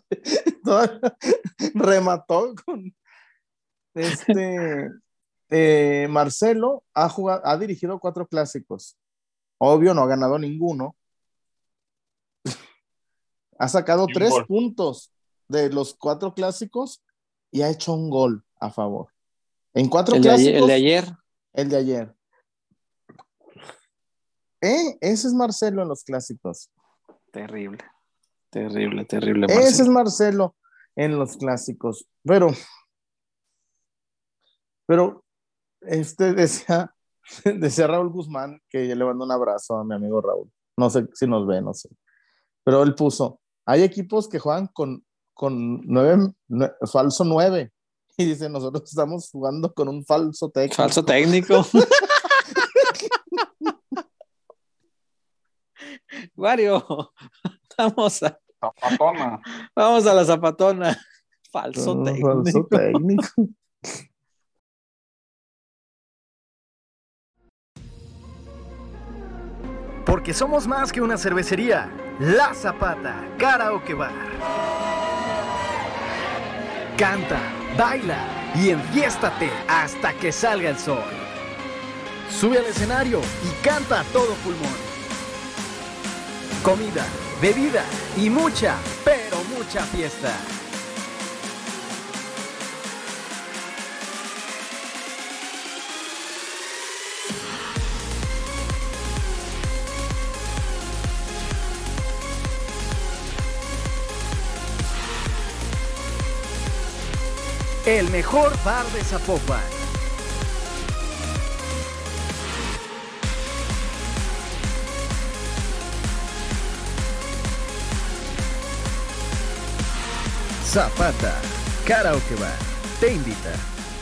Remató con Marcelo ha dirigido 4 clásicos. Obvio, no ha ganado ninguno. Ha sacado 3 puntos de los 4 clásicos y ha hecho un gol a favor. En 4 clásicos. El de ayer. El de ayer. Ese es Marcelo en los clásicos. Terrible Marcelo. Ese es Marcelo en los clásicos. Pero decía Raúl Guzmán, que yo le mando un abrazo a mi amigo Raúl. No sé si nos ve, no sé. Pero él puso, hay equipos que juegan con falso 9. Y dice, nosotros estamos jugando con un falso técnico. Falso técnico. Wario, vamos a la zapatona. Falso técnico. Falso técnico. Porque somos más que una cervecería. La Zapata Karaoke Bar. Canta, baila y enfiéstate hasta que salga el sol. Sube al escenario y canta a todo pulmón. Comida, bebida y mucha, pero mucha fiesta. El mejor bar de Zapopan. Zapata Karaoke Bar te invita.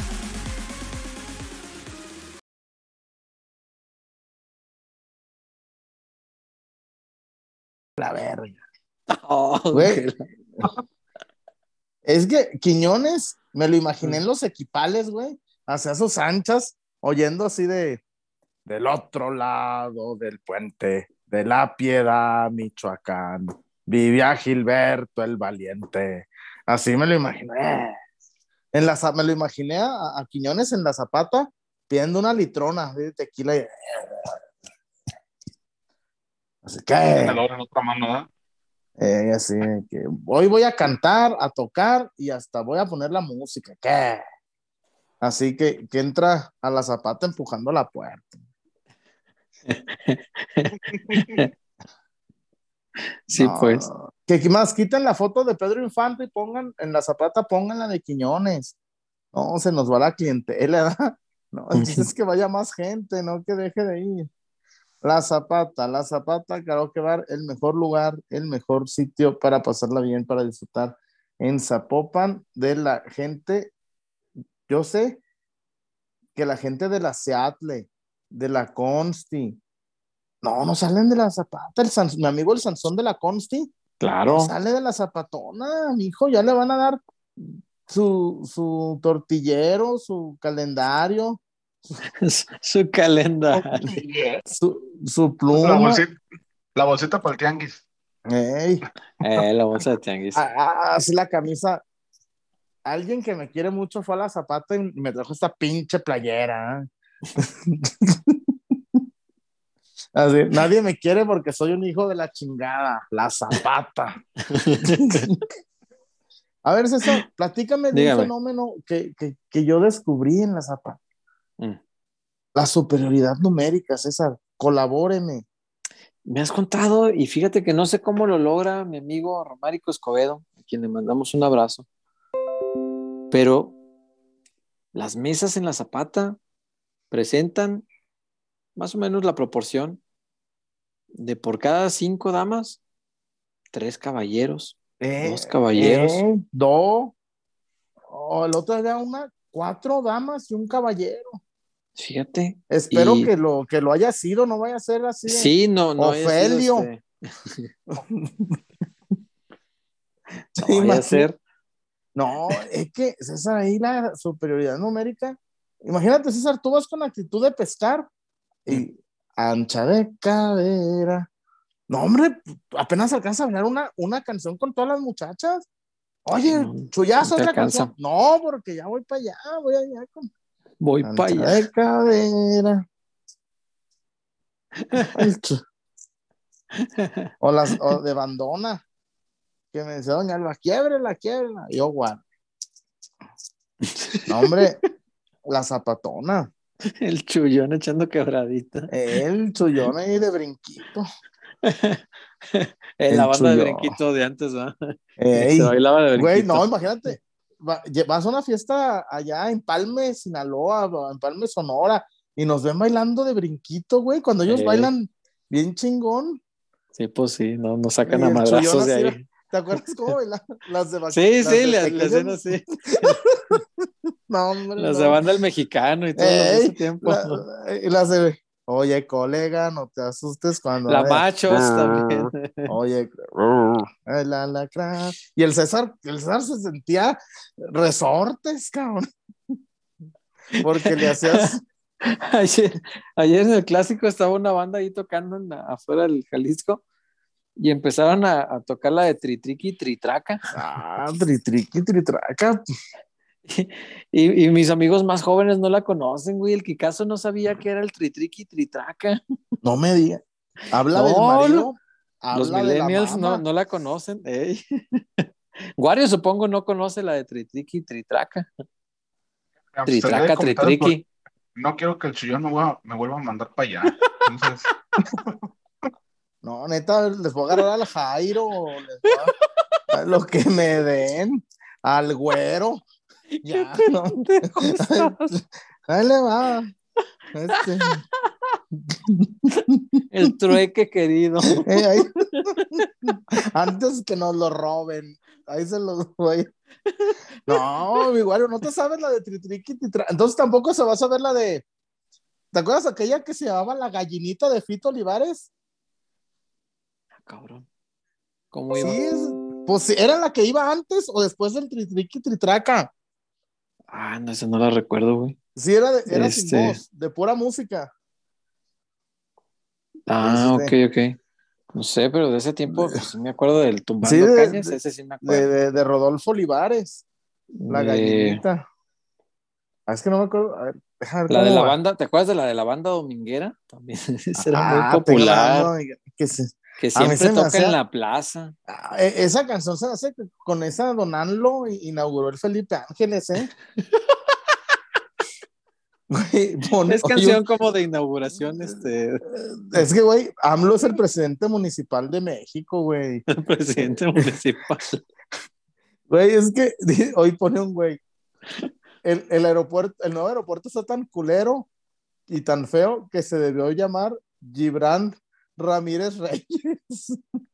La verga. Oh, güey. Es que Quiñones me lo imaginé en los equipales, güey, hacia sus anchas, oyendo así del otro lado del puente de la Piedad, Michoacán, vivía Gilberto el Valiente. Así me lo imaginé. Me lo imaginé a Quiñones en la Zapata pidiendo una litrona de tequila y... Así que... En otra mano, así que hoy voy a cantar, a tocar y hasta voy a poner la música. ¿Qué? Así que entra a la Zapata empujando la puerta. Sí, no, pues. Que más quiten la foto de Pedro Infante y pongan en la Zapata, pongan la de Quiñones. No, se nos va la clientela. No, es que vaya más gente, no que deje de ir. La Zapata, Karaoke Bar, el mejor lugar, el mejor sitio para pasarla bien, para disfrutar en Zapopan de la gente. Yo sé que la gente de la Seattle, de la Consti, no salen de la Zapata. Mi amigo el Sansón de la Consti, claro, no sale de la Zapatona, mi hijo, ya le van a dar su tortillero, su calendario, Su calendario. Su La pluma. bolsita, la bolsita para el tianguis. Ey, La bolsa de tianguis. así la camisa. Alguien que me quiere mucho fue a la Zapata y me trajo esta pinche playera. Así, nadie me quiere porque soy un hijo de la chingada. La Zapata. A ver, César, platícame de Dígame. un fenómeno que yo descubrí en la Zapata. Mm. La superioridad numérica, César. Colabóreme. Me has contado y fíjate que no sé cómo lo logra mi amigo Romárico Escobedo, a quien le mandamos un abrazo. Pero las mesas en la Zapata presentan más o menos la proporción de por cada 5 damas, 3 caballeros, 2 caballeros. El otro era 4 damas y un caballero. Fíjate. Espero que lo haya sido, no vaya a ser así. Sí, no Ofelio. haya sido no vaya a ser. No, es que César, ahí la superioridad numérica. Imagínate, César, tú vas con actitud de pescar y ancha de cadera. No, hombre, apenas alcanza a hablar una canción con todas las muchachas. Oye, No, chullazo, no te otra alcanza. canción. No, porque ya voy para allá, voy allá con Voy ancha para allá. de cadera. O de bandona, que me decía doña Alba, quiebrela. Y yo, guardo. No, hombre, la zapatona. El chullón echando quebradita. El chullón ahí de brinquito. La banda de brinquito de antes, ¿no? Se bailaba de brinquito. Güey, no, imagínate. Vas a una fiesta allá en Palme, Sinaloa, en Palme, Sonora, y nos ven bailando de brinquito, güey, cuando ellos bailan bien chingón. Sí, pues sí, no, nos sacan Y a madrazos de ahí. ¿Te acuerdas cómo bailan las de Sí, le hacen así. No, hombre, las de banda el mexicano y todo de ese tiempo. Las de, oye, colega, no te asustes cuando... La machos también. Oye, el alacrán. Y el César se sentía resortes, cabrón. Porque le hacías... Ayer en el clásico estaba una banda ahí tocando afuera del Jalisco y empezaron a tocar la de Tritriqui Tritraca. Tritriqui Tritraca. Y mis amigos más jóvenes no la conocen, güey. El Kikazo no sabía que era el Tritriqui Tritraca. No me digas. Habla del marido. Los millennials no la conocen. Wario supongo no conoce la de Tritriqui Tritraca. Tritraca, Tritriqui. No quiero que el chullón me vuelva a mandar para allá. Entonces... No, neta, les voy a agarrar al Jairo, a lo que me den, al güero. Ya, no. Ahí le va. El trueque querido. Antes que nos lo roben. Ahí se los voy. No, mi güero, ¿no te sabes la de Tritriqui? Entonces tampoco se va a saber la de... ¿Te acuerdas aquella que se llamaba La Gallinita de Fito Olivares? Cabrón. ¿Cómo iba? Sí, pues ¿era la que iba antes o después del Tritriqui Tritraca? No, esa no la recuerdo, güey. Sí, era sin voz, de pura música. Ok. No sé, pero de ese tiempo pues, me acuerdo del Tumbando Cañas, ese sí me acuerdo. De Rodolfo Olivares, La Gallinita. Es que no me acuerdo. A ver, la de la banda, ¿te acuerdas de la banda dominguera? También era muy popular. Que siempre toca en la plaza. Esa canción se hace con esa Don Anlo inauguró el Felipe Ángeles, ¿eh? Güey, es canción como de inauguración. Es que, güey, AMLO es el presidente municipal de México, güey. El presidente municipal. Güey, es que hoy pone un güey. El nuevo aeropuerto está tan culero y tan feo que se debió llamar Gibran Ramírez Reyes.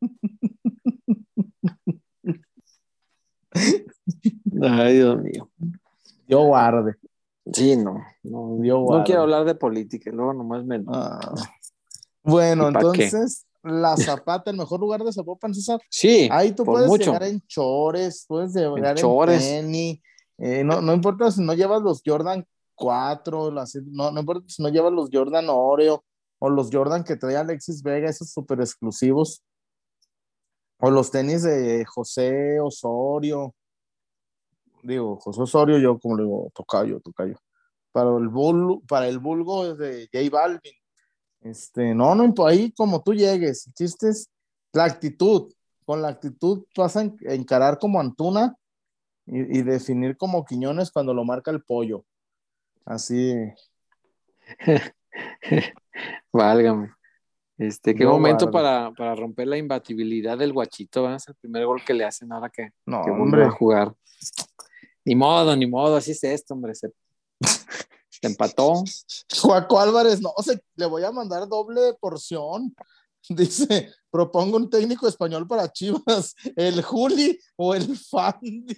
Ay, Dios mío. Yo guarde. Sí, no quiero hablar de política, luego nomás me... Bueno, entonces, La Zapata, el mejor lugar de Zapopan, César. Sí, ahí tú puedes llegar en chores, puedes llegar en tenis, no importa si no llevas los Jordan 4, no importa si no lleva los Jordan Oreo o los Jordan que trae Alexis Vega, esos súper exclusivos, o los tenis de José Osorio, digo, José Osorio, yo como le digo, tocayo, para el vulgo de J Balvin, no, ahí como tú llegues, el chiste es la actitud, con la actitud vas a encarar como Antuna y definir como Quiñones cuando lo marca el pollo, así. Válgame. Qué Yo momento guardo. para romper la imbatibilidad del Guachito, ¿verdad? Es el primer gol que le hacen ahora No, que vuelve a hombre, jugar. Ni modo, así es esto, hombre. Se empató. Joaco Álvarez, no, le voy a mandar doble porción. Dice, propongo un técnico español para Chivas, el Juli o el Fandi.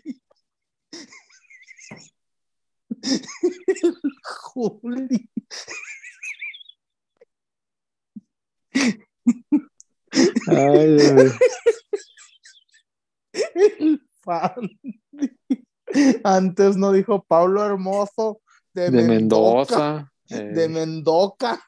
El Juli. Ay, El Fandi. Antes no dijo Pablo Hermoso de de Mendoza. Mendoza. De Mendoza.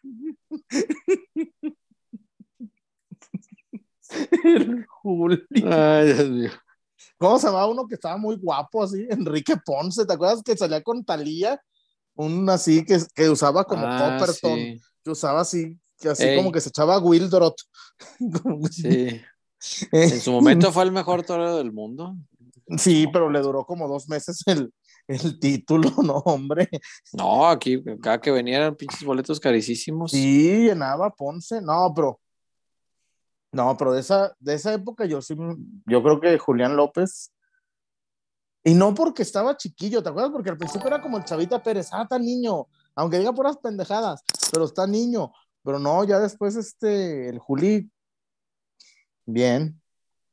El Juli. Ay, Dios mío. ¿Cómo se llamaba uno que estaba muy guapo así? Enrique Ponce, ¿te acuerdas que salía con Thalía? Un así que usaba como Copperton, Sí. que usaba así como Ey, que se echaba Wildrot. sí. En su momento fue el mejor torero del mundo. Sí, pero le duró como 2 meses el título, no, hombre. No, aquí, cada que venía eran pinches boletos carísimos. Sí, llenaba Ponce. No, pero de esa época yo creo que Julián López, y no porque estaba chiquillo, ¿te acuerdas? Porque al principio era como el Chavita Pérez, está niño, aunque diga puras pendejadas, pero está niño. Pero no, ya después el Juli, bien.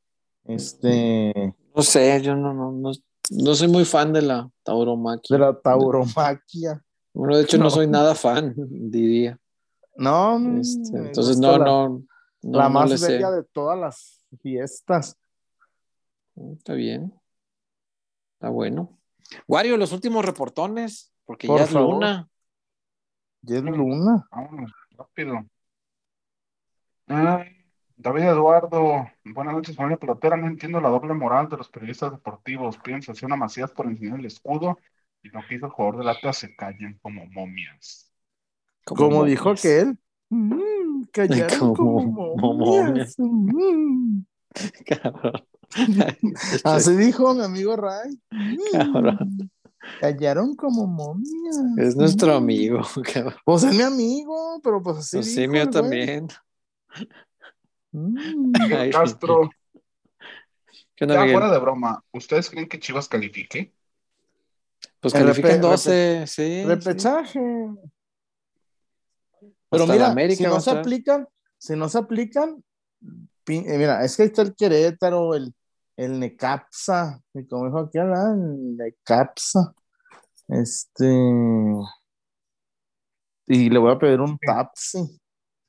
No sé, yo no soy muy fan de la De tauromaquia. la tauromaquia. Bueno, de hecho, no No, soy nada fan, diría. no, me Entonces, gusta la no le más sé. bella de todas las fiestas. Está bien, está bueno. Wario, los últimos reportones, porque ya Por es favor, luna. ya es Luna. Vámonos, rápido. Ay, David Eduardo, buenas noches, familia pelotera. No entiendo la doble moral de los periodistas deportivos. Piden sanción a Macías por enseñar el escudo y lo que hizo el jugador del Atlas se callan como momias. Como Como dijo momias. aquel, callaron como Como momias, momias. cabrón. Así dijo mi amigo Ray. Cabrón. Callaron como momias. Es nuestro amigo, cabrón. Pues es mi amigo, pero pues así Pues sí, dijo mío el güey. también. Miguel Ay, Castro, ¿qué onda, ya fuera Miguel? de broma, ¿ustedes creen que Chivas califique? Pues El califican 12, sí, sí. repechaje. Pero Hasta la mira, si América va no a se entrar. aplican, si no se aplican, mira, es que ahí está el Querétaro, el Necaxa, y como dijo aquí, el Necaxa, y le voy a pedir un Tapsi,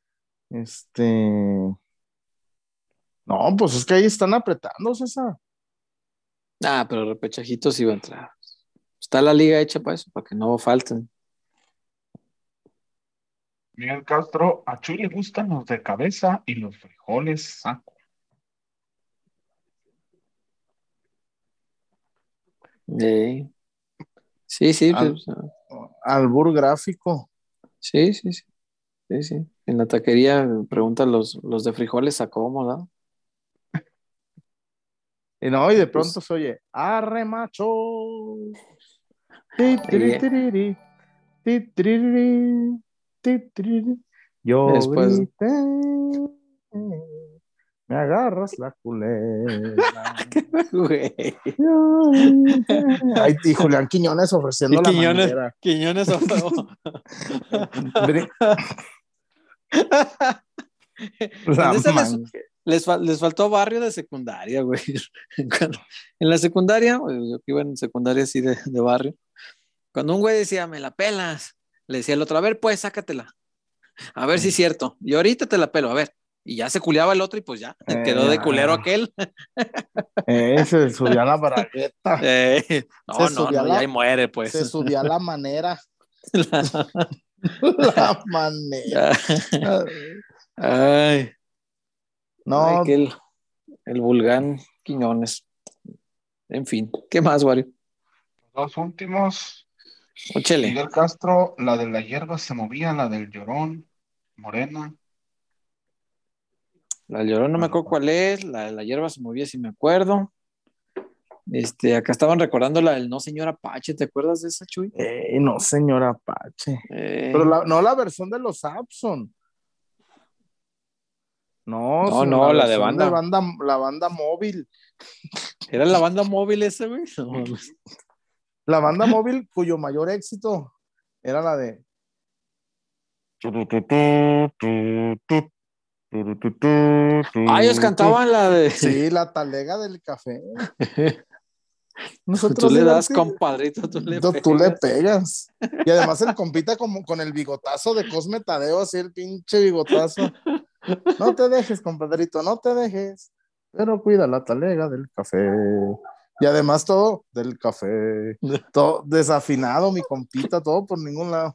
no, pues es que ahí están apretando, César. Ah, pero repechajito sí va a entrar. Está la liga hecha para eso, para que no falten. Miguel Castro, a Chuy le gustan los de cabeza y los frijoles saco. Sí, sí, sí, Al, pues, albur gráfico. sí, sí, sí, sí, sí. En la taquería preguntan los de frijoles a cómo, ¿no? Y no, y de pronto Pues, se oye, arre macho. Ti, tiri, ahí, tiriri, ti, tiriri, ti, tiriri. Yo después, grité, me agarras la culebra. güey. Yo grité. Ay, y Julián Quiñones ofreciendo Y la manguera. Quiñones a fuego. Bri- En La esa manguera. les faltó barrio de secundaria, güey. En la secundaria, yo que iba en secundaria así de barrio, cuando un güey decía, me la pelas, le decía el otro, a ver, pues, sácatela, a ver si es cierto. Y ahorita te la pelo, a ver. Y ya se culeaba el otro y pues ya, quedó de culero Ah, aquel. se subía a la bragueta. Se No, subía a ya ahí la, muere, pues. se subía a la manera. La manera. Ay, No, ay, que el Vulgán Quiñones. En fin, ¿qué más, Wario? Los dos últimos. Óchele. Fidel Castro, la de la hierba se movía, la del Llorón, Morena. La del Llorón no me acuerdo cuál es, la de la hierba se movía, si me acuerdo. Acá estaban recordando la del No Señor Apache, ¿te acuerdas de esa, Chuy? no, señor Apache. Pero no la versión de los Abson. No, No, sino no, la de versión banda. la banda móvil. ¿Era la banda móvil esa, güey? No, mames. La banda móvil cuyo mayor éxito era la de. Ellos cantaban la de. Sí, la talega del café. Tú Nosotros le das, divertidos. compadrito, tú le Tú le pegas. pegas. Y además el compita como con el bigotazo de Cosme Tadeo, así el pinche bigotazo. No te dejes, compadrito, no te dejes. Pero cuida la talega del café. Y además todo del café. Todo desafinado, mi compita, todo por ningún lado.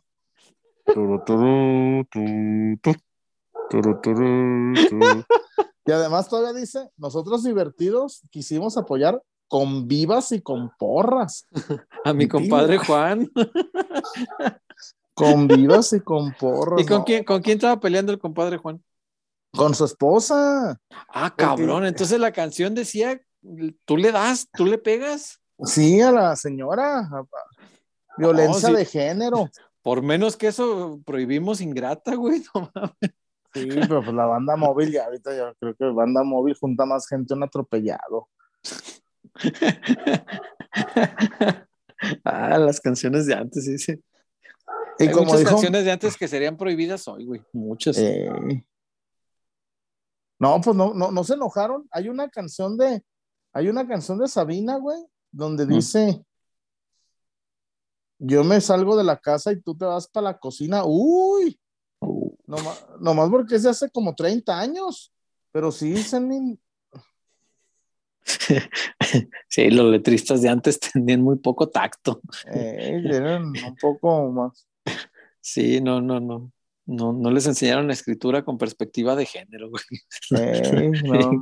Y además todavía dice, nosotros divertidos quisimos apoyar con vivas y con porras. A mi compadre Juan. Con vivas y con porras. ¿Y con quién estaba peleando el compadre Juan? Con su esposa. Cabrón, entonces la canción decía, tú le das, tú le pegas. Sí, a la señora. Violencia de género. Por menos que eso prohibimos ingrata, güey. No mames. Sí, pero pues la banda móvil ya ahorita yo creo que banda móvil junta más gente un atropellado. Las canciones de antes, sí. Y Hay como muchas dijo, canciones de antes que serían prohibidas hoy, güey. Muchas. No, pues no se enojaron. Hay una canción de Sabina, güey, donde dice, yo me salgo de la casa y tú te vas para la cocina. Uy, nomás porque es de hace como 30 años, pero sí, Sí, los letristas de antes tenían muy poco tacto. eran un poco más. Sí, no les enseñaron la escritura con perspectiva de género, güey. No.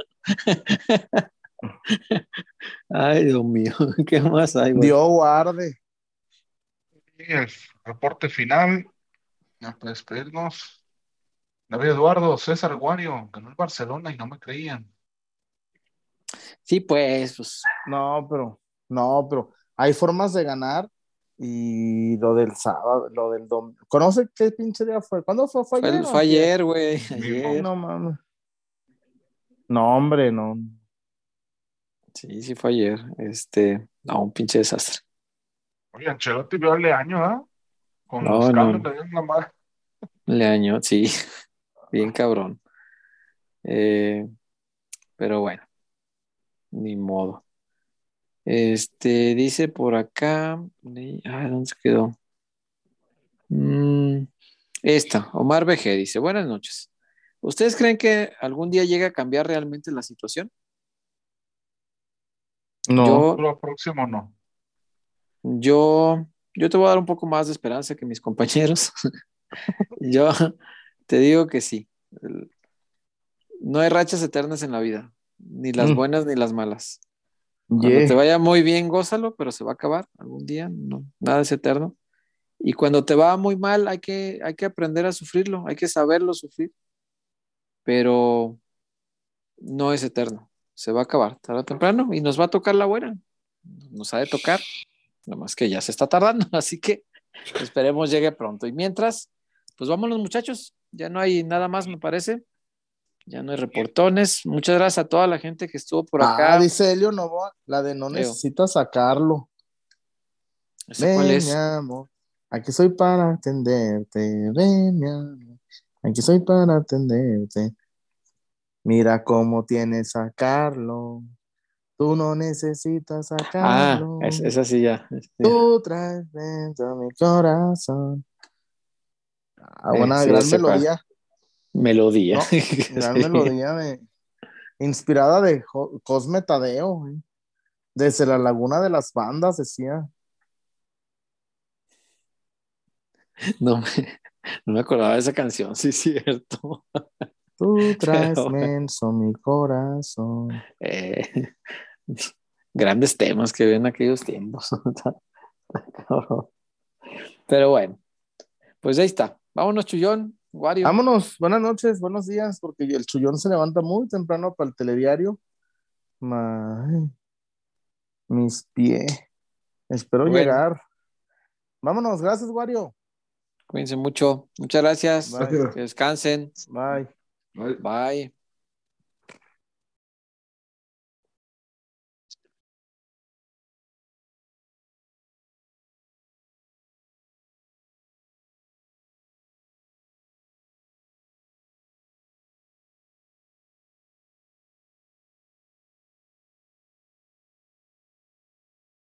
Ay, Dios mío, ¿qué más hay, güey? Dios guarde. Y el reporte final, ya para despedirnos. David Eduardo, César Guario, ganó el Barcelona y no me creían. Sí, pues. No, pero hay formas de ganar y lo del sábado, lo del domingo. ¿Conoce qué pinche día fue? ¿Cuándo fue? ¿Fue ayer o Fue antier? ayer, güey. Ayer. No mames. No, hombre, no. Sí, fue ayer. No, un pinche desastre. Oye, Ancelotti vio al Leaño, ¿ah? Con No, los no. cambios le dio la madre. Leaño, sí. Bien cabrón. Pero bueno, ni modo. Dice por acá. ¿Dónde se quedó? Omar BG dice: Buenas noches. ¿Ustedes creen que algún día llegue a cambiar realmente la situación? No. Lo próximo no. Yo te voy a dar un poco más de esperanza que mis compañeros. Yo te digo que sí. No hay rachas eternas en la vida, ni las buenas ni las malas. Cuando te vaya muy bien, gózalo, pero se va a acabar algún día. No, nada es eterno. Y cuando te va muy mal, hay que aprender a sufrirlo, hay que saberlo sufrir. Pero no es eterno. Se va a acabar tarde o temprano y nos va a tocar la buena. Nos ha de tocar, nomás que ya se está tardando, así que esperemos llegue pronto. Y mientras, pues vámonos, muchachos. Ya no hay nada más, me parece. Ya no hay reportones. Muchas gracias a toda la gente que estuvo por acá. Dice Elio Novoa, la de no necesitas sacarlo. ¿Cuál es? Mi amor, aquí soy para atenderte. Ven, mi amor, aquí soy para atenderte. Mira cómo tienes a Carlos. Tú no necesitas sacarlo. Esa sí ya. Tú traes dentro mi corazón. Buena, sí, gran melodía. Melodía. No, gran melodía inspirada de Cosme Tadeo. Desde la Laguna de las Bandas, decía. No me, no me acordaba de esa canción, sí es cierto. Tú traes Pero, menso mi corazón. eh, grandes temas que ven aquellos tiempos. Pero bueno, pues ahí está. Vámonos, Chullón, Wario. Vámonos, buenas noches, buenos días, porque el Chullón se levanta muy temprano para el telediario. Ay, mis pies. Espero Bueno, llegar. Vámonos, gracias, Wario. cuídense mucho. Muchas gracias. Bye, Gracias. Que descansen. bye. Bye. Bye.